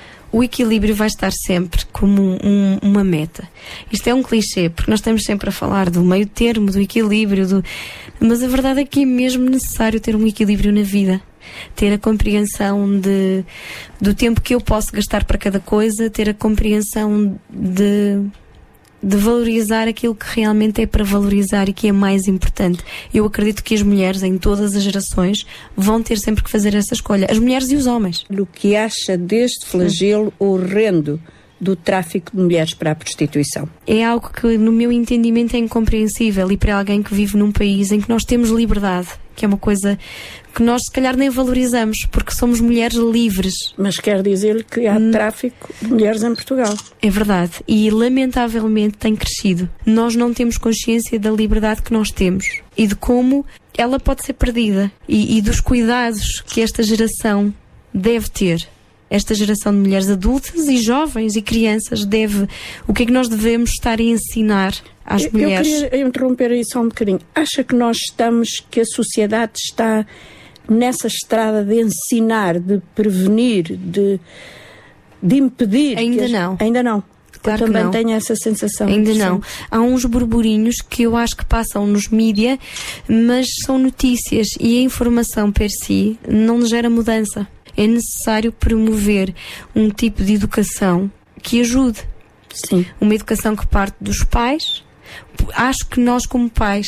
O equilíbrio vai estar sempre como um, um, uma meta. Isto é um clichê, porque nós estamos sempre a falar do meio termo, do equilíbrio, do... mas a verdade é que é mesmo necessário ter um equilíbrio na vida. Ter a compreensão de, do tempo que eu posso gastar para cada coisa, ter a compreensão de, de valorizar aquilo que realmente é para valorizar e que é mais importante. Eu acredito que as mulheres, em todas as gerações, vão ter sempre que fazer essa escolha. As mulheres e os homens. O que acha deste flagelo horrendo do tráfico de mulheres para a prostituição? É algo que, no meu entendimento, é incompreensível, e para alguém que vive num país em que nós temos liberdade, que é uma coisa que nós se calhar nem valorizamos, porque somos mulheres livres. Mas quer dizer que há hum. tráfico de mulheres em Portugal. É verdade, e lamentavelmente tem crescido. Nós não temos consciência da liberdade que nós temos e de como ela pode ser perdida, e, e dos cuidados que esta geração deve ter. Esta geração de mulheres adultas e jovens e crianças deve... O que é que nós devemos estar a ensinar às eu, mulheres? Eu queria interromper aí só um bocadinho. Acha que nós estamos, que a sociedade está nessa estrada de ensinar, de prevenir, de, de impedir? Ainda as... não. Ainda não. Claro eu também que não. tenho essa sensação. Ainda não. Há uns burburinhos que eu acho que passam nos mídia, mas são notícias e a informação per si não gera mudança. É necessário promover um tipo de educação que ajude. Sim. Uma educação que parte dos pais. Acho que nós como pais,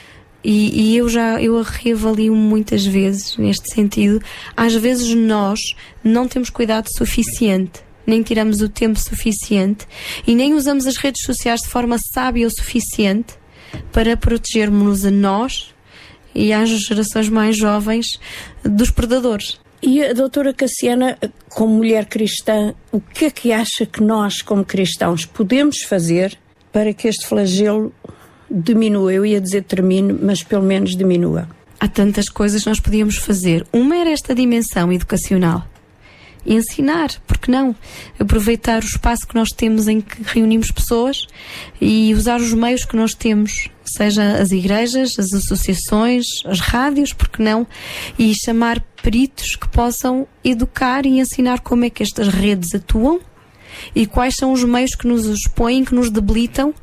e, e eu já eu a reavalio muitas vezes neste sentido, às vezes nós não temos cuidado suficiente, nem tiramos o tempo suficiente e nem usamos as redes sociais de forma sábia o suficiente para protegermos-nos a nós e às gerações mais jovens dos predadores. E a doutora Cassiana, como mulher cristã, o que é que acha que nós, como cristãos, podemos fazer para que este flagelo diminua? Eu ia dizer termine, mas pelo menos diminua. Há tantas coisas que nós podíamos fazer. Uma era esta dimensão educacional. Ensinar, porque não? Aproveitar o espaço que nós temos em que reunimos pessoas e usar os meios que nós temos, seja as igrejas, as associações, as rádios, porque não? E chamar peritos que possam educar e ensinar como é que estas redes atuam e quais são os meios que nos expõem, que nos debilitam.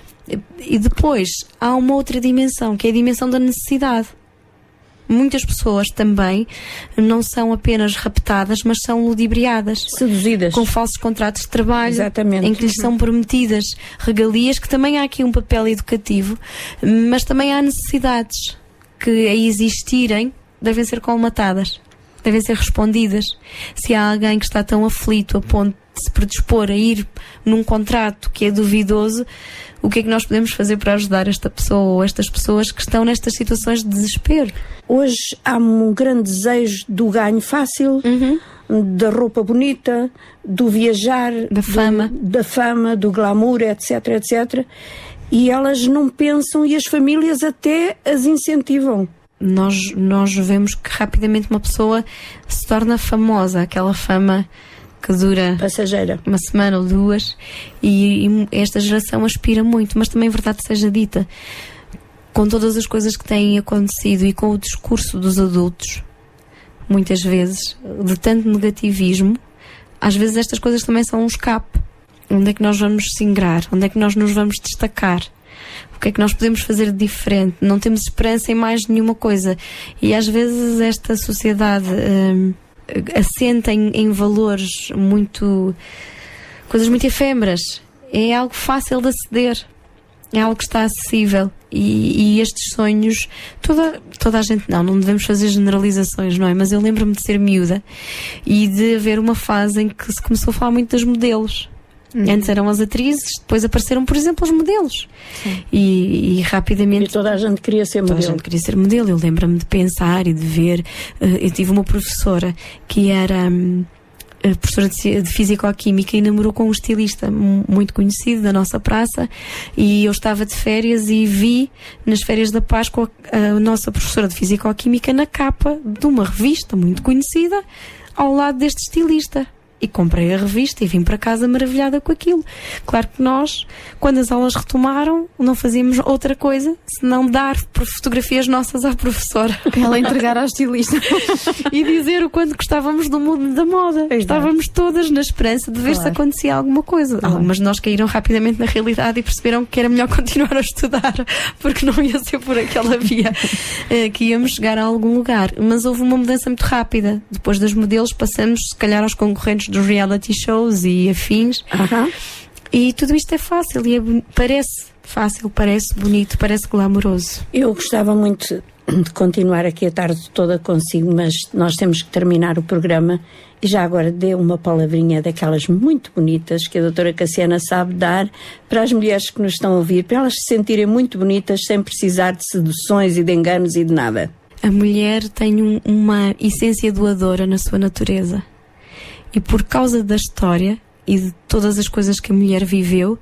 E depois há uma outra dimensão, que é a dimensão da necessidade. Muitas pessoas também não são apenas raptadas, mas são ludibriadas. Seduzidas. Com falsos contratos de trabalho. Exatamente. Em que lhes são prometidas regalias, que também há aqui um papel educativo, mas também há necessidades que, a existirem, devem ser colmatadas, devem ser respondidas. Se há alguém que está tão aflito a ponto de se predispor a ir num contrato que é duvidoso, o que é que nós podemos fazer para ajudar esta pessoa ou estas pessoas que estão nestas situações de desespero? Hoje há um grande desejo do ganho fácil, uhum. da roupa bonita, do viajar, da fama, do, da fama, do glamour, etc, etcétera. E elas não pensam e as famílias até as incentivam. Nós, nós vemos que rapidamente uma pessoa se torna famosa, aquela fama que dura passageira, uma semana ou duas, e, e esta geração aspira muito, mas também, verdade seja dita, com todas as coisas que têm acontecido e com o discurso dos adultos, muitas vezes, de tanto negativismo, às vezes estas coisas também são um escape. Onde é que nós vamos se ingrar? Onde é que nós nos vamos destacar? O que é que nós podemos fazer de diferente? Não temos esperança em mais nenhuma coisa. E às vezes esta sociedade hum, assenta em, em valores muito... coisas muito efêmeras. É algo fácil de aceder. É algo que está acessível. E, e estes sonhos... Toda, toda a gente... Não, não devemos fazer generalizações, não é? Mas eu lembro-me de ser miúda e de haver uma fase em que se começou a falar muito dos modelos. Uhum. Antes eram as atrizes, depois apareceram, por exemplo, os modelos. E, e rapidamente... E toda a gente queria ser modelo. Toda a gente queria ser modelo. Eu lembro-me de pensar e de ver... Uh, eu tive uma professora que era... Um, professora de, de Físico-Química e namorou com um estilista muito conhecido da nossa praça, e eu estava de férias e vi nas férias da Páscoa a, a nossa professora de Físico-Química na capa de uma revista muito conhecida ao lado deste estilista. E comprei a revista e vim para casa maravilhada com aquilo. Claro que nós, quando as aulas retomaram, não fazíamos outra coisa senão dar fotografias nossas à professora. Para ela entregar à estilista. E dizer o quanto gostávamos do mundo da moda. Exato. Estávamos todas na esperança de ver claro. se acontecia alguma coisa. Claro. Algumas de nós caíram rapidamente na realidade e perceberam que era melhor continuar a estudar, porque não ia ser por aquela via que íamos chegar a algum lugar. Mas houve uma mudança muito rápida. Depois dos modelos passamos, se calhar, aos concorrentes dos reality shows e afins. Uh-huh. E tudo isto é fácil e é, parece fácil, parece bonito, parece glamouroso. Eu gostava muito de continuar aqui a tarde toda consigo, mas nós temos que terminar o programa e já agora dê uma palavrinha daquelas muito bonitas que a doutora Cassiana sabe dar para as mulheres que nos estão a ouvir, para elas se sentirem muito bonitas sem precisar de seduções e de enganos e de nada. A mulher tem um, uma essência doadora na sua natureza. E por causa da história e de todas as coisas que a mulher viveu,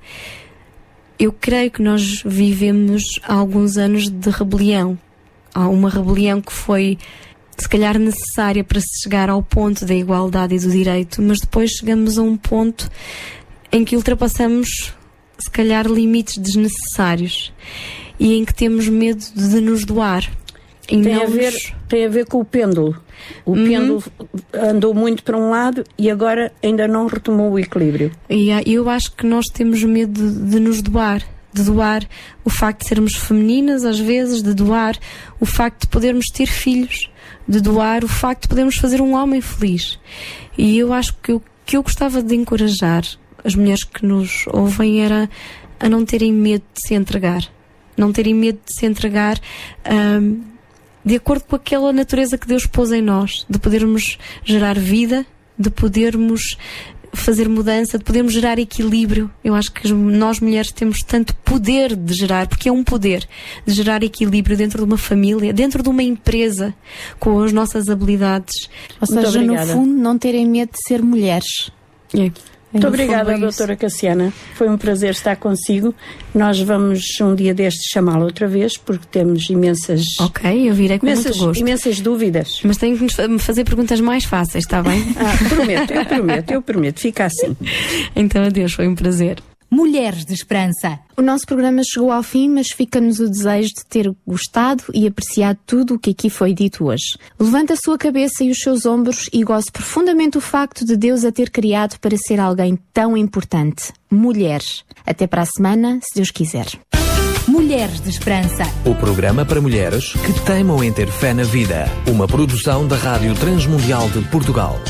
eu creio que nós vivemos há alguns anos de rebelião. Há uma rebelião que foi, se calhar, necessária para se chegar ao ponto da igualdade e do direito, mas depois chegamos a um ponto em que ultrapassamos, se calhar, limites desnecessários e em que temos medo de nos doar. E tem, a ver, nos... tem a ver com o pêndulo. O uhum. pêndulo andou muito para um lado e agora ainda não retomou o equilíbrio. E eu acho que nós temos medo de, de nos doar. De doar o facto de sermos femininas, às vezes, de doar o facto de podermos ter filhos, de doar o facto de podermos fazer um homem feliz. E eu acho que o que eu gostava de encorajar as mulheres que nos ouvem era a não terem medo de se entregar. Não terem medo de se entregar hum, de acordo com aquela natureza que Deus pôs em nós, de podermos gerar vida, de podermos fazer mudança, de podermos gerar equilíbrio. Eu acho que nós mulheres temos tanto poder de gerar, porque é um poder de gerar equilíbrio dentro de uma família, dentro de uma empresa, com as nossas habilidades. Ou seja, no fundo, não terem medo de ser mulheres. É. Muito obrigada, doutora Cassiana. Foi um prazer estar consigo. Nós vamos um dia destes chamá-la outra vez, porque temos imensas... Ok, eu virei com imensas, muito gosto. imensas dúvidas. Mas tenho que me fazer perguntas mais fáceis, está bem? Ah, prometo, eu prometo, eu prometo. Fica assim. Então, adeus, foi um prazer. Mulheres de Esperança. O nosso programa chegou ao fim, mas fica-nos o desejo de ter gostado e apreciado tudo o que aqui foi dito hoje. Levante a sua cabeça e os seus ombros e goze profundamente o facto de Deus a ter criado para ser alguém tão importante. Mulheres. Até para a semana, se Deus quiser. Mulheres de Esperança. O programa para mulheres que teimam em ter fé na vida. Uma produção da Rádio Transmundial de Portugal.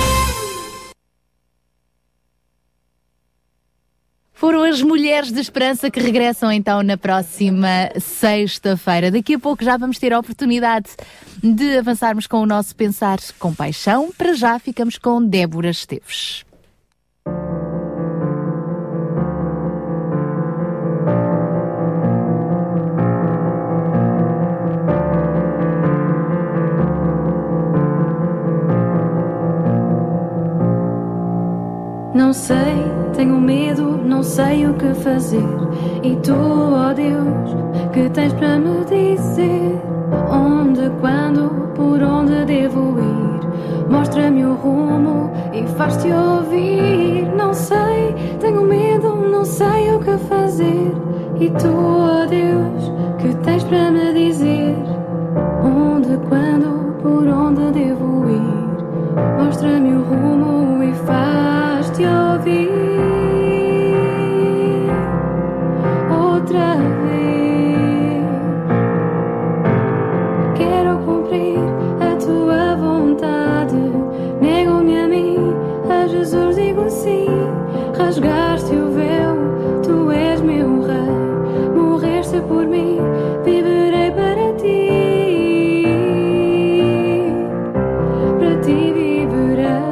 Foram as Mulheres de Esperança que regressam então na próxima sexta-feira. Daqui a pouco já vamos ter a oportunidade de avançarmos com o nosso Pensar com Paixão. Para já ficamos com Débora Esteves. Não sei, tenho medo, não sei o que fazer. E tu, ó Deus, que tens para me dizer? Onde, quando, por onde devo ir? Mostra-me o rumo e faz-te ouvir. Não sei, tenho medo, não sei o que fazer. E tu, ó Deus, que tens para me dizer? Onde, quando, por onde devo ir? Mostra-me o rumo e faz-te ouvir outra vez. Quero cumprir a tua vontade. Nego-me a mim, a Jesus digo sim. Rasgaste o véu, tu és meu rei. Morreste por mim, viverei para ti. Para ti viverei.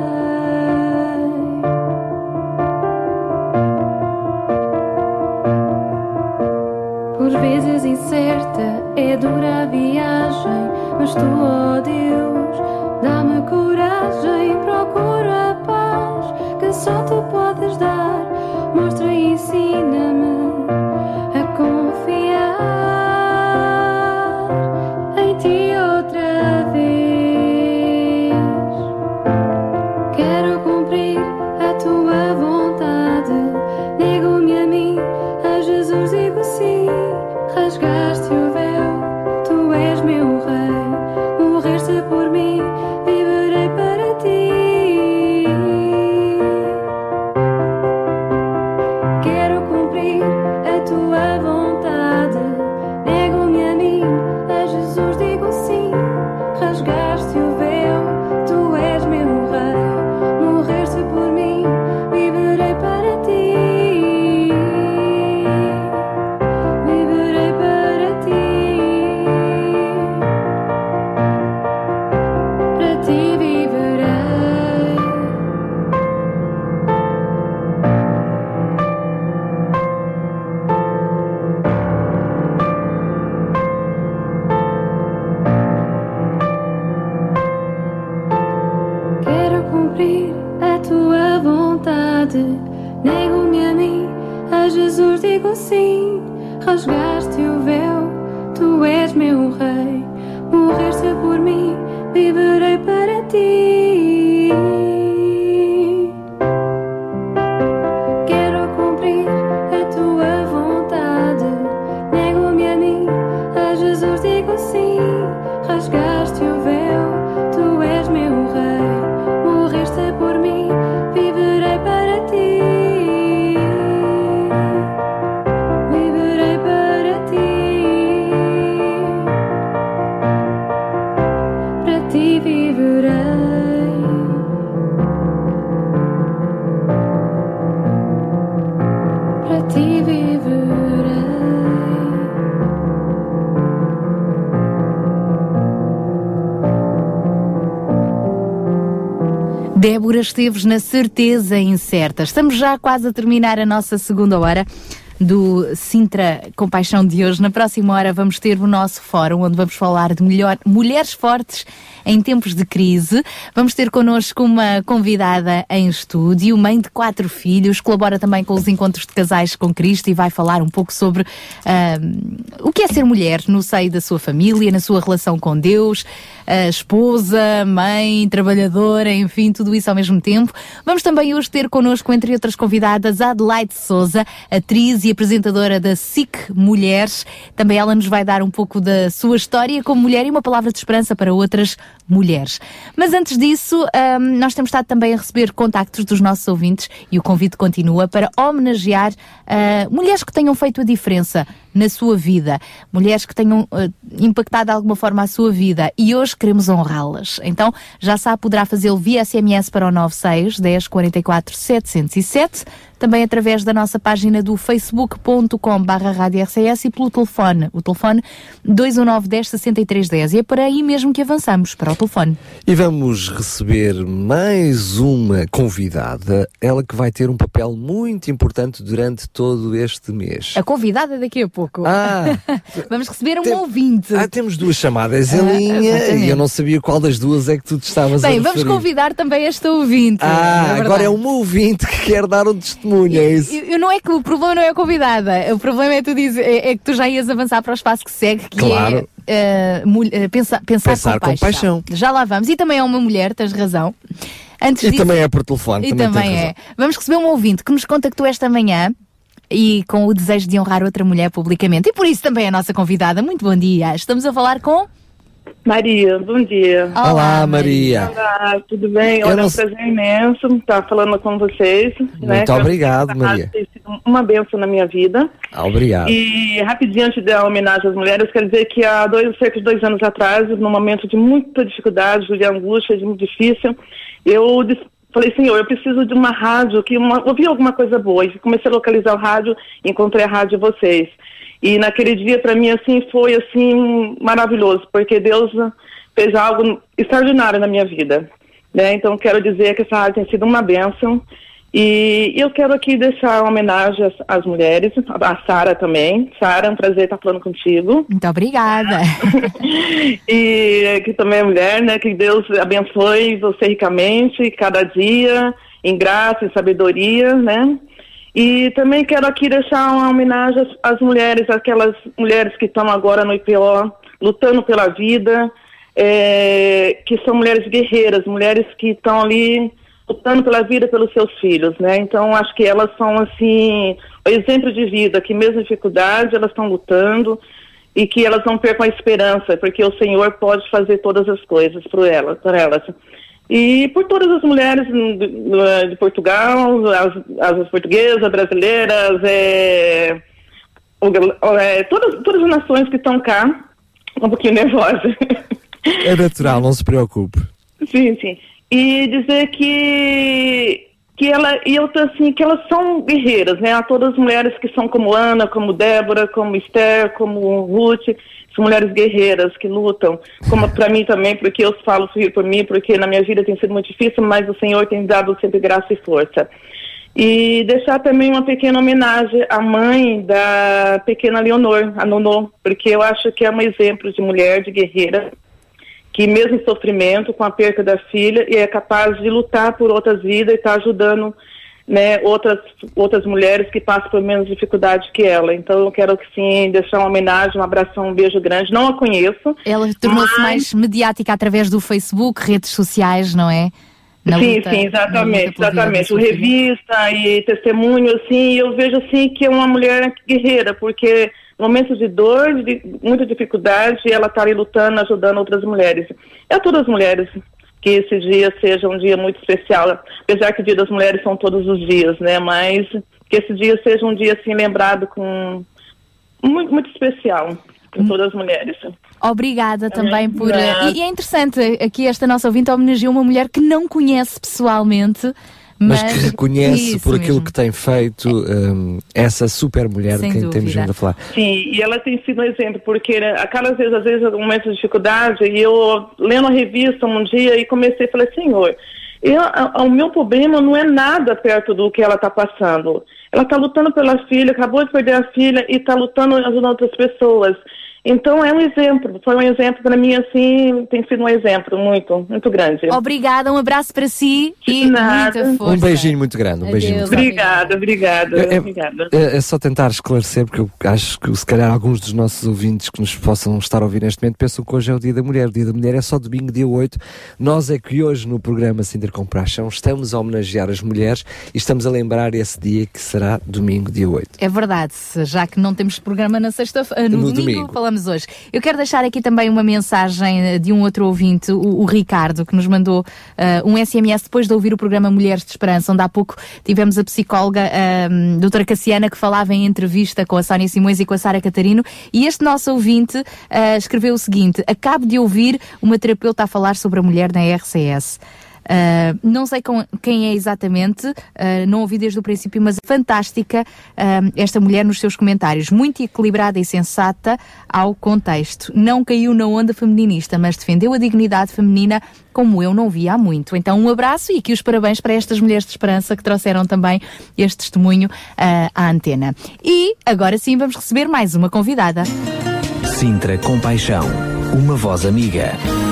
Por vezes incerta é dura a viagem, mas tu, ó Deus, dá-me coragem. Procuro a paz que só tu podes dar. Mostra e ensina-me a confiar em ti outra vez. Quero cumprir a tua vontade. Nego-me a mim, a Jesus digo sim. Rasgaste o véu, tu és meu rei. Morreste por mim, viverei para ti. Quero cumprir a tua vontade. Nego-me a mim, a Jesus digo sim. Rasgaste o véu, tu és meu rei. Morreste por mim, viverei para ti. Viverei para ti. Para ti viverei. Quero cumprir a tua vontade. Nego-me a mim, a Jesus digo sim. Rasgaste o véu, tu és meu rei. Morreste por mim, viverei para ti. Quero cumprir a tua vontade. Nego-me a mim, a Jesus digo sim. Rasgaste o véu, tu és meu rei. Morreste por mim, viverei para ti. Viverei para ti. Para ti viverei. para ti viverei. Débora Esteves na certeza incerta. Estamos já quase a terminar a nossa segunda hora do Sintra Compaixão de hoje. Na próxima hora vamos ter o nosso fórum, onde vamos falar de melhor, mulheres fortes em tempos de crise. Vamos ter connosco uma convidada em estúdio, mãe de quatro filhos, colabora também com os encontros de casais com Cristo e vai falar um pouco sobre uh, o que é ser mulher no seio da sua família, na sua relação com Deus, a esposa, mãe, trabalhadora, enfim, tudo isso ao mesmo tempo. Vamos também hoje ter connosco, entre outras convidadas, a Adelaide Souza, atriz e apresentadora da S I C Mulheres. Também ela nos vai dar um pouco da sua história como mulher e uma palavra de esperança para outras mulheres. Mas antes disso, um, nós temos estado também a receber contactos dos nossos ouvintes e o convite continua para homenagear uh, mulheres que tenham feito a diferença na sua vida, mulheres que tenham uh, impactado de alguma forma a sua vida, e hoje queremos honrá-las. Então, já sabe, poderá fazê-lo via S M S para o nove seis, dez, quarenta e quatro, setecentos e sete, também através da nossa página do facebook ponto com barra rádio R C S e pelo telefone, o telefone dois um nove, dez, sessenta e três, dez. E é por aí mesmo que avançamos, para o telefone. E vamos receber mais uma convidada, ela que vai ter um papel muito importante durante todo este mês. A convidada daqui a pouco. Ah, vamos receber um tem, ouvinte. Ah, temos duas chamadas em ah, linha e eu não sabia qual das duas é que tu te estavas Bem, a referir. Vamos convidar também esta ouvinte. Ah, é agora é uma ouvinte que quer dar um testemunho, é isso? Eu, eu não é que o problema não é a convidada, o problema é, tu dizer, é, é que tu já ias avançar para o espaço que segue, que claro. é uh, mulher, uh, pensa, pensar, pensar com, com paixão. paixão. Já lá vamos. E também é uma mulher, tens razão. Antes e disso, também é por telefone. E também, também é. Vamos receber um ouvinte que nos contactou esta manhã e com o desejo de honrar outra mulher publicamente. E por isso também é a nossa convidada. Muito bom dia. Estamos a falar com... Maria, bom dia. Olá, Olá Maria. Olá, tudo bem? Olha, é um prazer imenso estar falando com vocês. Muito né? obrigado, Maria. Tem sido uma bênção na minha vida. Ah, obrigado. E rapidinho, antes da homenagem às mulheres, quero dizer que há dois, cerca de dois anos atrás, num momento de muita dificuldade, de angústia, de muito difícil, eu falei, Senhor, eu preciso de uma rádio, que uma, ouvi alguma coisa boa. E comecei a localizar o rádio, encontrei a rádio de vocês. E naquele dia, para mim, assim, foi, assim, maravilhoso, porque Deus fez algo extraordinário na minha vida, né? Então, quero dizer que essa rádio tem sido uma bênção. E eu quero aqui deixar uma homenagem às, às mulheres, a Sara também. Sara, é um prazer estar falando contigo. Muito obrigada. E que também é mulher, né? Que Deus abençoe você ricamente, cada dia, em graça, em sabedoria, né? E também quero aqui deixar uma homenagem às, às mulheres, aquelas mulheres que estão agora no I P O, lutando pela vida, é, que são mulheres guerreiras, mulheres que estão ali lutando pela vida pelos seus filhos, né? Então, acho que elas são, assim, o exemplo de vida, que mesmo em dificuldade, elas estão lutando e que elas não percam a esperança, porque o Senhor pode fazer todas as coisas por elas, por elas. E por todas as mulheres de, de Portugal, as, as portuguesas, brasileiras, é, é, todas, todas as nações que estão cá, um pouquinho nervosa. É natural, não se preocupe. Sim, sim. E dizer que, que, ela, e eu, assim, que elas são guerreiras, né? Há todas as mulheres que são como Ana, como Débora, como Esther, como Ruth, são mulheres guerreiras que lutam, como para mim também, porque eu falo por mim, porque na minha vida tem sido muito difícil, mas o Senhor tem dado sempre graça e força. E deixar também uma pequena homenagem à mãe da pequena Leonor, a Nonô, porque eu acho que é um exemplo de mulher, de guerreira, que mesmo em sofrimento, com a perca da filha, é capaz de lutar por outras vidas e está ajudando, né, outras, outras mulheres que passam por menos dificuldade que ela. Então eu quero que sim, deixar uma homenagem, um abração, um beijo grande. Não a conheço. Ela tornou-se mas... mais mediática através do Facebook, redes sociais, não é? Na sim, luta, sim, exatamente, exatamente. O revista e testemunho, assim, eu vejo assim que é uma mulher guerreira, porque momentos de dor, de muita dificuldade, ela está ali lutando, ajudando outras mulheres. É todas as mulheres que esse dia seja um dia muito especial, apesar que o Dia das Mulheres são todos os dias, né? Mas que esse dia seja um dia assim lembrado com muito, muito especial por todas as mulheres. Obrigada também por... E, e é interessante, aqui esta nossa ouvinte homenageou uma mulher que não conhece pessoalmente, mas, mas que reconhece por aquilo mesmo. que tem feito um, essa super mulher de quem dúvida. Temos vindo a falar. Sim, e ela tem sido um exemplo, porque aquelas vezes, às vezes, um momento de dificuldade, e eu lendo a revista um dia e comecei a falar, Senhor, eu, a, o meu problema não é nada perto do que ela está passando. Ela está lutando pela filha, acabou de perder a filha e está lutando ajudando outras pessoas. Então é um exemplo, foi um exemplo para mim, assim, tem sido um exemplo muito, muito grande. Obrigada, um abraço para si e Nada. muita força. Um beijinho muito grande, um beijinho muito grande. Obrigada, obrigada, É, obrigada. é, é só tentar esclarecer, porque eu acho que se calhar alguns dos nossos ouvintes que nos possam estar a ouvir neste momento pensam que hoje é o Dia da Mulher. O Dia da Mulher é só domingo, dia oito. Nós é que hoje no programa Sintra Compaixão estamos a homenagear as mulheres e estamos a lembrar esse dia que será domingo, dia oito. É verdade, já que não temos programa na sexta-feira, no, No domingo, domingo. falamos hoje. Eu quero deixar aqui também uma mensagem de um outro ouvinte, o, o Ricardo, que nos mandou uh, um S M S depois de ouvir o programa Mulheres de Esperança, onde há pouco tivemos a psicóloga uh, doutora Cassiana, que falava em entrevista com a Sónia Simões e com a Sara Catarino, e este nosso ouvinte uh, escreveu o seguinte: acabo de ouvir uma terapeuta a falar sobre a mulher na R C S. Uh, não sei com, quem é exatamente, uh, não ouvi desde o princípio, mas fantástica uh, esta mulher nos seus comentários, muito equilibrada e sensata ao contexto. Não caiu na onda feminista, mas defendeu a dignidade feminina como eu não vi há muito. Então um abraço e aqui os parabéns para estas mulheres de esperança que trouxeram também este testemunho uh, à antena. E agora sim vamos receber mais uma convidada. Sintra Compaixão, uma voz amiga.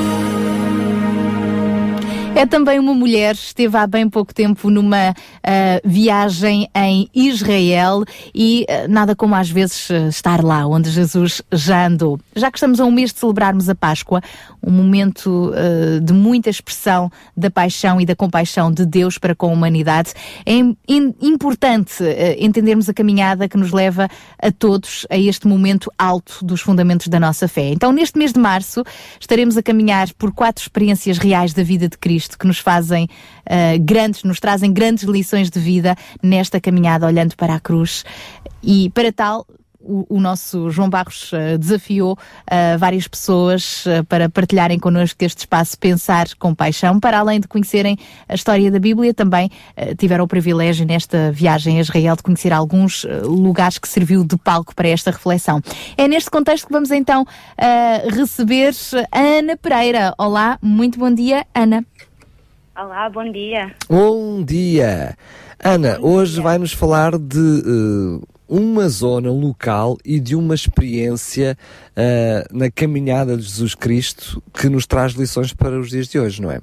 É também uma mulher, esteve há bem pouco tempo numa uh, viagem em Israel e uh, nada como às vezes uh, estar lá onde Jesus já andou. Já que estamos a um mês de celebrarmos a Páscoa, um momento uh, de muita expressão da paixão e da compaixão de Deus para com a humanidade, é im- importante uh, entendermos a caminhada que nos leva a todos a este momento alto dos fundamentos da nossa fé. Então, neste mês de março, estaremos a caminhar por quatro experiências reais da vida de Cristo, que nos fazem uh, grandes, nos trazem grandes lições de vida nesta caminhada, olhando para a cruz. E para tal, o, o nosso João Barros uh, desafiou uh, várias pessoas uh, para partilharem connosco este espaço Pensar com Paixão. Para além de conhecerem a história da Bíblia, também uh, tiveram o privilégio nesta viagem a Israel de conhecer alguns uh, lugares que serviu de palco para esta reflexão. É neste contexto que vamos então uh, receber a Ana Pereira. Olá, muito bom dia, Ana. Olá, bom dia. Bom dia! Ana, bom hoje dia. Vai-nos falar de uh, uma zona local e de uma experiência uh, na caminhada de Jesus Cristo que nos traz lições para os dias de hoje, não é?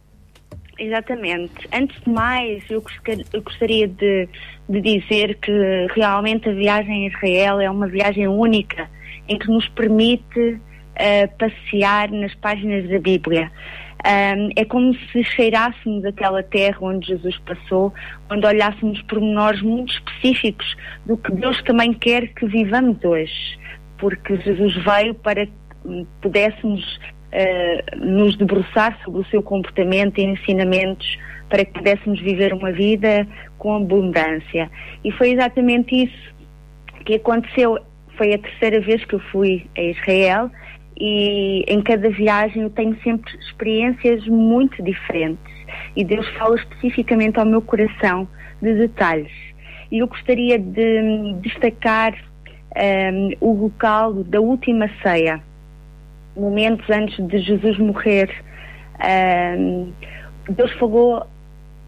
Exatamente. Antes de mais, eu gostaria de, de dizer que realmente a viagem a Israel é uma viagem única em que nos permite uh, passear nas páginas da Bíblia. Um, é como se cheirássemos aquela terra onde Jesus passou, onde olhássemos pormenores muito específicos do que Deus também quer que vivamos hoje, porque Jesus veio para que pudéssemos uh, nos debruçar sobre o seu comportamento e ensinamentos, para que pudéssemos viver uma vida com abundância. E foi exatamente isso que aconteceu. Foi a terceira vez que eu fui a Israel, e em cada viagem eu tenho sempre experiências muito diferentes e Deus fala especificamente ao meu coração de detalhes. E eu gostaria de destacar um, o local da última ceia, momentos antes de Jesus morrer. Um, Deus falou uh,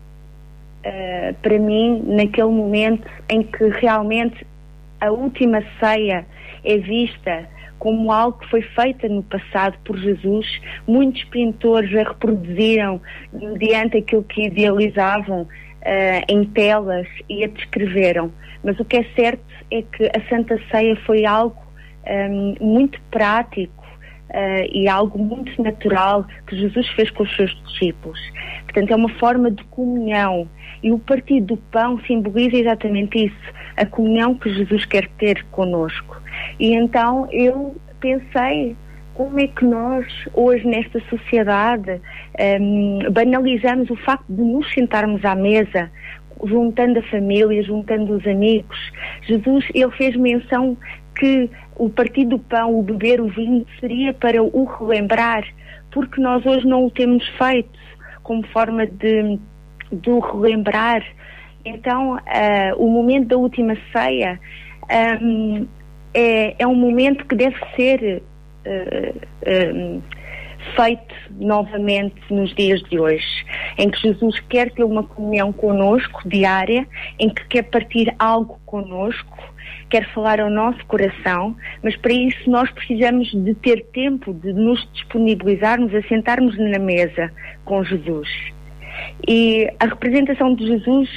para mim naquele momento em que realmente a última ceia é vista como algo que foi feito no passado por Jesus. Muitos pintores a reproduziram mediante aquilo que idealizavam uh, em telas e a descreveram. Mas o que é certo é que a Santa Ceia foi algo um, muito prático uh, e algo muito natural que Jesus fez com os seus discípulos. Portanto, é uma forma de comunhão. E o partir do pão simboliza exatamente isso, a comunhão que Jesus quer ter connosco. E então eu pensei, como é que nós hoje nesta sociedade um, banalizamos o facto de nos sentarmos à mesa, juntando a família, juntando os amigos. Jesus, ele fez menção que o partir do pão, o beber o vinho seria para o relembrar, porque nós hoje não o temos feito como forma de do relembrar. Então, uh, o momento da última ceia um, é, é um momento que deve ser uh, um, feito novamente nos dias de hoje, em que Jesus quer ter uma comunhão connosco diária, em que quer partir algo connosco, quer falar ao nosso coração, mas para isso nós precisamos de ter tempo de nos disponibilizarmos a sentarmos na mesa com Jesus. E a representação de Jesus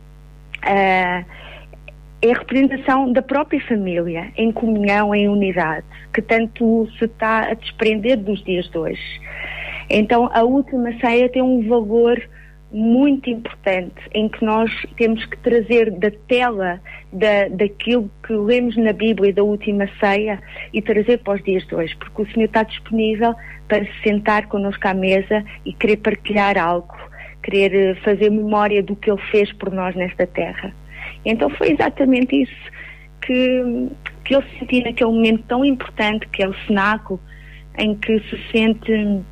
uh, é a representação da própria família, em comunhão, em unidade, que tanto se está a desprender dos dias de hoje. Então a última ceia tem um valor muito importante, em que nós temos que trazer da tela da, daquilo que lemos na Bíblia da última ceia e trazer para os dias de hoje, porque o Senhor está disponível para se sentar connosco à mesa e querer partilhar algo, querer fazer memória do que Ele fez por nós nesta terra. Então foi exatamente isso que, que ele sentiu naquele momento tão importante, que é o cenáculo, em que se sente, um,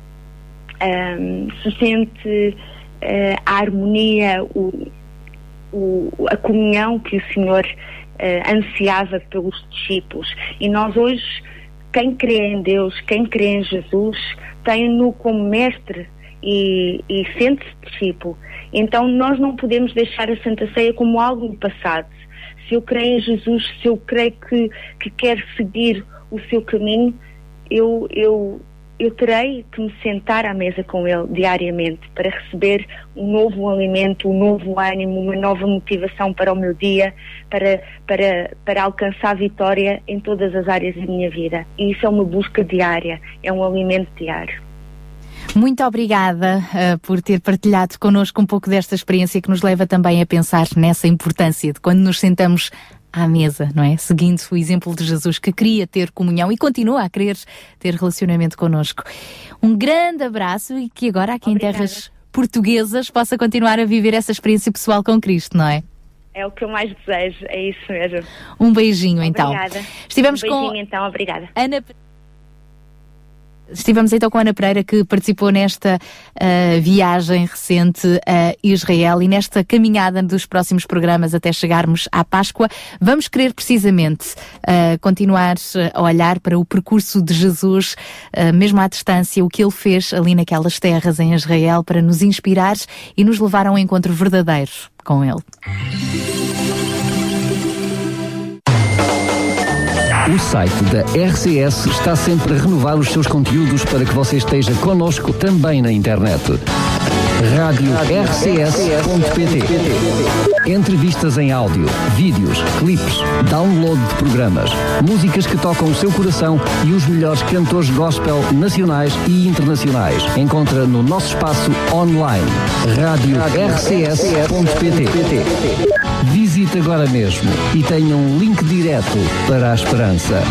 se sente Uh, a harmonia, o, o, a comunhão que o Senhor uh, ansiava pelos discípulos. E nós hoje, quem crê em Deus, quem crê em Jesus, tem-no como mestre e, e sente-se discípulo. Então nós não podemos deixar a Santa Ceia como algo do passado. Se eu creio em Jesus, se eu creio que, que quero seguir o seu caminho, eu... eu eu terei que me sentar à mesa com Ele diariamente para receber um novo alimento, um novo ânimo, uma nova motivação para o meu dia, para, para, para alcançar vitória em todas as áreas da minha vida. E isso é uma busca diária, é um alimento diário. Muito obrigada uh, por ter partilhado connosco um pouco desta experiência que nos leva também a pensar nessa importância de quando nos sentamos à mesa, não é? Seguindo o exemplo de Jesus, que queria ter comunhão e continua a querer ter relacionamento connosco. Um grande abraço e que agora aqui Obrigada. Em terras portuguesas possa continuar a viver essa experiência pessoal com Cristo, não é? É o que eu mais desejo, é isso mesmo. Um beijinho Obrigada. Então. Estivemos um beijinho com então, obrigada. Ana Estivemos então com a Ana Pereira, que participou nesta uh, viagem recente a Israel e nesta caminhada dos próximos programas até chegarmos à Páscoa. Vamos querer precisamente uh, continuar a olhar para o percurso de Jesus, uh, mesmo à distância, o que ele fez ali naquelas terras em Israel, para nos inspirar e nos levar a um encontro verdadeiro com ele. O site da R C S está sempre a renovar os seus conteúdos para que você esteja connosco também na internet. rádio r c s ponto p t. Entrevistas em áudio, vídeos, clipes, download de programas, músicas que tocam o seu coração e os melhores cantores gospel nacionais e internacionais. Encontra no nosso espaço online, rádio r c s ponto p t. Visite agora mesmo e tenha um link direto para a esperança.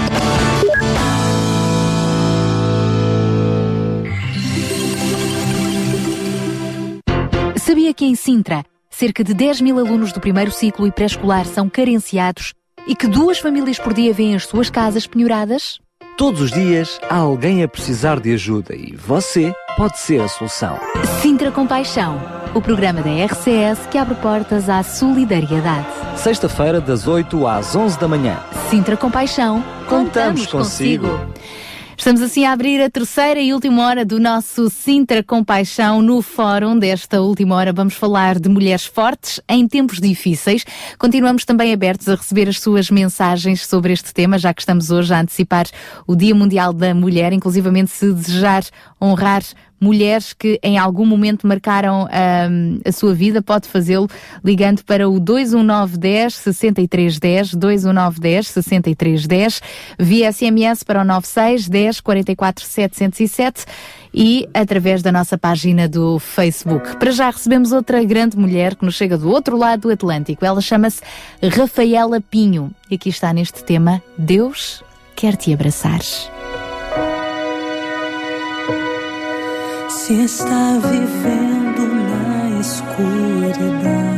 Sabia que em Sintra, cerca de dez mil alunos do primeiro ciclo e pré-escolar são carenciados e que duas famílias por dia vêm as suas casas penhoradas? Todos os dias há alguém a precisar de ajuda e você pode ser a solução. Sintra Compaixão, o programa da R C S que abre portas à solidariedade. Sexta-feira, das oito às onze da manhã. Sintra Compaixão, contamos, contamos consigo. consigo. Estamos assim a abrir a terceira e última hora do nosso Sintra Compaixão. No fórum desta última hora vamos falar de mulheres fortes em tempos difíceis. Continuamos também abertos a receber as suas mensagens sobre este tema, já que estamos hoje a antecipar o Dia Mundial da Mulher, inclusivamente se desejar honrar mulheres que em algum momento marcaram um, a sua vida, pode fazê-lo ligando para o dois um nove um zero, seis três um zero, dois um nove um zero, seis três um zero, via S M S para o nove seis um zero quatro quatro sete zero sete e através da nossa página do Facebook. Para já recebemos outra grande mulher que nos chega do outro lado do Atlântico. Ela chama-se Rafaela Pinho e aqui está neste tema: Deus quer te abraçar. Se está vivendo na escuridão,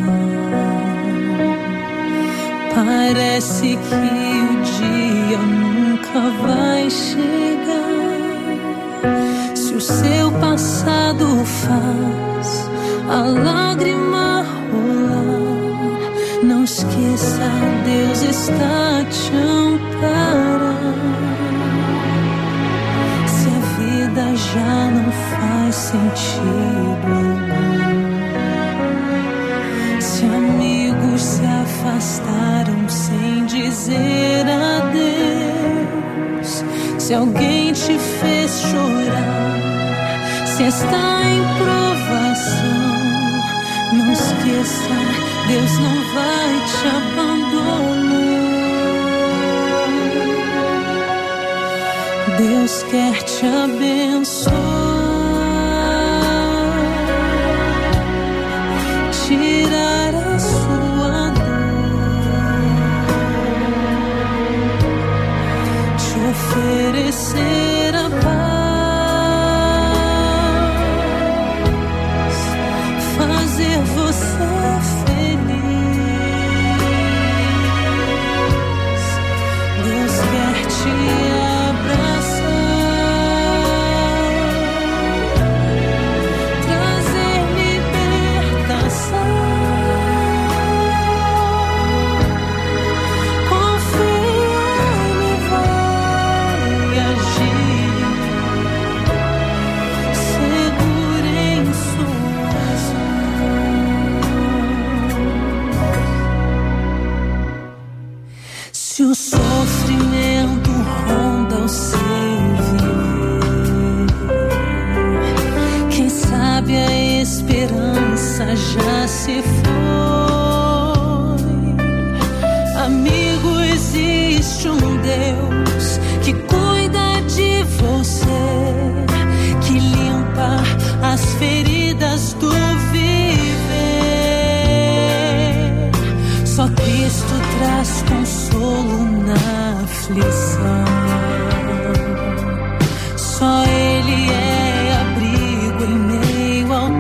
parece que o dia nunca vai chegar. Se o seu passado faz a lágrima rolar. Não esqueça, Deus está a te amparar. Se a vida já não faz sentido algum, se amigos se afastaram sem dizer adeus, se alguém te fez chorar, se está em provação, não esqueça, Deus não vai te abandonar. Deus quer te abençoar, tirar a sua dor, te oferecer a paz, fazer você feliz. Deus quer te abraçar, trazer libertação. Confia, Ele vai agir. Segura em suas mãos. Se o sofrimento ronda o seu viver, quem sabe a esperança já se foi. Amigo, existe um Deus que cuida de você, que limpa as feridas do viver. Só Cristo traz consolo na aflição. Só Ele é abrigo em meio ao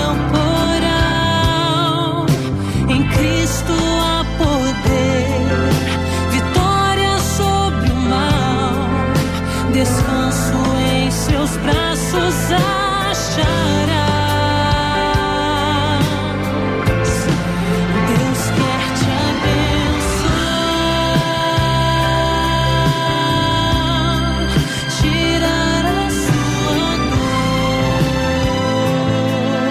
temporal. Em Cristo há poder, vitória sobre o mal. Descanso em seus braços acharás. Deus quer te abençoar, tirar a sua dor,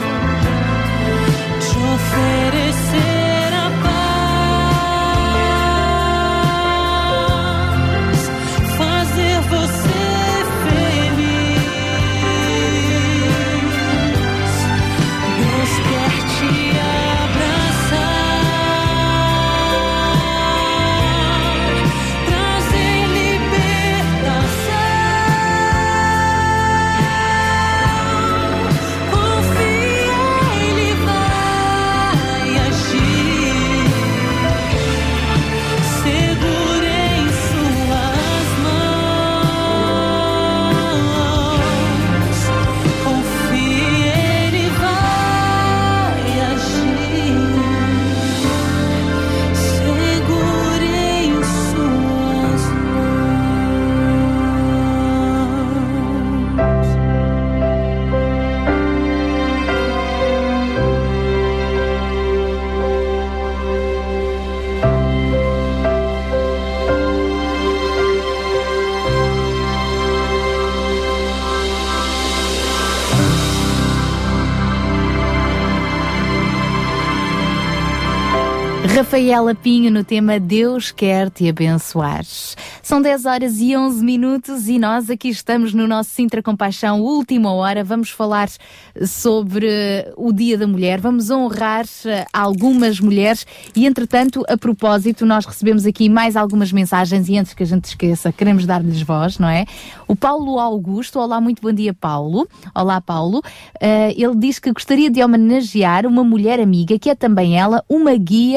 te oferecer a paz, fazer você feliz. Deus quer te abraçar, trazer libertação. Confia, Ele vai agir. Segura em suas mãos. Confia, Ele vai agir. Segura em suas Rafaela Pinho no tema Deus quer te abençoar. São dez horas e onze minutos e nós aqui estamos no nosso Sintra Compaixão, última hora. Vamos falar sobre o Dia da Mulher, vamos honrar algumas mulheres e, entretanto, a propósito, nós recebemos aqui mais algumas mensagens e antes que a gente esqueça, queremos dar-lhes voz, não é? O Paulo Augusto, olá, muito bom dia, Paulo. Olá, Paulo. Uh, ele diz que gostaria de homenagear uma mulher amiga que é também ela uma guia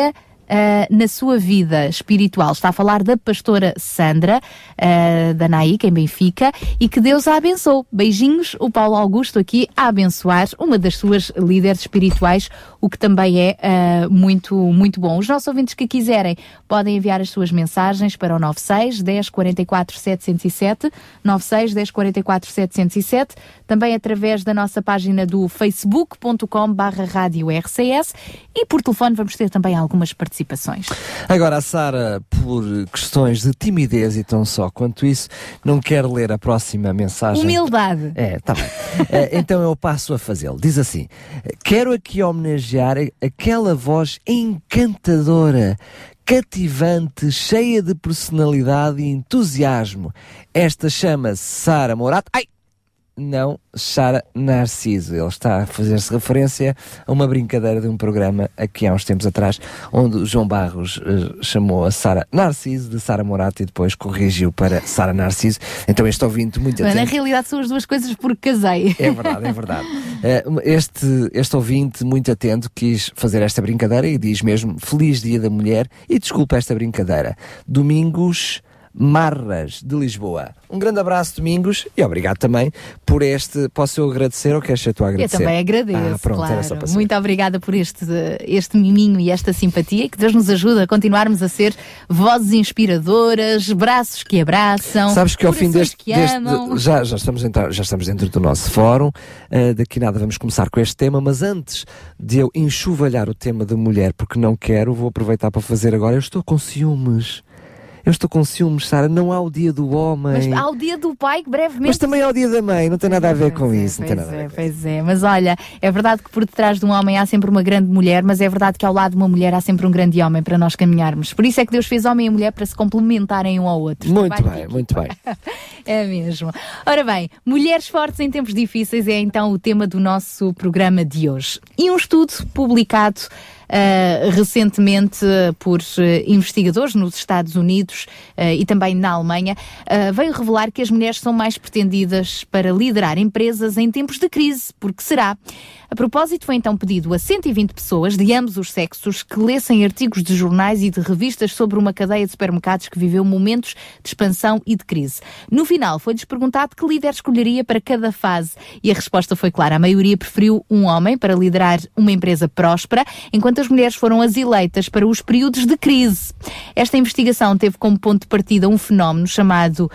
uh, na sua vida espiritual. Está a falar da pastora Sandra, uh, da Naíca, em Benfica, e que Deus a abençoe. Beijinhos, o Paulo Augusto aqui a abençoar uma das suas líderes espirituais, o que também é uh, muito, muito bom. Os nossos ouvintes que quiserem podem enviar as suas mensagens para o nove seis, dez, quarenta e quatro, setecentos e sete, nove seis, dez, quarenta e quatro, setecentos e sete, também através da nossa página do facebook ponto com barra rádio R C S, e por telefone vamos ter também algumas participações. Agora a Sara, por questões de timidez e tão só quanto isso, não quer ler a próxima mensagem. Humildade. É, tá bem. é, então eu passo a fazê-lo. Diz assim: quero aqui homenagear aquela voz encantadora, cativante, cheia de personalidade e entusiasmo. Esta chama-se Sara Morato. Ai! Não, Sara Narciso. Ele está a fazer-se referência a uma brincadeira de um programa aqui há uns tempos atrás, onde o João Barros uh, chamou a Sara Narciso de Sara Morato e depois corrigiu para Sara Narciso. Então este ouvinte muito atento. Na realidade são as duas coisas porque casei. É verdade, é verdade. Uh, este, este ouvinte muito atento quis fazer esta brincadeira e diz mesmo: Feliz Dia da Mulher, e desculpa esta brincadeira. Domingos Marras, de Lisboa. Um grande abraço, Domingos, e obrigado também por este. Posso eu agradecer ou queres ser tu a agradecer? Eu também agradeço, ah, pronto, claro. Era só para Muito obrigada por este, este miminho e esta simpatia, que Deus nos ajuda a continuarmos a ser vozes inspiradoras, braços que abraçam. Sabes que ao fim deste, que deste amam. já, já, estamos entrar, já estamos dentro do nosso fórum, uh, daqui nada vamos começar com este tema, mas antes de eu enxovalhar o tema da mulher, porque não quero, vou aproveitar para fazer agora. Eu estou com ciúmes. Eu estou com ciúmes, Sara. Não há o dia do homem. Mas há o dia do pai, que brevemente... Mas também há o dia da mãe. Não tem nada a ver com é, isso. Não tem nada é, a ver com pois é. Mas olha, é verdade que por detrás de um homem há sempre uma grande mulher, mas é verdade que ao lado de uma mulher há sempre um grande homem para nós caminharmos. Por isso é que Deus fez homem e mulher, para se complementarem um ao outro. Muito bem, muito bem. É mesmo. Ora bem, mulheres fortes em tempos difíceis é então o tema do nosso programa de hoje. E um estudo publicado Uh, recentemente uh, por uh, investigadores nos Estados Unidos uh, e também na Alemanha, uh, veio revelar que as mulheres são mais pretendidas para liderar empresas em tempos de crise. Porque será? A propósito, foi então pedido a cento e vinte pessoas de ambos os sexos que lessem artigos de jornais e de revistas sobre uma cadeia de supermercados que viveu momentos de expansão e de crise. No final, foi-lhes perguntado que líder escolheria para cada fase, e a resposta foi clara. A maioria preferiu um homem para liderar uma empresa próspera, enquanto as mulheres foram as eleitas para os períodos de crise. Esta investigação teve como ponto de partida um fenómeno chamado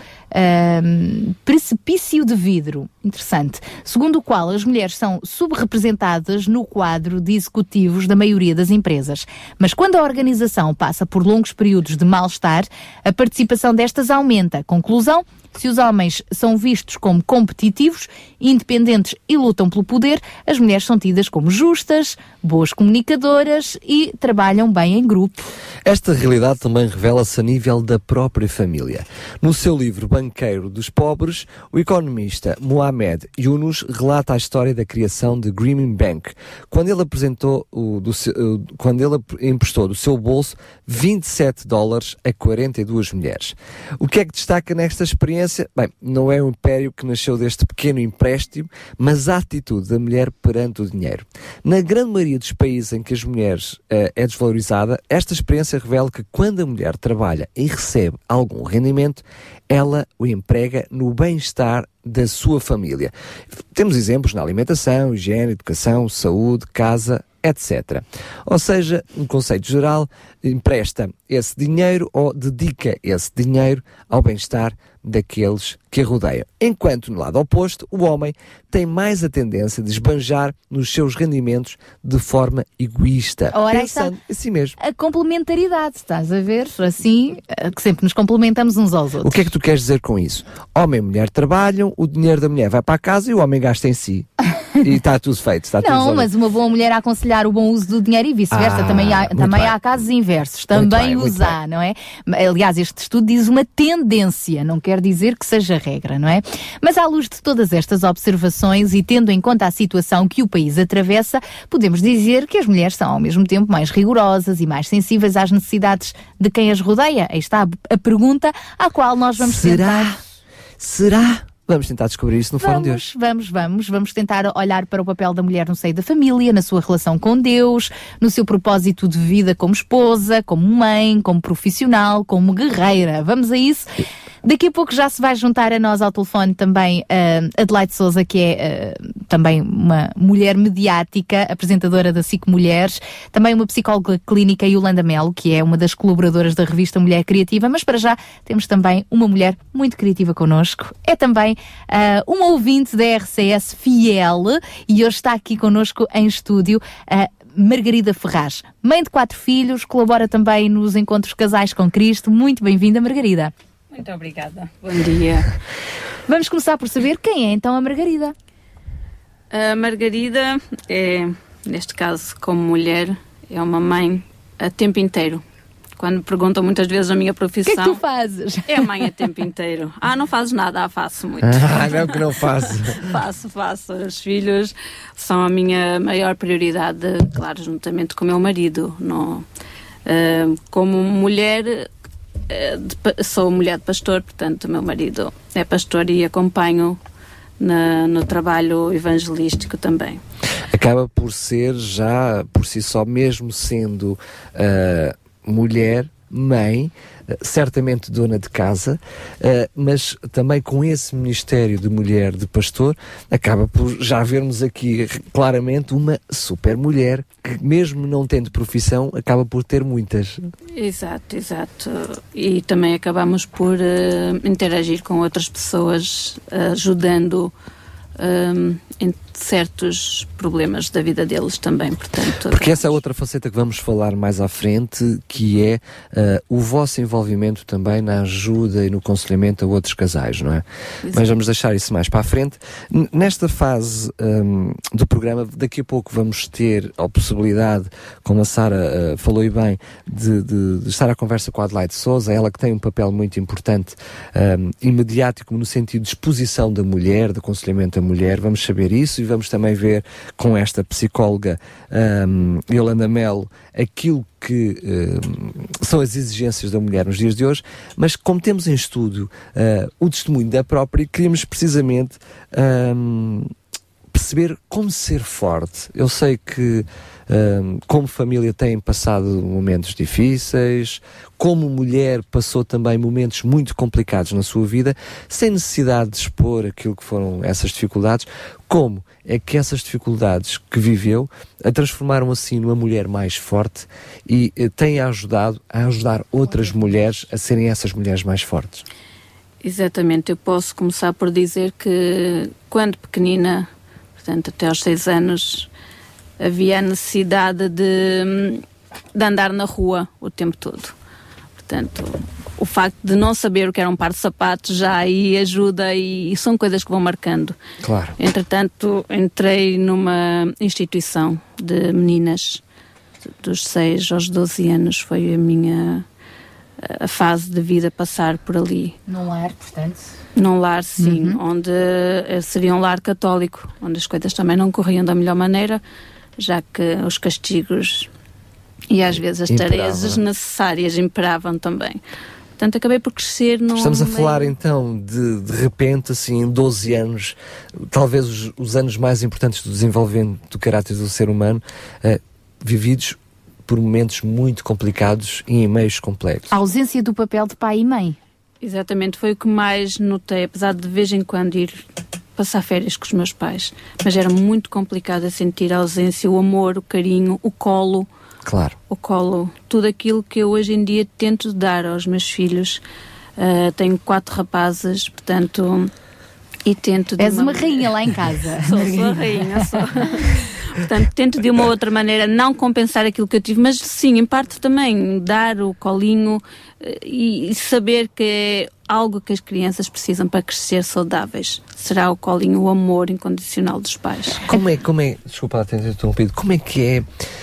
um, precipício de vidro. Interessante. Segundo o qual as mulheres são subrepresentadas no quadro de executivos da maioria das empresas. Mas quando a organização passa por longos períodos de mal-estar, a participação destas aumenta. Conclusão: se os homens são vistos como competitivos, independentes e lutam pelo poder, as mulheres são tidas como justas, boas comunicadoras e trabalham bem em grupo. Esta realidade também revela-se a nível da própria família. No seu livro Banqueiro dos Pobres, o economista Mohamed Yunus relata a história da criação de Grameen Bank, quando ele apresentou o, do seu, quando ele emprestou do seu bolso vinte e sete dólares a quarenta e duas mulheres. O que é que destaca nesta experiência? Bem, não é o império que nasceu deste pequeno empréstimo, mas a atitude da mulher perante o dinheiro. Na grande maioria dos países em que as mulheres uh, é desvalorizada, esta experiência revela que quando a mulher trabalha e recebe algum rendimento, ela o emprega no bem-estar da sua família. Temos exemplos na alimentação, higiene, educação, saúde, casa, etcétera. Ou seja, um conceito geral, empresta esse dinheiro ou dedica esse dinheiro ao bem-estar daqueles que a rodeiam. Enquanto, no lado oposto, o homem tem mais a tendência de esbanjar nos seus rendimentos de forma egoísta. Ora, pensando está assim mesmo. A complementaridade, estás a ver? Assim, que sempre nos complementamos uns aos outros. O que é que tu queres dizer com isso? Homem e mulher trabalham, o dinheiro da mulher vai para a casa e o homem gasta em si. E está tudo feito. Está Não, tudo mas uma boa mulher a aconselhar o bom uso do dinheiro e vice-versa. Ah, também há, também bem. há casos inversos. Muito Também bem, muito os há, não é? Aliás, este estudo diz uma tendência, não quer dizer que seja regra, não é? Mas à luz de todas estas observações e tendo em conta a situação que o país atravessa, podemos dizer que as mulheres são ao mesmo tempo mais rigorosas e mais sensíveis às necessidades de quem as rodeia. Aí está a, a pergunta à qual nós vamos Será? tentar... Será? Vamos tentar descobrir isso no vamos, fórum de hoje. Vamos, vamos, vamos tentar olhar para o papel da mulher no seio da família, na sua relação com Deus, no seu propósito de vida como esposa, como mãe, como profissional, como guerreira. Vamos a isso. Daqui a pouco já se vai juntar a nós ao telefone também uh, Adelaide Souza, que é uh, também uma mulher mediática, apresentadora da S I C Mulheres, também uma psicóloga clínica, Yolanda Melo, que é uma das colaboradoras da revista Mulher Criativa, mas para já temos também uma mulher muito criativa connosco. É também uh, uma ouvinte da R C S fiel e hoje está aqui connosco em estúdio uh, Margarida Ferraz, mãe de quatro filhos, colabora também nos Encontros Casais com Cristo. Muito bem-vinda, Margarida. Muito obrigada. Bom dia. Vamos começar por saber quem é então a Margarida. A Margarida é, neste caso, como mulher, é uma mãe a tempo inteiro. Quando me perguntam muitas vezes a minha profissão... O que é que tu fazes? É mãe a tempo inteiro. Ah, não fazes nada? Ah, faço muito. Ah, não que não faço. faço, faço. Os filhos são a minha maior prioridade, claro, juntamente com o meu marido. No, uh, como mulher... De, sou mulher de pastor, portanto o meu marido é pastor e acompanho na, no trabalho evangelístico também. Acaba por ser já por si só, mesmo sendo uh, mulher, mãe, uh, certamente dona de casa, uh, mas também com esse ministério de mulher de pastor, acaba por já vermos aqui claramente uma super mulher que, mesmo não tendo profissão, acaba por ter muitas. Exato, exato. E também acabamos por uh, interagir com outras pessoas, uh, ajudando um, em certos problemas da vida deles também, portanto... Porque essa é outra faceta que vamos falar mais à frente, que é uh, o vosso envolvimento também na ajuda e no aconselhamento a outros casais, não é? Exato. Mas vamos deixar isso mais para a frente. N- nesta fase um, do programa, daqui a pouco vamos ter a possibilidade, como a Sara uh, falou e bem, de, de, de estar à conversa com a Adelaide Souza, ela que tem um papel muito importante um, e mediático no sentido de exposição da mulher, de aconselhamento à mulher. Vamos saber isso e vamos também ver com esta psicóloga um, Yolanda Melo aquilo que um, são as exigências da mulher nos dias de hoje, mas como temos em estúdio uh, o testemunho da própria, queríamos precisamente um, perceber como ser forte. Eu sei que um, como família têm passado momentos difíceis, como mulher passou também momentos muito complicados na sua vida, sem necessidade de expor aquilo que foram essas dificuldades. Como é que essas dificuldades que viveu a transformaram assim numa mulher mais forte e eh, tem ajudado a ajudar outras mulheres a serem essas mulheres mais fortes? Exatamente, eu posso começar por dizer que quando pequenina, portanto até aos seis anos, havia a necessidade de, de andar na rua o tempo todo. Portanto, o facto de não saber o que era um par de sapatos já aí ajuda e, e são coisas que vão marcando. Claro. Entretanto, entrei numa instituição de meninas dos seis aos doze anos, foi a minha a fase de vida passar por ali. Num lar, portanto? Num lar, sim, uhum. onde seria um lar católico, onde as coisas também não corriam da melhor maneira, já que os castigos e às vezes as Imperava. tarefas desnecessárias imperavam também. Portanto, acabei por crescer num... Estamos a meio... falar então de, de repente, assim, em doze anos, talvez os, os anos mais importantes do desenvolvimento do caráter do ser humano, uh, vividos por momentos muito complicados e em meios complexos. A ausência do papel de pai e mãe. Exatamente, foi o que mais notei, apesar de de vez em quando ir passar férias com os meus pais. Mas era muito complicado a sentir a ausência, o amor, o carinho, o colo. Claro. O colo, tudo aquilo que eu hoje em dia tento dar aos meus filhos. Uh, tenho quatro rapazes, portanto, e tento... De És uma, uma rainha lá em casa. sou, sou a rainha, sou. Portanto, tento de uma outra maneira não compensar aquilo que eu tive, mas sim, em parte também, dar o colinho uh, e, e saber que é algo que as crianças precisam para crescer saudáveis. Será o colinho, o amor incondicional dos pais. Como é, como é, desculpa ter interrompido, como é que é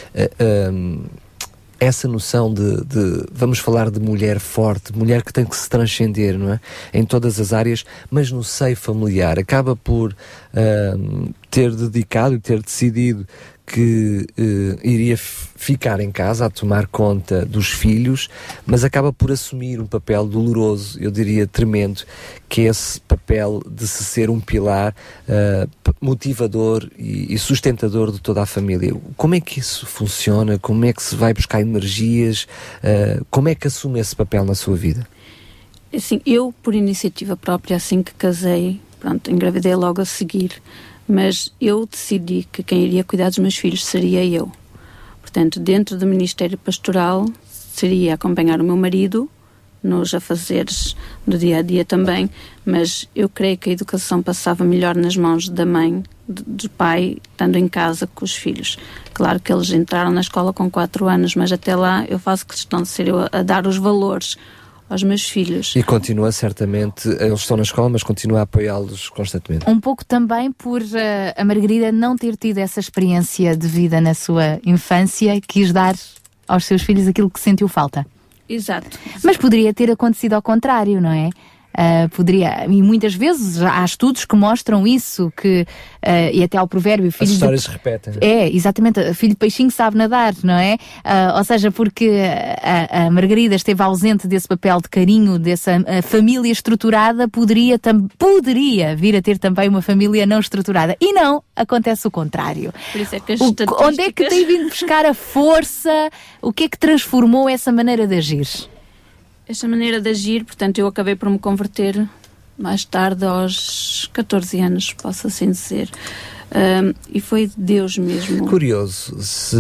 uh, um, essa noção de, de, vamos falar de mulher forte, mulher que tem que se transcender, não é? Em todas as áreas, mas no seio familiar, acaba por uh, ter dedicado e ter decidido que uh, iria f- ficar em casa a tomar conta dos filhos, mas acaba por assumir um papel doloroso, eu diria tremendo, que é esse papel de se ser um pilar uh, motivador e, e sustentador de toda a família. Como é que isso funciona? Como é que se vai buscar energias? Uh, como é que assume esse papel na sua vida? Assim, eu, por iniciativa própria, assim que casei, pronto, engravidei logo a seguir, mas eu decidi que quem iria cuidar dos meus filhos seria eu. Portanto, dentro do Ministério Pastoral, seria acompanhar o meu marido nos afazeres do dia-a-dia também, mas eu creio que a educação passava melhor nas mãos da mãe, do pai, estando em casa com os filhos. Claro que eles entraram na escola com quatro anos, mas até lá eu faço questão de ser eu a, a dar os valores aos meus filhos. E continua certamente, eles estão na escola, mas continua a apoiá-los constantemente. Um pouco também por uh, a Margarida não ter tido essa experiência de vida na sua infância, quis dar aos seus filhos aquilo que sentiu falta. Exato. Mas poderia ter acontecido ao contrário, não é? Uh, poderia, e muitas vezes há estudos que mostram isso, que, uh, e até ao provérbio... As histórias se repetem. É, exatamente, filho de peixinho sabe nadar, não é? Uh, ou seja, porque a, a Margarida esteve ausente desse papel de carinho, dessa uh, família estruturada, poderia, tam, poderia vir a ter também uma família não estruturada. E não, acontece o contrário. Por isso é que as o, estatísticas... Onde é que tem vindo buscar a força? O que é que transformou essa maneira de agir? Esta maneira de agir, portanto, eu acabei por me converter mais tarde, aos catorze anos, posso assim dizer. Um, e foi Deus mesmo. Curioso, se,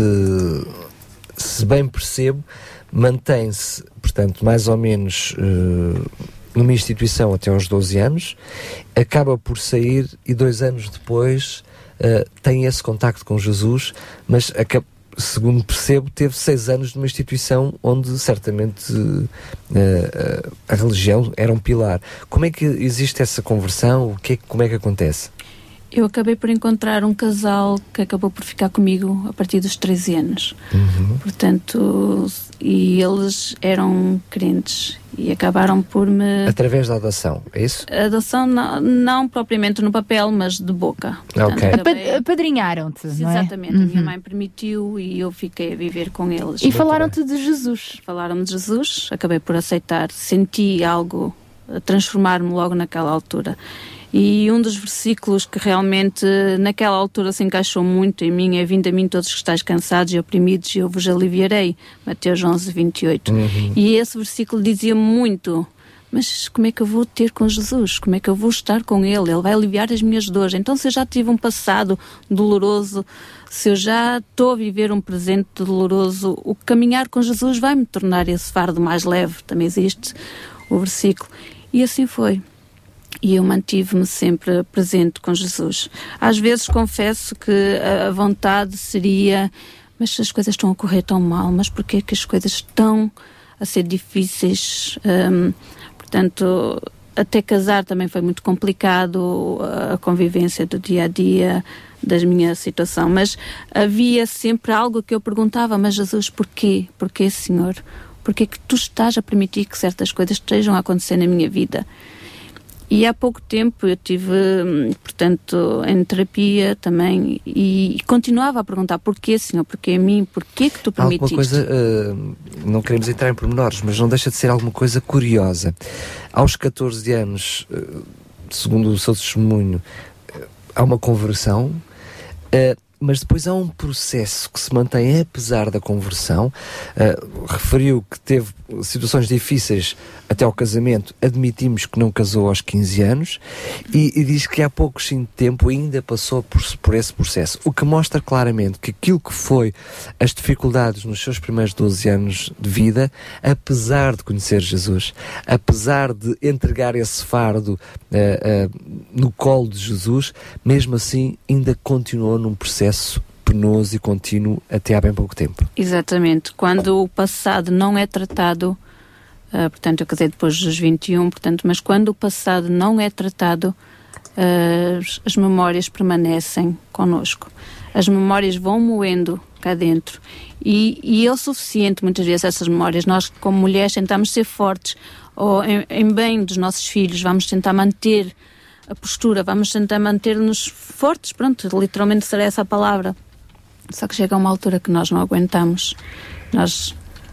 se bem percebo, mantém-se, portanto, mais ou menos uh, numa instituição até aos doze anos, acaba por sair e dois anos depois uh, tem esse contacto com Jesus, mas acaba, segundo percebo, teve seis anos numa instituição onde certamente uh, uh, a religião era um pilar. Como é que existe essa conversão? O que é, como é que acontece? Eu acabei por encontrar um casal que acabou por ficar comigo a partir dos treze anos. Uhum. Portanto, e eles eram crentes e acabaram por me... Através da adoção, é isso? A adoção não, não propriamente no papel, mas de boca. Portanto, ok. acabei... Apadrinharam-te, não é? Exatamente, uhum. A minha mãe permitiu e eu fiquei a viver com eles. E falaram-te de Jesus? Falaram-me de Jesus, acabei por aceitar, senti algo a transformar-me logo naquela altura. E um dos versículos que realmente naquela altura se encaixou muito em mim é: vindo a mim todos que estáis cansados e oprimidos e eu vos aliviarei. Mateus onze, vinte e oito. Uhum. E esse versículo dizia muito: mas como é que eu vou ter com Jesus? Como é que eu vou estar com Ele? Ele vai aliviar as minhas dores. Então, se eu já tive um passado doloroso, se eu já estou a viver um presente doloroso, o caminhar com Jesus vai me tornar esse fardo mais leve. Também existe o versículo. E assim foi. E eu mantive-me sempre presente com Jesus. Às vezes confesso que a vontade seria: mas as coisas estão a correr tão mal, mas porquê que as coisas estão a ser difíceis? Um, portanto, até casar também foi muito complicado, a convivência do dia-a-dia, da minha situação. Mas havia sempre algo que eu perguntava: mas Jesus, porquê? Porquê, Senhor? Porquê que tu estás a permitir que certas coisas estejam a acontecer na minha vida? E há pouco tempo eu tive, portanto, em terapia também, e, e continuava a perguntar: porquê, Senhor? Porquê a mim? Porquê que tu permitiste? Alguma coisa, uh, não queremos entrar em pormenores, mas não deixa de ser alguma coisa curiosa. Aos catorze anos, uh, segundo o seu testemunho, uh, há uma conversão, uh, mas depois há um processo que se mantém apesar da conversão. Uh, referiu que teve situações difíceis até ao casamento, admitimos que não casou aos quinze anos, e, e diz que há pouco sim de tempo ainda passou por, por esse processo, o que mostra claramente que aquilo que foi as dificuldades nos seus primeiros doze anos de vida, apesar de conhecer Jesus, apesar de entregar esse fardo uh, uh, no colo de Jesus, mesmo assim ainda continuou num processo penoso e contínuo até há bem pouco tempo. Exatamente. Quando o passado não é tratado, uh, portanto eu casei depois dos vinte e um, portanto, mas quando o passado não é tratado, uh, as, as memórias permanecem connosco. As memórias vão moendo cá dentro. E, e é o suficiente muitas vezes essas memórias. Nós, como mulheres, tentamos ser fortes, ou em, em bem dos nossos filhos, vamos tentar manter a postura, vamos tentar manter-nos fortes, pronto, literalmente será essa a palavra. Só que chega a uma altura que nós não aguentamos, nós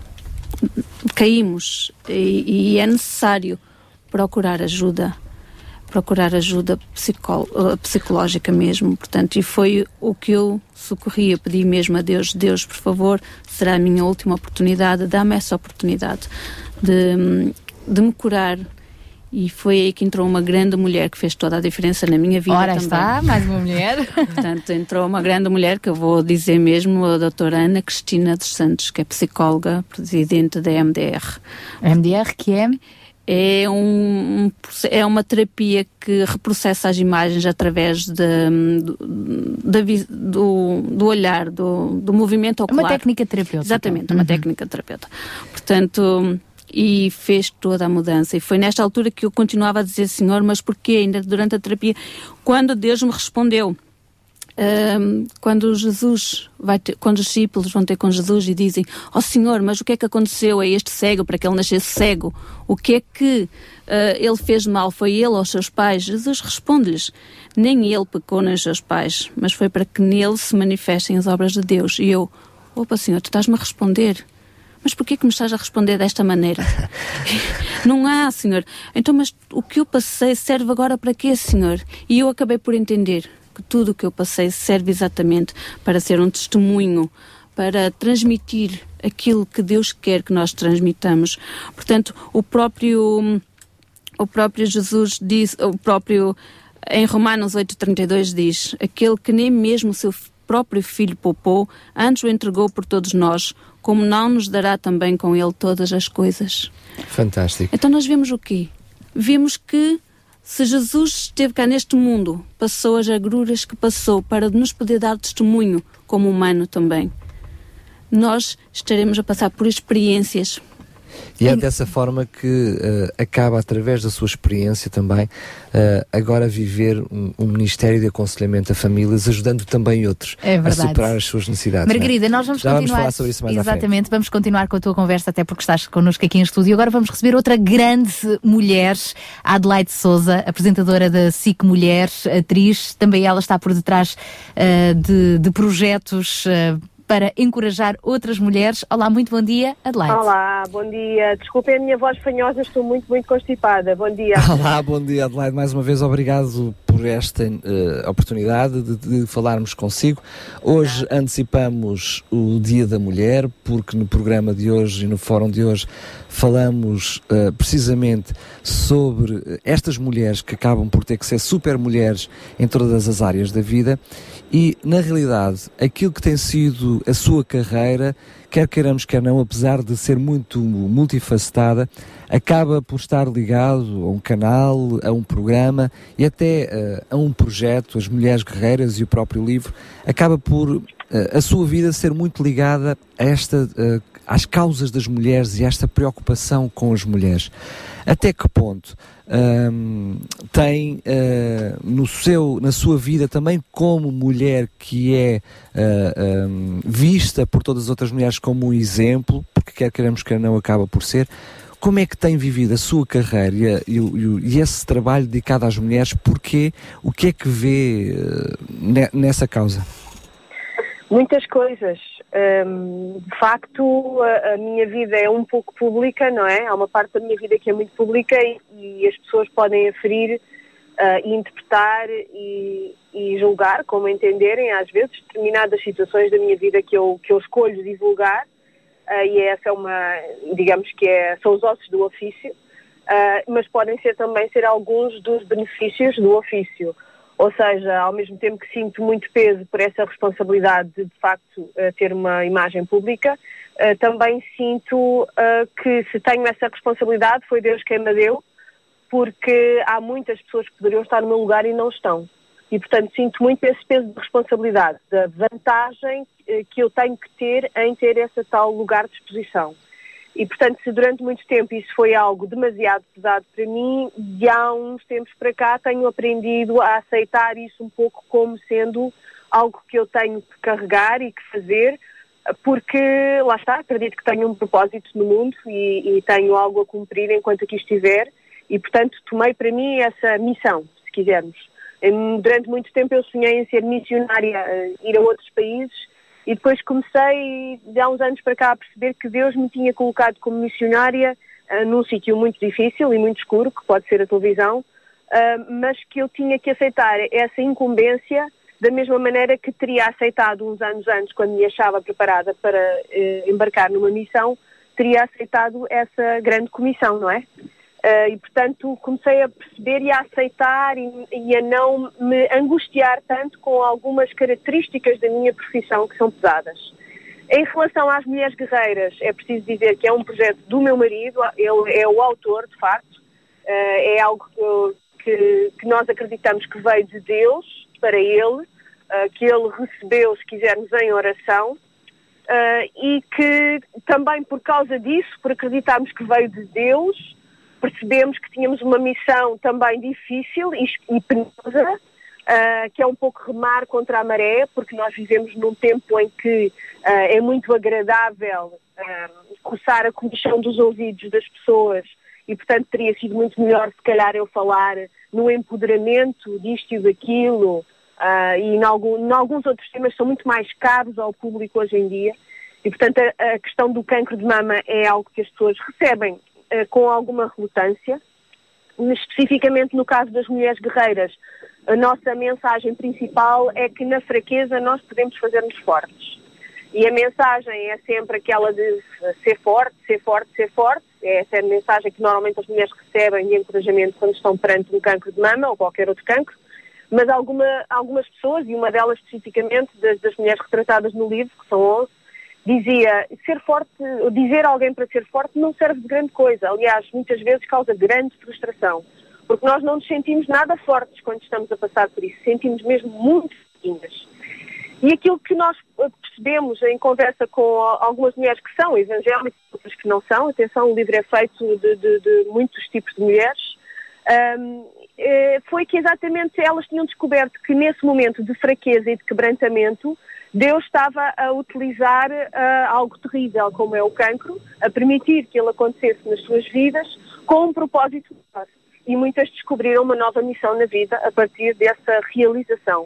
caímos e, e é necessário procurar ajuda, procurar ajuda psicó- psicológica mesmo, portanto, e foi o que eu socorri, eu pedi mesmo a Deus, Deus, por favor, será a minha última oportunidade, dá-me essa oportunidade de, de me curar. E foi aí que entrou uma grande mulher que fez toda a diferença na minha vida. Ora também. está, mais uma mulher. Portanto, entrou uma grande mulher que eu vou dizer mesmo, a doutora Ana Cristina dos Santos, que é psicóloga, presidente da M D R. A M D R que é? É, um, é uma terapia que reprocessa as imagens através de, do, da, do, do olhar, do, do movimento ocular. É uma técnica terapêutica. Exatamente, é uma uhum. técnica terapêutica. Portanto... E fez toda a mudança. E foi nesta altura que eu continuava a dizer, Senhor, mas porquê? Ainda durante a terapia, quando Deus me respondeu, um, quando Jesus vai ter, quando os discípulos vão ter com Jesus e dizem, ó oh, Senhor, mas o que é que aconteceu a este cego para que ele nascesse cego? O que é que uh, ele fez de mal? Foi ele ou os seus pais? Jesus responde-lhes, nem ele pecou nem os seus pais, mas foi para que nele se manifestem as obras de Deus. E eu, opa Senhor, tu estás-me a responder. Mas porquê que me estás a responder desta maneira? Não há, Senhor. Então, mas o que eu passei serve agora para quê, Senhor? E eu acabei por entender que tudo o que eu passei serve exatamente para ser um testemunho, para transmitir aquilo que Deus quer que nós transmitamos. Portanto, o próprio, o próprio Jesus diz, o próprio, em Romanos oito, trinta e dois diz, aquele que nem mesmo o seu próprio filho poupou, antes o entregou por todos nós, como não nos dará também com ele todas as coisas. Fantástico. Então nós vemos o quê? Vemos que se Jesus esteve cá neste mundo, passou as agruras que passou para nos poder dar testemunho como humano também, nós estaremos a passar por experiências. E é dessa forma que uh, acaba, através da sua experiência também, uh, agora viver um, um Ministério de Aconselhamento a Famílias, ajudando também outros é a superar as suas necessidades. Margarida, nós vamos Já continuar. Vamos falar sobre isso mais Exatamente, à frente. Vamos continuar com a tua conversa, até porque estás connosco aqui em estúdio. E agora vamos receber outra grande mulher, Adelaide Souza, apresentadora da S I C Mulheres, atriz. Também ela está por detrás uh, de, de projetos Uh, para encorajar outras mulheres. Olá, muito bom dia, Adelaide. Olá, bom dia. Desculpem a minha voz fanhosa, estou muito, muito constipada. Bom dia. Olá, bom dia, Adelaide. Mais uma vez, obrigado por esta uh, oportunidade de, de falarmos consigo. Hoje antecipamos o Dia da Mulher, porque no programa de hoje e no fórum de hoje falamos uh, precisamente sobre estas mulheres que acabam por ter que ser super mulheres em todas as áreas da vida. E, na realidade, aquilo que tem sido a sua carreira, quer queiramos, quer não, apesar de ser muito multifacetada, acaba por estar ligado a um canal, a um programa e até uh, a um projeto, As Mulheres Guerreiras e o próprio livro, acaba por uh, a sua vida ser muito ligada a esta, uh, às causas das mulheres e a esta preocupação com as mulheres. Até que ponto um, tem uh, no seu, na sua vida também como mulher que é uh, um, vista por todas as outras mulheres como um exemplo, porque quer queremos quer não acaba por ser, como é que tem vivido a sua carreira e, e, e esse trabalho dedicado às mulheres, porque o que é que vê uh, ne, nessa causa? Muitas coisas. Um, de facto, a, a minha vida é um pouco pública, não é? Há uma parte da minha vida que é muito pública e, e as pessoas podem aferir, uh, e interpretar e, e julgar, como entenderem, às vezes, determinadas situações da minha vida que eu, que eu escolho divulgar, uh, e essa é uma, digamos que é, são os ossos do ofício, uh, mas podem ser também ser alguns dos benefícios do ofício. Ou seja, ao mesmo tempo que sinto muito peso por essa responsabilidade de, de facto, ter uma imagem pública, também sinto que se tenho essa responsabilidade, foi Deus quem me deu, porque há muitas pessoas que poderiam estar no meu lugar e não estão. E, portanto, sinto muito esse peso de responsabilidade, da vantagem que eu tenho que ter em ter esse tal lugar de exposição. E, portanto, se durante muito tempo isso foi algo demasiado pesado para mim, de há uns tempos para cá tenho aprendido a aceitar isso um pouco como sendo algo que eu tenho que carregar e que fazer, porque, lá está, acredito que tenho um propósito no mundo e, e tenho algo a cumprir enquanto aqui estiver e, portanto, tomei para mim essa missão, se quisermos. Durante muito tempo eu sonhei em ser missionária, ir a outros países, E depois comecei, de há uns anos para cá, a perceber que Deus me tinha colocado como missionária uh, num sítio muito difícil e muito escuro, que pode ser a televisão, uh, mas que eu tinha que aceitar essa incumbência da mesma maneira que teria aceitado uns anos antes, quando me achava preparada para uh, embarcar numa missão, teria aceitado essa grande comissão, não é? Uh, e, portanto, comecei a perceber e a aceitar e, e a não me angustiar tanto com algumas características da minha profissão que são pesadas. Em relação às Mulheres Guerreiras, é preciso dizer que é um projeto do meu marido, ele é o autor, de facto, uh, é algo que, que, que nós acreditamos que veio de Deus para ele, uh, que ele recebeu, se quisermos, em oração, uh, e que também por causa disso, por acreditarmos que veio de Deus, percebemos que tínhamos uma missão também difícil e, e penosa, uh, que é um pouco remar contra a maré, porque nós vivemos num tempo em que uh, é muito agradável uh, coçar a comichão dos ouvidos das pessoas e, portanto, teria sido muito melhor, se calhar, eu falar no empoderamento disto e daquilo, uh, e em, algum, em alguns outros temas que são muito mais caros ao público hoje em dia. E, portanto, a, a questão do cancro de mama é algo que as pessoas recebem com alguma relutância. Especificamente no caso das Mulheres Guerreiras, a nossa mensagem principal é que na fraqueza nós podemos fazer-nos fortes. E a mensagem é sempre aquela de ser forte, ser forte, ser forte. Essa é a mensagem que normalmente as mulheres recebem de encorajamento quando estão perante um cancro de mama ou qualquer outro cancro. Mas alguma, algumas pessoas, e uma delas especificamente, das, das mulheres retratadas no livro, que são onze, dizia, ser forte, dizer a alguém para ser forte não serve de grande coisa. Aliás, muitas vezes causa grande frustração. Porque nós não nos sentimos nada fortes quando estamos a passar por isso. Sentimos mesmo muito fraquinhas. E aquilo que nós percebemos em conversa com algumas mulheres que são evangélicas, outras que não são, atenção, o livro é feito de, de, de muitos tipos de mulheres, um, foi que exatamente elas tinham descoberto que nesse momento de fraqueza e de quebrantamento, Deus estava a utilizar uh, algo terrível, como é o cancro, a permitir que ele acontecesse nas suas vidas com um propósito maior. E muitas descobriram uma nova missão na vida a partir dessa realização.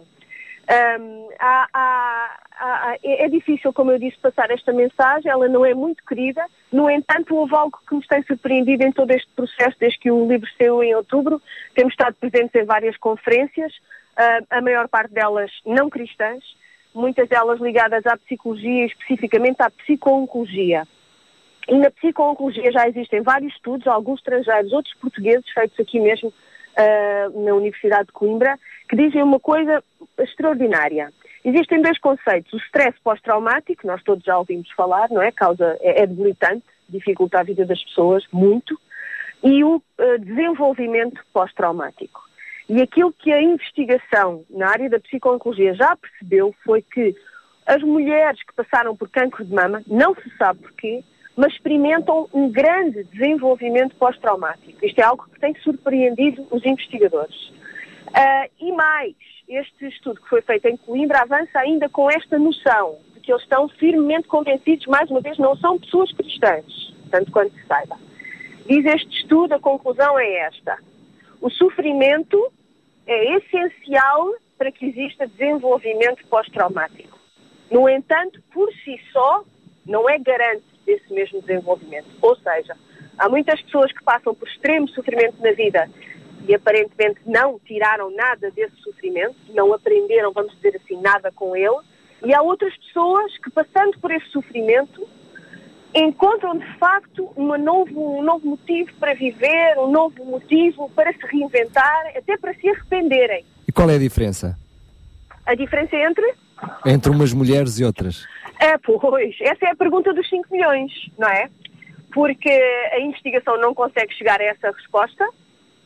Um, há, há, há, é difícil, como eu disse, passar esta mensagem, ela não é muito querida. No entanto, houve algo que nos tem surpreendido em todo este processo, desde que o livro saiu em outubro. Temos estado presentes em várias conferências, uh, a maior parte delas não cristãs, muitas delas ligadas à psicologia, especificamente à psico-oncologia. E na psico-oncologia já existem vários estudos, alguns estrangeiros, outros portugueses, feitos aqui mesmo uh, na Universidade de Coimbra, que dizem uma coisa extraordinária. Existem dois conceitos: o stress pós-traumático, nós todos já ouvimos falar, não é? Causa, é, é debilitante, dificulta a vida das pessoas muito, e o uh, desenvolvimento pós-traumático. E aquilo que a investigação na área da psico-oncologia já percebeu foi que as mulheres que passaram por cancro de mama, não se sabe porquê, mas experimentam um grande desenvolvimento pós-traumático. Isto é algo que tem surpreendido os investigadores. Uh, e mais, este estudo que foi feito em Coimbra avança ainda com esta noção de que eles estão firmemente convencidos, mais uma vez, não são pessoas cristãs, tanto quanto se saiba. Diz este estudo, a conclusão é esta: o sofrimento é essencial para que exista desenvolvimento pós-traumático. No entanto, por si só, não é garante desse mesmo desenvolvimento. Ou seja, há muitas pessoas que passam por extremo sofrimento na vida e aparentemente não tiraram nada desse sofrimento, não aprenderam, vamos dizer assim, nada com ele. E há outras pessoas que, passando por esse sofrimento, encontram de facto uma novo, um novo motivo para viver, um novo motivo para se reinventar, até para se arrependerem. E qual é a diferença? A diferença entre? Entre umas mulheres e outras. É, pois, essa é a pergunta dos cinco milhões, não é? Porque a investigação não consegue chegar a essa resposta, uh,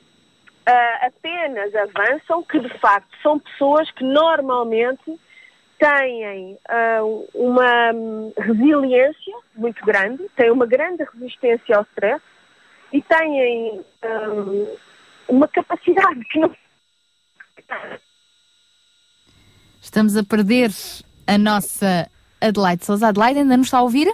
apenas avançam que de facto são pessoas que normalmente têm uh, uma resiliência muito grande, têm uma grande resistência ao stress e têm um, uma capacidade que não... Estamos a perder a nossa Adelaide Sousa. Adelaide, ainda nos está a ouvir?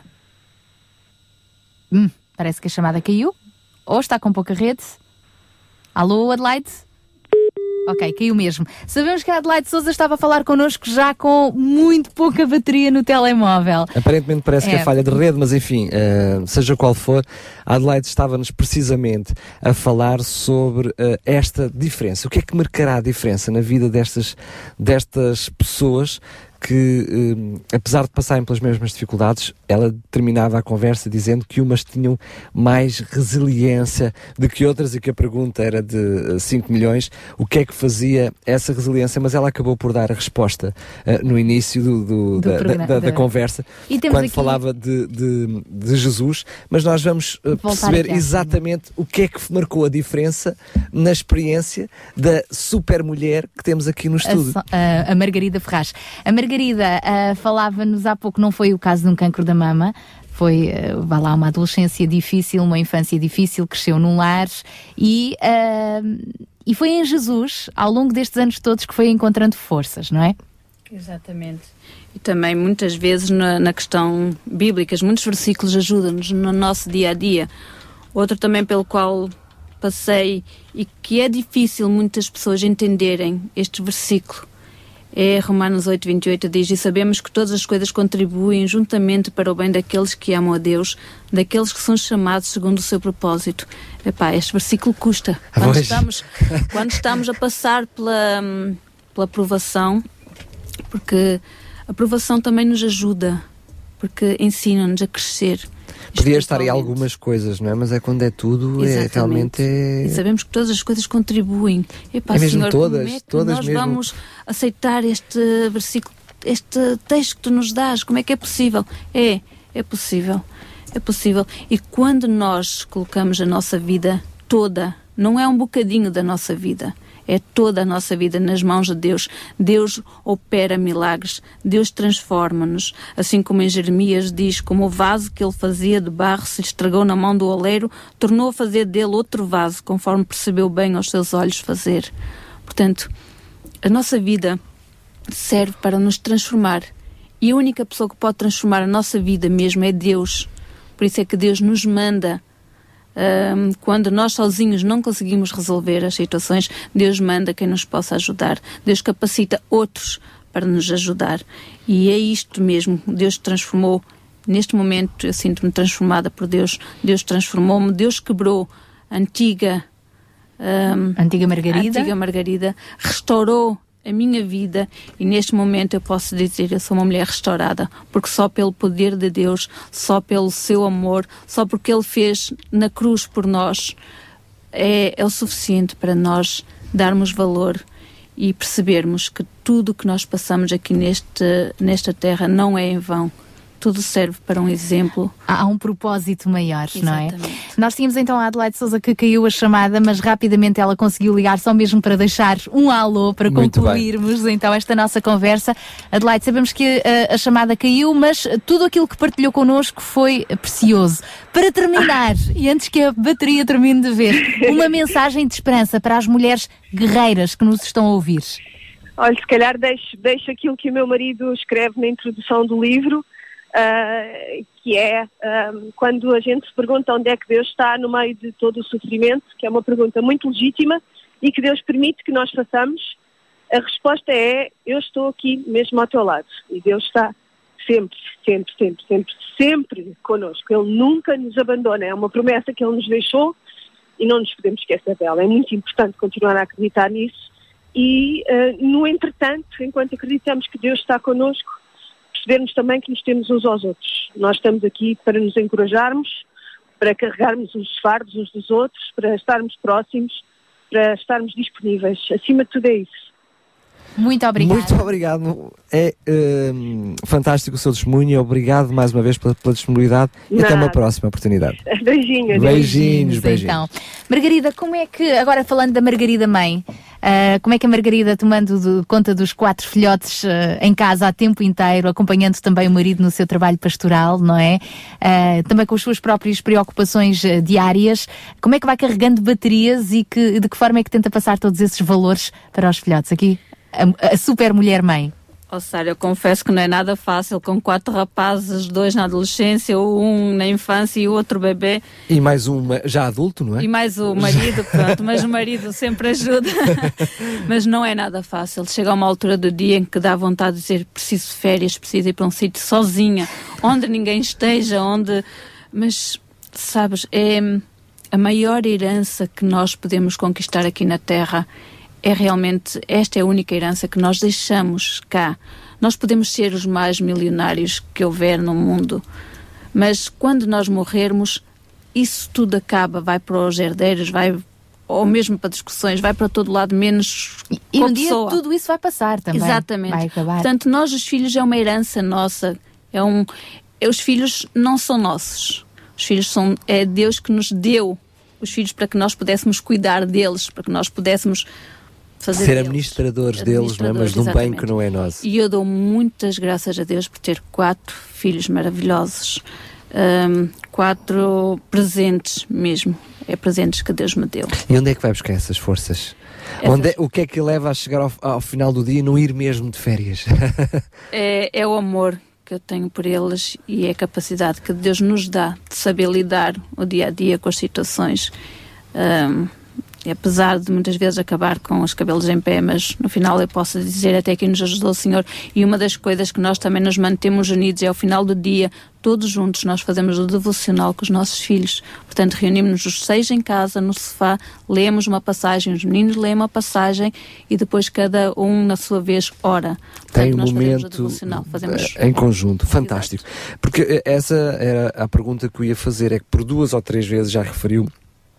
Hum, parece que a chamada caiu. Ou está com pouca rede. Alô, Adelaide? Ok, caiu mesmo. Sabemos que a Adelaide Souza estava a falar connosco já com muito pouca bateria no telemóvel. Aparentemente parece é. que é falha de rede, mas enfim, uh, seja qual for, a Adelaide estava-nos precisamente a falar sobre uh, esta diferença. O que é que marcará a diferença na vida destas, destas pessoas que, um, apesar de passarem pelas mesmas dificuldades, ela terminava a conversa dizendo que umas tinham mais resiliência do que outras e que a pergunta era de cinco milhões, o que é que fazia essa resiliência, mas ela acabou por dar a resposta uh, no início do, do, do da, programa, da, da, da... da conversa, quando aqui... falava de, de, de Jesus, mas nós vamos uh, perceber exatamente o que é que marcou a diferença na experiência da super mulher que temos aqui no estúdio. A, a, a Margarida Ferraz. A Margarida uh, falava-nos há pouco, não foi o caso de um cancro da mama, foi, uh, vá lá, uma adolescência difícil, uma infância difícil, cresceu num lar e, uh, e foi em Jesus, ao longo destes anos todos, que foi encontrando forças, não é? Exatamente. E também muitas vezes na, na questão bíblica, muitos versículos ajudam-nos no nosso dia-a-dia. Outro também pelo qual passei e que é difícil muitas pessoas entenderem este versículo é Romanos oito, vinte e oito, diz: e sabemos que todas as coisas contribuem juntamente para o bem daqueles que amam a Deus, daqueles que são chamados segundo o seu propósito. Epá, este versículo custa. Quando estamos, quando estamos a passar pela, pela provação, porque a provação também nos ajuda, porque ensina-nos a crescer. Podia estar aí algumas coisas, não é? Mas é quando é tudo, é, realmente é... E sabemos que todas as coisas contribuem. Epá, é mesmo Senhor, todas, como é que todas nós mesmo. Vamos aceitar este versículo, este texto que tu nos dás? Como é que é possível? É, é possível. É possível. E quando nós colocamos a nossa vida toda, não é um bocadinho da nossa vida, é toda a nossa vida nas mãos de Deus. Deus opera milagres, Deus transforma-nos. Assim como em Jeremias diz, como o vaso que ele fazia de barro se estragou na mão do oleiro, tornou a fazer dele outro vaso, conforme percebeu bem aos seus olhos fazer. Portanto, a nossa vida serve para nos transformar. E a única pessoa que pode transformar a nossa vida mesmo é Deus. Por isso é que Deus nos manda. Um, quando nós sozinhos não conseguimos resolver as situações, Deus manda quem nos possa ajudar. Deus capacita outros para nos ajudar. E é isto mesmo. Deus transformou. Neste momento eu sinto-me transformada por Deus. Deus transformou-me. Deus quebrou a antiga, um, antiga Margarida. A antiga Margarida. Restaurou a minha vida e neste momento eu posso dizer eu sou uma mulher restaurada, porque só pelo poder de Deus, só pelo seu amor, só porque Ele fez na cruz por nós, é, é o suficiente para nós darmos valor e percebermos que tudo o que nós passamos aqui neste, nesta terra não é em vão. Tudo serve para um exemplo. Há um propósito maior, Exatamente. Não é? Nós tínhamos então a Adelaide Souza que caiu a chamada, mas rapidamente ela conseguiu ligar só mesmo para deixar um alô, para Muito concluirmos bem. então esta nossa conversa. Adelaide, sabemos que a, a chamada caiu, mas tudo aquilo que partilhou connosco foi precioso. Para terminar, e antes que a bateria termine de ver, uma mensagem de esperança para as mulheres guerreiras que nos estão a ouvir. Olha, se calhar deixo, deixo aquilo que o meu marido escreve na introdução do livro, Uh, que é uh, quando a gente se pergunta onde é que Deus está no meio de todo o sofrimento, que é uma pergunta muito legítima e que Deus permite que nós façamos, a resposta é: eu estou aqui mesmo ao teu lado. E Deus está sempre, sempre, sempre, sempre, sempre connosco. Ele nunca nos abandona. É uma promessa que Ele nos deixou e não nos podemos esquecer dela. É muito importante continuar a acreditar nisso e, uh, no entretanto, enquanto acreditamos que Deus está connosco, percebermos também que nos temos uns aos outros. Nós estamos aqui para nos encorajarmos, para carregarmos os fardos uns dos outros, para estarmos próximos, para estarmos disponíveis. Acima de tudo é isso. Muito obrigado. Muito obrigado. É um, fantástico o seu testemunho e obrigado mais uma vez pela, pela disponibilidade e até uma próxima oportunidade. Beijinhos. Beijinhos, beijinhos. Então, Margarida, como é que, agora falando da Margarida mãe, uh, como é que a Margarida, tomando de conta dos quatro filhotes uh, em casa a tempo inteiro, acompanhando também o marido no seu trabalho pastoral, não é? Uh, também com as suas próprias preocupações uh, diárias, como é que vai carregando baterias e que, de que forma é que tenta passar todos esses valores para os filhotes? Aqui, a, a super mulher mãe. Oh, Sara, eu confesso que não é nada fácil, com quatro rapazes, dois na adolescência, um na infância e o outro bebê. E mais um já adulto, não é? E mais o marido, pronto, mas o marido sempre ajuda. Mas não é nada fácil. Chega a uma altura do dia em que dá vontade de dizer, preciso de férias, preciso ir para um sítio sozinha, onde ninguém esteja, onde... Mas, sabes, é a maior herança que nós podemos conquistar aqui na Terra. É realmente, esta é a única herança que nós deixamos cá. Nós podemos ser os mais milionários que houver no mundo, mas quando nós morrermos, isso tudo acaba, vai para os herdeiros, vai, ou mesmo para discussões, vai para todo lado, menos e, e um dia pessoa. Tudo isso vai passar também. Exatamente. Vai acabar. Portanto, nós, os filhos, é uma herança nossa. É um, é, os filhos não são nossos. Os filhos são, é Deus que nos deu os filhos para que nós pudéssemos cuidar deles, para que nós pudéssemos fazer ser deles. administradores deles, não é? Mas de um bem que não é nosso. E eu dou muitas graças a Deus por ter quatro filhos maravilhosos, um, quatro presentes mesmo, é presentes que Deus me deu. E onde é que vai buscar essas forças? Essas... Onde é, o que é que leva a chegar ao, ao final do dia e não ir mesmo de férias? é, é o amor que eu tenho por eles e é a capacidade que Deus nos dá de saber lidar o dia a dia com as situações. Um, E apesar de muitas vezes acabar com os cabelos em pé, mas no final eu posso dizer até que nos ajudou o Senhor. E uma das coisas que nós também nos mantemos unidos é ao final do dia, todos juntos, nós fazemos o devocional com os nossos filhos. Portanto, reunimos-nos os seis em casa, no sofá, lemos uma passagem, os meninos leem uma passagem e depois cada um na sua vez ora. Portanto, tem um nós momento fazemos o devocional, fazemos... em conjunto, fantástico. Exato. Porque essa era a pergunta que eu ia fazer, é que por duas ou três vezes já referiu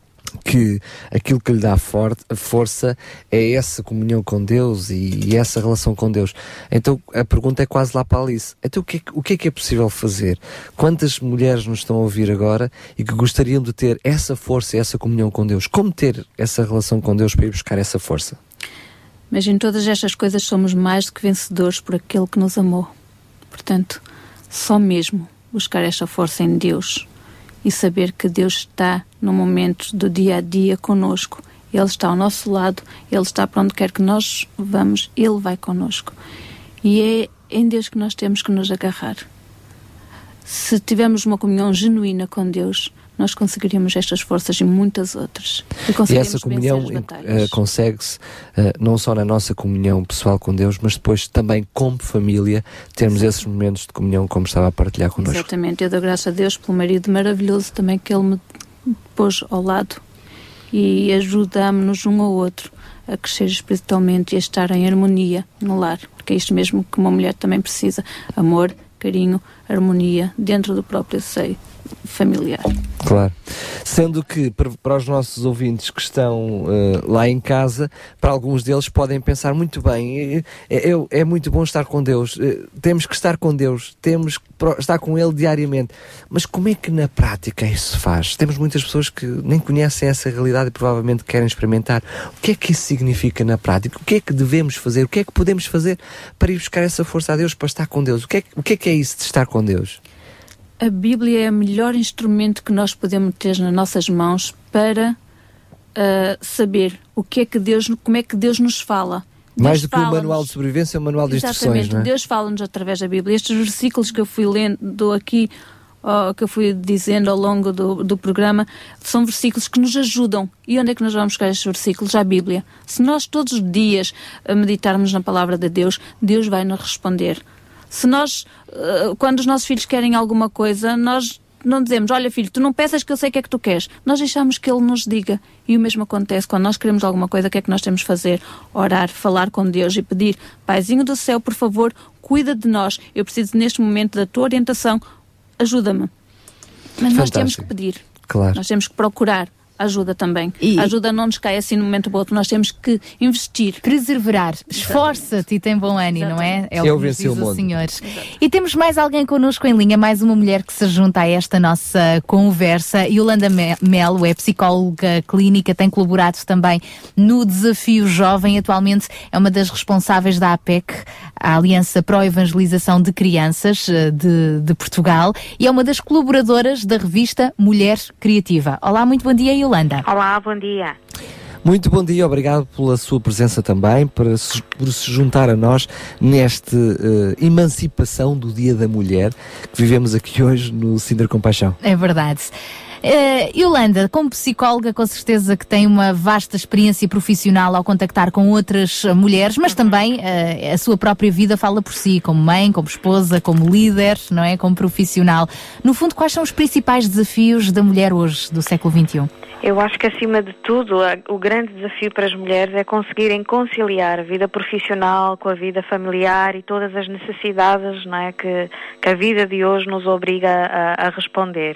que aquilo que lhe dá forte, a força é essa comunhão com Deus e, e essa relação com Deus. Então a pergunta é quase lá para a Alice. Então o que, é, o que é que é possível fazer? Quantas mulheres nos estão a ouvir agora e que gostariam de ter essa força e essa comunhão com Deus? Como ter essa relação com Deus para ir buscar essa força? Mas em todas estas coisas somos mais do que vencedores por aquele que nos amou. Portanto, só mesmo buscar esta força em Deus e saber que Deus está no momento do dia a dia conosco. Ele está ao nosso lado, Ele está para onde quer que nós vamos, Ele vai conosco. E é em Deus que nós temos que nos agarrar. Se tivermos uma comunhão genuína com Deus, nós conseguiríamos estas forças e muitas outras. E, e essa comunhão uh, consegue-se uh, não só na nossa comunhão pessoal com Deus, mas depois também como família, termos esses momentos de comunhão como estava a partilhar connosco. Exatamente, eu dou graças a Deus pelo marido maravilhoso também que Ele me pôs ao lado e ajuda-nos um ao outro a crescer espiritualmente e a estar em harmonia no lar, porque é isto mesmo que uma mulher também precisa: amor, carinho, harmonia dentro do próprio seio familiar. Claro. Sendo que para, para os nossos ouvintes que estão uh, lá em casa, para alguns deles podem pensar muito bem, é, é, é muito bom estar com Deus, uh, temos que estar com Deus, temos que estar com Ele diariamente, mas como é que na prática isso se faz? Temos muitas pessoas que nem conhecem essa realidade e provavelmente querem experimentar. O que é que isso significa na prática? O que é que devemos fazer? O que é que podemos fazer para ir buscar essa força a Deus, para estar com Deus? O que é, o que é, que é isso de estar com Deus? A Bíblia é o melhor instrumento que nós podemos ter nas nossas mãos para uh, saber o que é que Deus, como é que Deus nos fala. Deus Mais do que um manual de sobrevivência, é um manual de instruções, não é? Deus fala-nos através da Bíblia. Estes versículos que eu fui lendo aqui, oh, que eu fui dizendo ao longo do, do programa, são versículos que nos ajudam. E onde é que nós vamos buscar estes versículos? À Bíblia. Se nós todos os dias meditarmos na palavra de Deus, Deus vai nos responder. Se nós, quando os nossos filhos querem alguma coisa, nós não dizemos: olha filho, tu não peças que eu sei o que é que tu queres. Nós deixamos que Ele nos diga. E o mesmo acontece quando nós queremos alguma coisa. O que é que nós temos de fazer? Orar, falar com Deus e pedir: Paizinho do céu, por favor, cuida de nós. Eu preciso neste momento da tua orientação. Ajuda-me. Mas Fantástico. Nós temos que pedir. Claro. Nós temos que procurar ajuda também. E... A ajuda não nos cai assim no momento do outro. Nós temos que investir. Perseverar. Esforça-te e tem bom ânimo, não é? É o que nos diz o Senhor. E temos mais alguém connosco em linha, mais uma mulher que se junta a esta nossa conversa. Yolanda Melo é psicóloga clínica, tem colaborado também no Desafio Jovem. Atualmente é uma das responsáveis da A P E C, a Aliança Pró Evangelização de Crianças de, de Portugal, e é uma das colaboradoras da revista Mulher Criativa. Olá, muito bom dia, Yolanda. Olá, bom dia. Muito bom dia, obrigado pela sua presença também, por se, por se juntar a nós nesta uh, emancipação do Dia da Mulher que vivemos aqui hoje no Sintra Compaixão. É verdade. Uh, Yolanda, como psicóloga, com certeza que tem uma vasta experiência profissional ao contactar com outras mulheres, mas também uh, a sua própria vida fala por si, como mãe, como esposa, como líder, não é? Como profissional. No fundo, quais são os principais desafios da mulher hoje, do século vinte e um? Eu acho que, acima de tudo, a, o grande desafio para as mulheres é conseguirem conciliar a vida profissional com a vida familiar e todas as necessidades, não é, que, que a vida de hoje nos obriga a, a responder.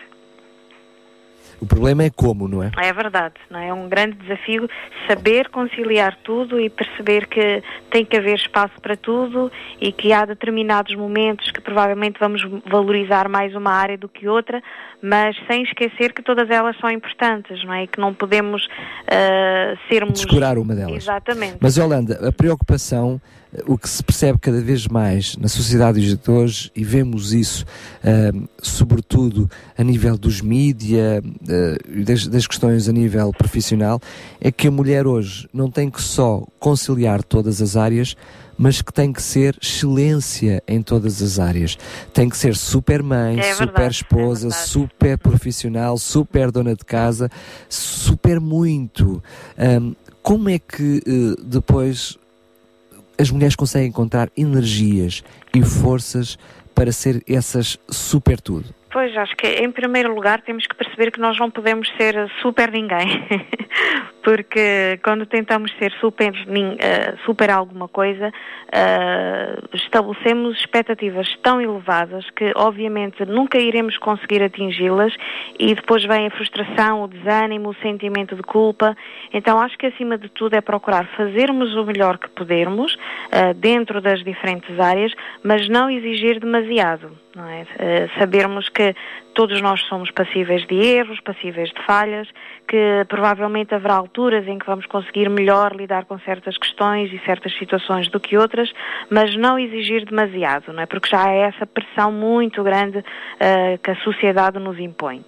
O problema é como, não é? É verdade, não é? É um grande desafio saber conciliar tudo e perceber que tem que haver espaço para tudo e que há determinados momentos que provavelmente vamos valorizar mais uma área do que outra, mas sem esquecer que todas elas são importantes, não é? E que não podemos uh, sermos... descurar uma delas. Exatamente. Mas, Yolanda, a preocupação, o que se percebe cada vez mais na sociedade de hoje, e vemos isso uh, sobretudo a nível dos mídia, uh, das, das questões a nível profissional, é que a mulher hoje não tem que só conciliar todas as áreas, mas que tem que ser excelência em todas as áreas. Tem que ser super mãe, é super verdade, esposa, é super profissional, super dona de casa, super muito. Um, como é que uh, depois as mulheres conseguem encontrar energias e forças para ser essas super tudo? Pois, acho que em primeiro lugar temos que perceber que nós não podemos ser super ninguém, porque quando tentamos ser super, uh, super alguma coisa, uh, estabelecemos expectativas tão elevadas que obviamente nunca iremos conseguir atingi-las e depois vem a frustração, o desânimo, o sentimento de culpa. Então acho que acima de tudo é procurar fazermos o melhor que pudermos uh, dentro das diferentes áreas, mas não exigir demasiado. Não é? Uh, sabermos que todos nós somos passíveis de erros, passíveis de falhas, que provavelmente haverá alturas em que vamos conseguir melhor lidar com certas questões e certas situações do que outras, mas não exigir demasiado, não é? Porque já há essa pressão muito grande uh, que a sociedade nos impõe.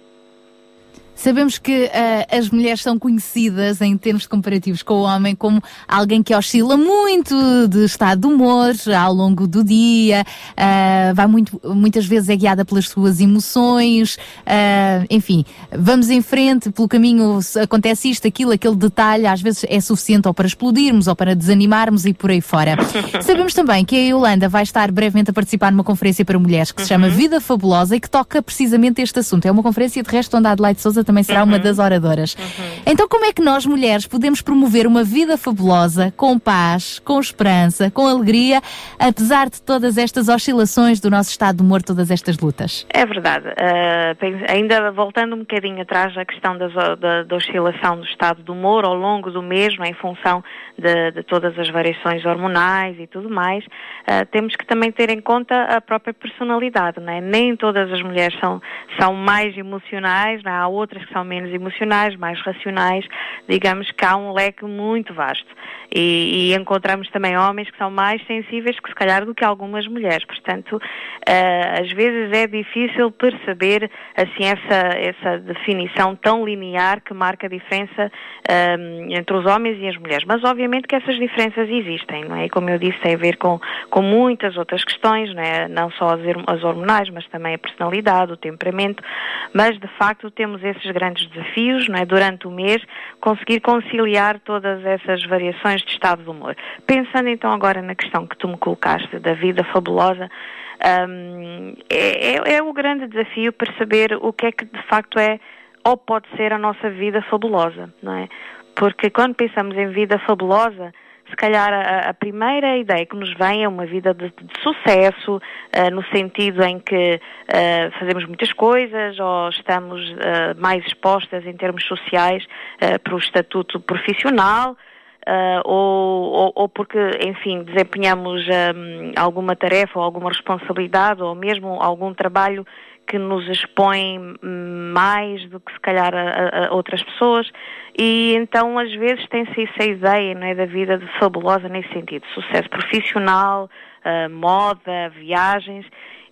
Sabemos que uh, as mulheres são conhecidas em termos comparativos com o homem como alguém que oscila muito de estado de humor ao longo do dia, uh, vai muito, muitas vezes é guiada pelas suas emoções, uh, enfim, vamos em frente, pelo caminho acontece isto, aquilo, aquele detalhe, às vezes é suficiente ou para explodirmos ou para desanimarmos e por aí fora. Sabemos também que a Yolanda vai estar brevemente a participar numa conferência para mulheres que se chama Vida Fabulosa e que toca precisamente este assunto. É uma conferência, de resto, onde a Adelaide Souza também será uhum. uma das oradoras. Uhum. Então, como é que nós, mulheres, podemos promover uma vida fabulosa, com paz, com esperança, com alegria, apesar de todas estas oscilações do nosso estado de humor, todas estas lutas? É verdade. Uh, ainda voltando um bocadinho atrás à questão das, da, da oscilação do estado de humor ao longo do mês, em função de, de todas as variações hormonais e tudo mais, uh, temos que também ter em conta a própria personalidade, não é? Nem todas as mulheres são, são mais emocionais, não é? Há outras que são menos emocionais, mais racionais, digamos que há um leque muito vasto. E, e encontramos também homens que são mais sensíveis que se calhar do que algumas mulheres. Portanto, uh, às vezes é difícil perceber assim essa, essa definição tão linear que marca a diferença um, entre os homens e as mulheres. Mas obviamente que essas diferenças existem, não é? E como eu disse, tem a ver com, com muitas outras questões, não é? Não só as, as hormonais, mas também a personalidade, o temperamento. Mas de facto temos esses grandes desafios, não é? Durante o mês, conseguir conciliar todas essas variações de estado de humor. Pensando então agora na questão que tu me colocaste da vida fabulosa, um, é, é, é o grande desafio perceber o que é que de facto é ou pode ser a nossa vida fabulosa, não é? Porque quando pensamos em vida fabulosa, se calhar a, a primeira ideia que nos vem é uma vida de, de sucesso, uh, no sentido em que uh, fazemos muitas coisas ou estamos uh, mais expostas em termos sociais uh, para o estatuto profissional, Uh, ou, ou, ou porque, enfim, desempenhamos um, alguma tarefa ou alguma responsabilidade ou mesmo algum trabalho que nos expõe mais do que se calhar a, a outras pessoas, e então às vezes tem-se essa ideia, não é, da vida de fabulosa nesse sentido, sucesso profissional, uh, moda, viagens,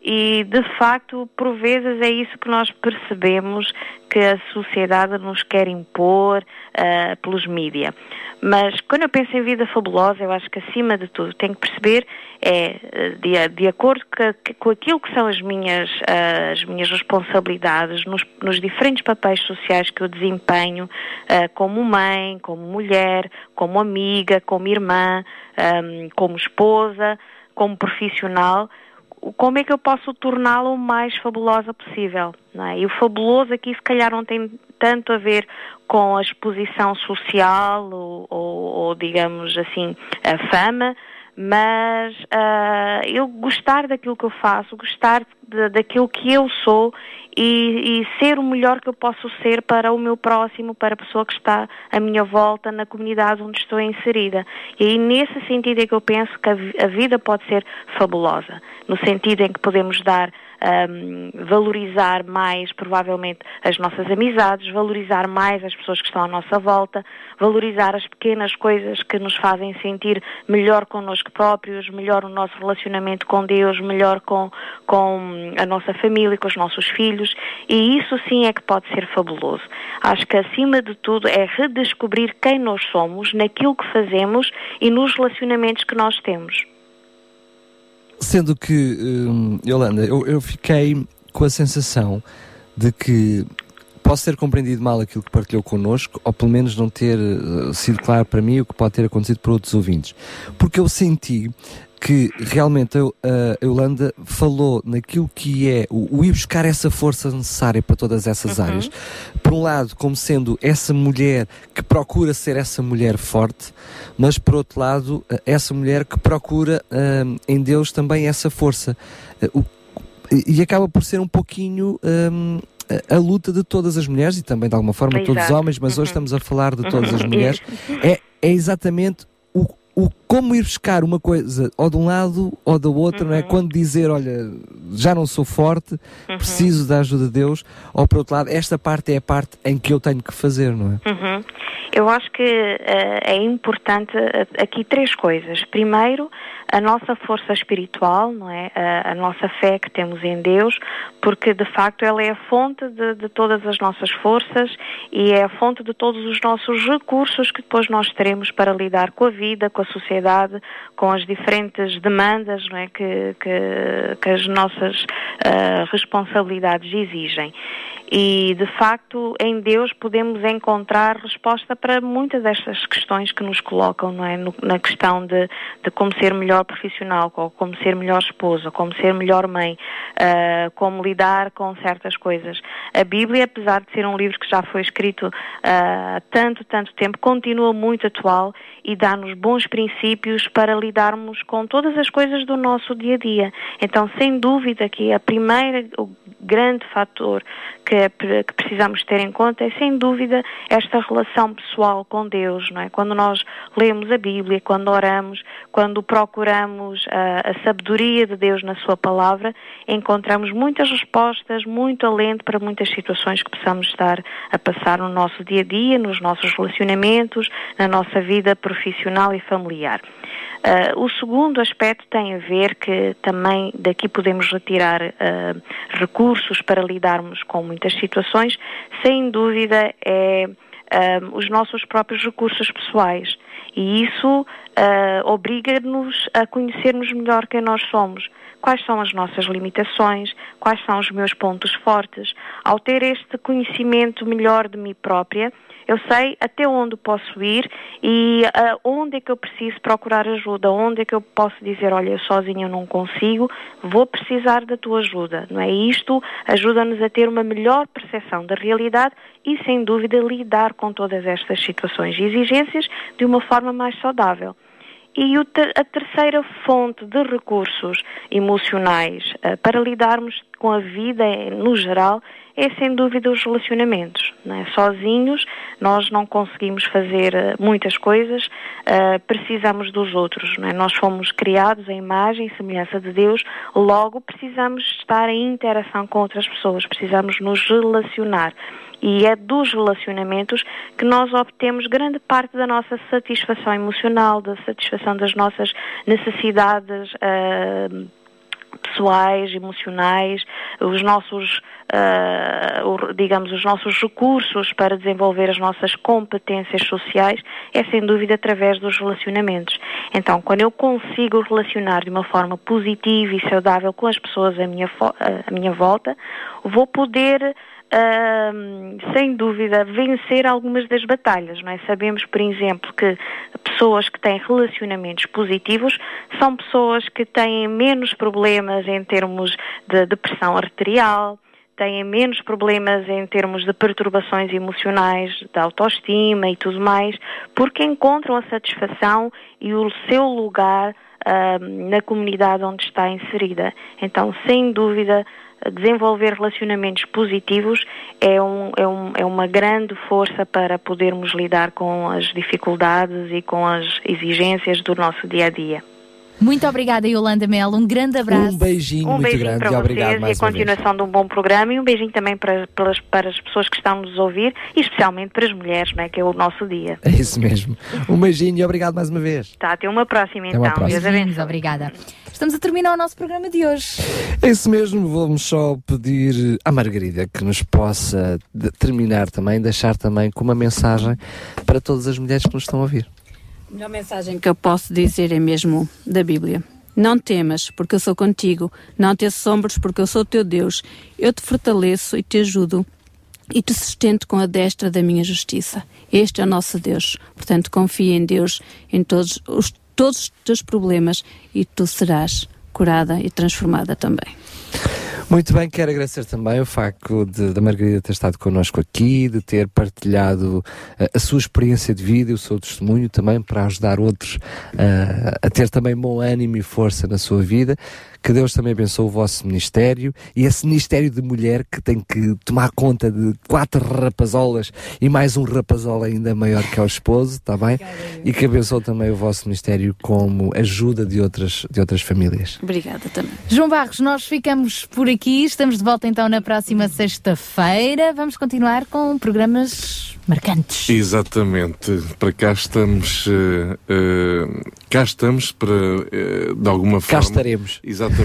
E, de facto, por vezes é isso que nós percebemos que a sociedade nos quer impor uh, pelos mídia. Mas, quando eu penso em vida fabulosa, eu acho que, acima de tudo, tenho que perceber, é, de, de acordo com, com aquilo que são as minhas, uh, as minhas responsabilidades nos, nos diferentes papéis sociais que eu desempenho, uh, como mãe, como mulher, como amiga, como irmã, um, como esposa, como profissional, como é que eu posso torná-la o mais fabulosa possível, não é? E o fabuloso aqui, se calhar, não tem tanto a ver com a exposição social ou, ou, ou digamos assim, a fama, mas uh, eu gostar daquilo que eu faço, gostar de, daquilo que eu sou e, e ser o melhor que eu posso ser para o meu próximo, para a pessoa que está à minha volta, na comunidade onde estou inserida. E aí, nesse sentido é que eu penso que a, a vida pode ser fabulosa, no sentido em que podemos dar Um, valorizar mais, provavelmente, as nossas amizades, valorizar mais as pessoas que estão à nossa volta, valorizar as pequenas coisas que nos fazem sentir melhor connosco próprios, melhor o nosso relacionamento com Deus, melhor com, com a nossa família, com os nossos filhos, e isso sim é que pode ser fabuloso. Acho que, acima de tudo, é redescobrir quem nós somos, naquilo que fazemos e nos relacionamentos que nós temos. Sendo que, hum, Yolanda, eu, eu fiquei com a sensação de que posso ter compreendido mal aquilo que partilhou connosco, ou pelo menos não ter uh, sido claro para mim o que pode ter acontecido para outros ouvintes. Porque eu senti que realmente a, a Yolanda falou naquilo que é o, o ir buscar essa força necessária para todas essas uhum. áreas. Por um lado, como sendo essa mulher que procura ser essa mulher forte, mas por outro lado, essa mulher que procura uh, em Deus também essa força. Uh, o, e acaba por ser um pouquinho um, a, a luta de todas as mulheres e também de alguma forma Exato. Todos os homens, mas uhum. hoje estamos a falar de todas as mulheres. É, é exatamente o O como ir buscar uma coisa ou de um lado ou do outro, uhum. não é? Quando dizer, olha, já não sou forte, uhum. preciso da ajuda de Deus, ou por outro lado, esta parte é a parte em que eu tenho que fazer, não é? Uhum. Eu acho que uh, é importante uh, aqui três coisas. Primeiro, a nossa força espiritual, não é? A, a nossa fé que temos em Deus, porque de facto ela é a fonte de, de todas as nossas forças e é a fonte de todos os nossos recursos que depois nós teremos para lidar com a vida, com a sociedade, com as diferentes demandas, não é? que, que, que as nossas uh, responsabilidades exigem. E, de facto, em Deus podemos encontrar resposta para muitas destas questões que nos colocam, não é? No, na questão de, de como ser melhor profissional, como ser melhor esposa, como ser melhor mãe, uh, como lidar com certas coisas. A Bíblia, apesar de ser um livro que já foi escrito uh, há tanto, tanto tempo, continua muito atual e dá-nos bons princípios para lidarmos com todas as coisas do nosso dia-a-dia. Então, sem dúvida que a primeira, o grande fator que, que precisamos ter em conta é, sem dúvida, esta relação pessoal com Deus, não é? Quando nós lemos a Bíblia, quando oramos, quando procuramos a, a sabedoria de Deus na sua palavra, encontramos muitas respostas, muito alento para muitas situações que possamos estar a passar no nosso dia-a-dia, nos nossos relacionamentos, na nossa vida profissional e familiar. Uh, o segundo aspecto tem a ver que também daqui podemos retirar uh, recursos para lidarmos com muitas situações, sem dúvida é uh, os nossos próprios recursos pessoais. E isso uh, obriga-nos a conhecermos melhor quem nós somos. Quais são as nossas limitações, quais são os meus pontos fortes. Ao ter este conhecimento melhor de mim própria, eu sei até onde posso ir e uh, onde é que eu preciso procurar ajuda, onde é que eu posso dizer, olha, eu sozinho não consigo, vou precisar da tua ajuda, não é? Isto ajuda-nos a ter uma melhor percepção da realidade e, sem dúvida, lidar com todas estas situações e exigências de uma forma mais saudável. E o ter, a terceira fonte de recursos emocionais uh, para lidarmos com a vida no geral é, sem dúvida, os relacionamentos, não é? Sozinhos nós não conseguimos fazer uh, muitas coisas, uh, precisamos dos outros, não é? Nós fomos criados à imagem e semelhança de Deus, logo precisamos estar em interação com outras pessoas, precisamos nos relacionar. E é dos relacionamentos que nós obtemos grande parte da nossa satisfação emocional, da satisfação das nossas necessidades uh, pessoais, emocionais, os nossos, uh, digamos, os nossos recursos para desenvolver as nossas competências sociais, é sem dúvida através dos relacionamentos. Então, quando eu consigo relacionar de uma forma positiva e saudável com as pessoas à minha, à minha volta, vou poder, Uh, sem dúvida, vencer algumas das batalhas, não é? Sabemos, por exemplo, que pessoas que têm relacionamentos positivos são pessoas que têm menos problemas em termos de depressão arterial, têm menos problemas em termos de perturbações emocionais, de autoestima e tudo mais, porque encontram a satisfação e o seu lugar uh, na comunidade onde está inserida. Então, sem dúvida, desenvolver relacionamentos positivos é, um, é, um, é uma grande força para podermos lidar com as dificuldades e com as exigências do nosso dia-a-dia. Muito obrigada, Yolanda Melo. Um grande abraço. Um beijinho um muito beijinho grande para e obrigado vocês mais e a uma vez. continuação de um bom programa, e um beijinho também para, para, as, para as pessoas que estão nos ouvir e especialmente para as mulheres, não é? Que é o nosso dia. É isso mesmo. Um beijinho e obrigado mais uma vez. Tá, até uma próxima Até então. uma próxima. Deus abençoe. Obrigada. Estamos a terminar o nosso programa de hoje. É isso mesmo, vamos só pedir à Margarida que nos possa de, terminar também, deixar também com uma mensagem para todas as mulheres que nos estão a ouvir. A melhor mensagem que eu posso dizer é mesmo da Bíblia. Não temas, porque eu sou contigo. Não te assombres, porque eu sou teu Deus. Eu te fortaleço e te ajudo e te sustento com a destra da minha justiça. Este é o nosso Deus. Portanto, confia em Deus em todos os, todos os teus problemas e tu serás curada e transformada também. Muito bem, quero agradecer também o facto de, da Margarida ter estado connosco aqui, de ter partilhado uh, a sua experiência de vida e o seu testemunho também para ajudar outros uh, a ter também bom ânimo e força na sua vida. Que Deus também abençoe o vosso ministério e esse ministério de mulher que tem que tomar conta de quatro rapazolas e mais um rapazola ainda maior que é o esposo, está bem? E que abençoe também o vosso ministério como ajuda de outras, de outras famílias. Obrigada também. João Barros, nós ficamos por aqui, estamos de volta então na próxima sexta-feira. Vamos continuar com programas marcantes. Exatamente, para cá estamos, uh, uh, cá estamos para, uh, de alguma forma... Cá estaremos. Exatamente,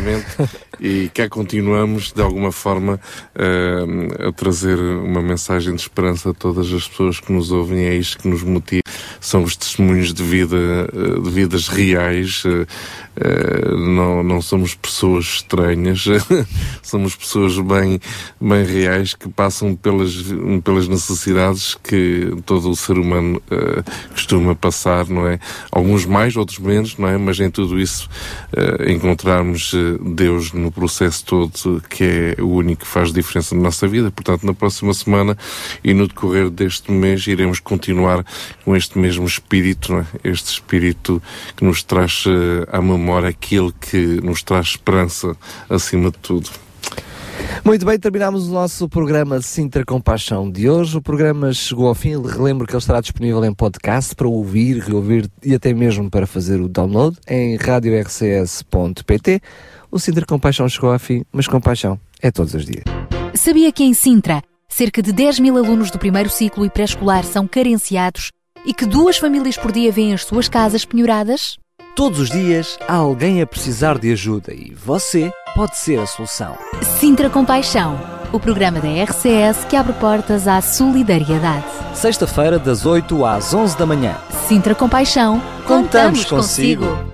e cá continuamos, de alguma forma, uh, a trazer uma mensagem de esperança a todas as pessoas que nos ouvem. É isto que nos motiva, são os testemunhos de vida, uh, de vidas reais. Uh, Uh, não, não somos pessoas estranhas, somos pessoas bem, bem reais que passam pelas, pelas necessidades que todo o ser humano uh, costuma passar, não é? Alguns mais, outros menos, não é? Mas em tudo isso uh, encontrarmos uh, Deus no processo todo, que é o único que faz diferença na nossa vida. Portanto, na próxima semana e no decorrer deste mês iremos continuar com este mesmo espírito, não é? Este espírito que nos traz uh, à memória aquilo que nos traz esperança acima de tudo. Muito bem, terminamos o nosso programa Sintra Compaixão de hoje. O programa chegou ao fim. Relembro que ele estará disponível em podcast para ouvir, reouvir e até mesmo para fazer o download em rádio r c s ponto p t. O Sintra Compaixão chegou ao fim, mas compaixão é todos os dias. Sabia que em Sintra, cerca de dez mil alunos do primeiro ciclo e pré-escolar são carenciados e que duas famílias por dia vêm as suas casas penhoradas? Todos os dias há alguém a precisar de ajuda e você pode ser a solução. Sintra Compaixão, o programa da R C S que abre portas à solidariedade. Sexta-feira, das oito às onze da manhã. Sintra Compaixão, contamos, contamos consigo. consigo.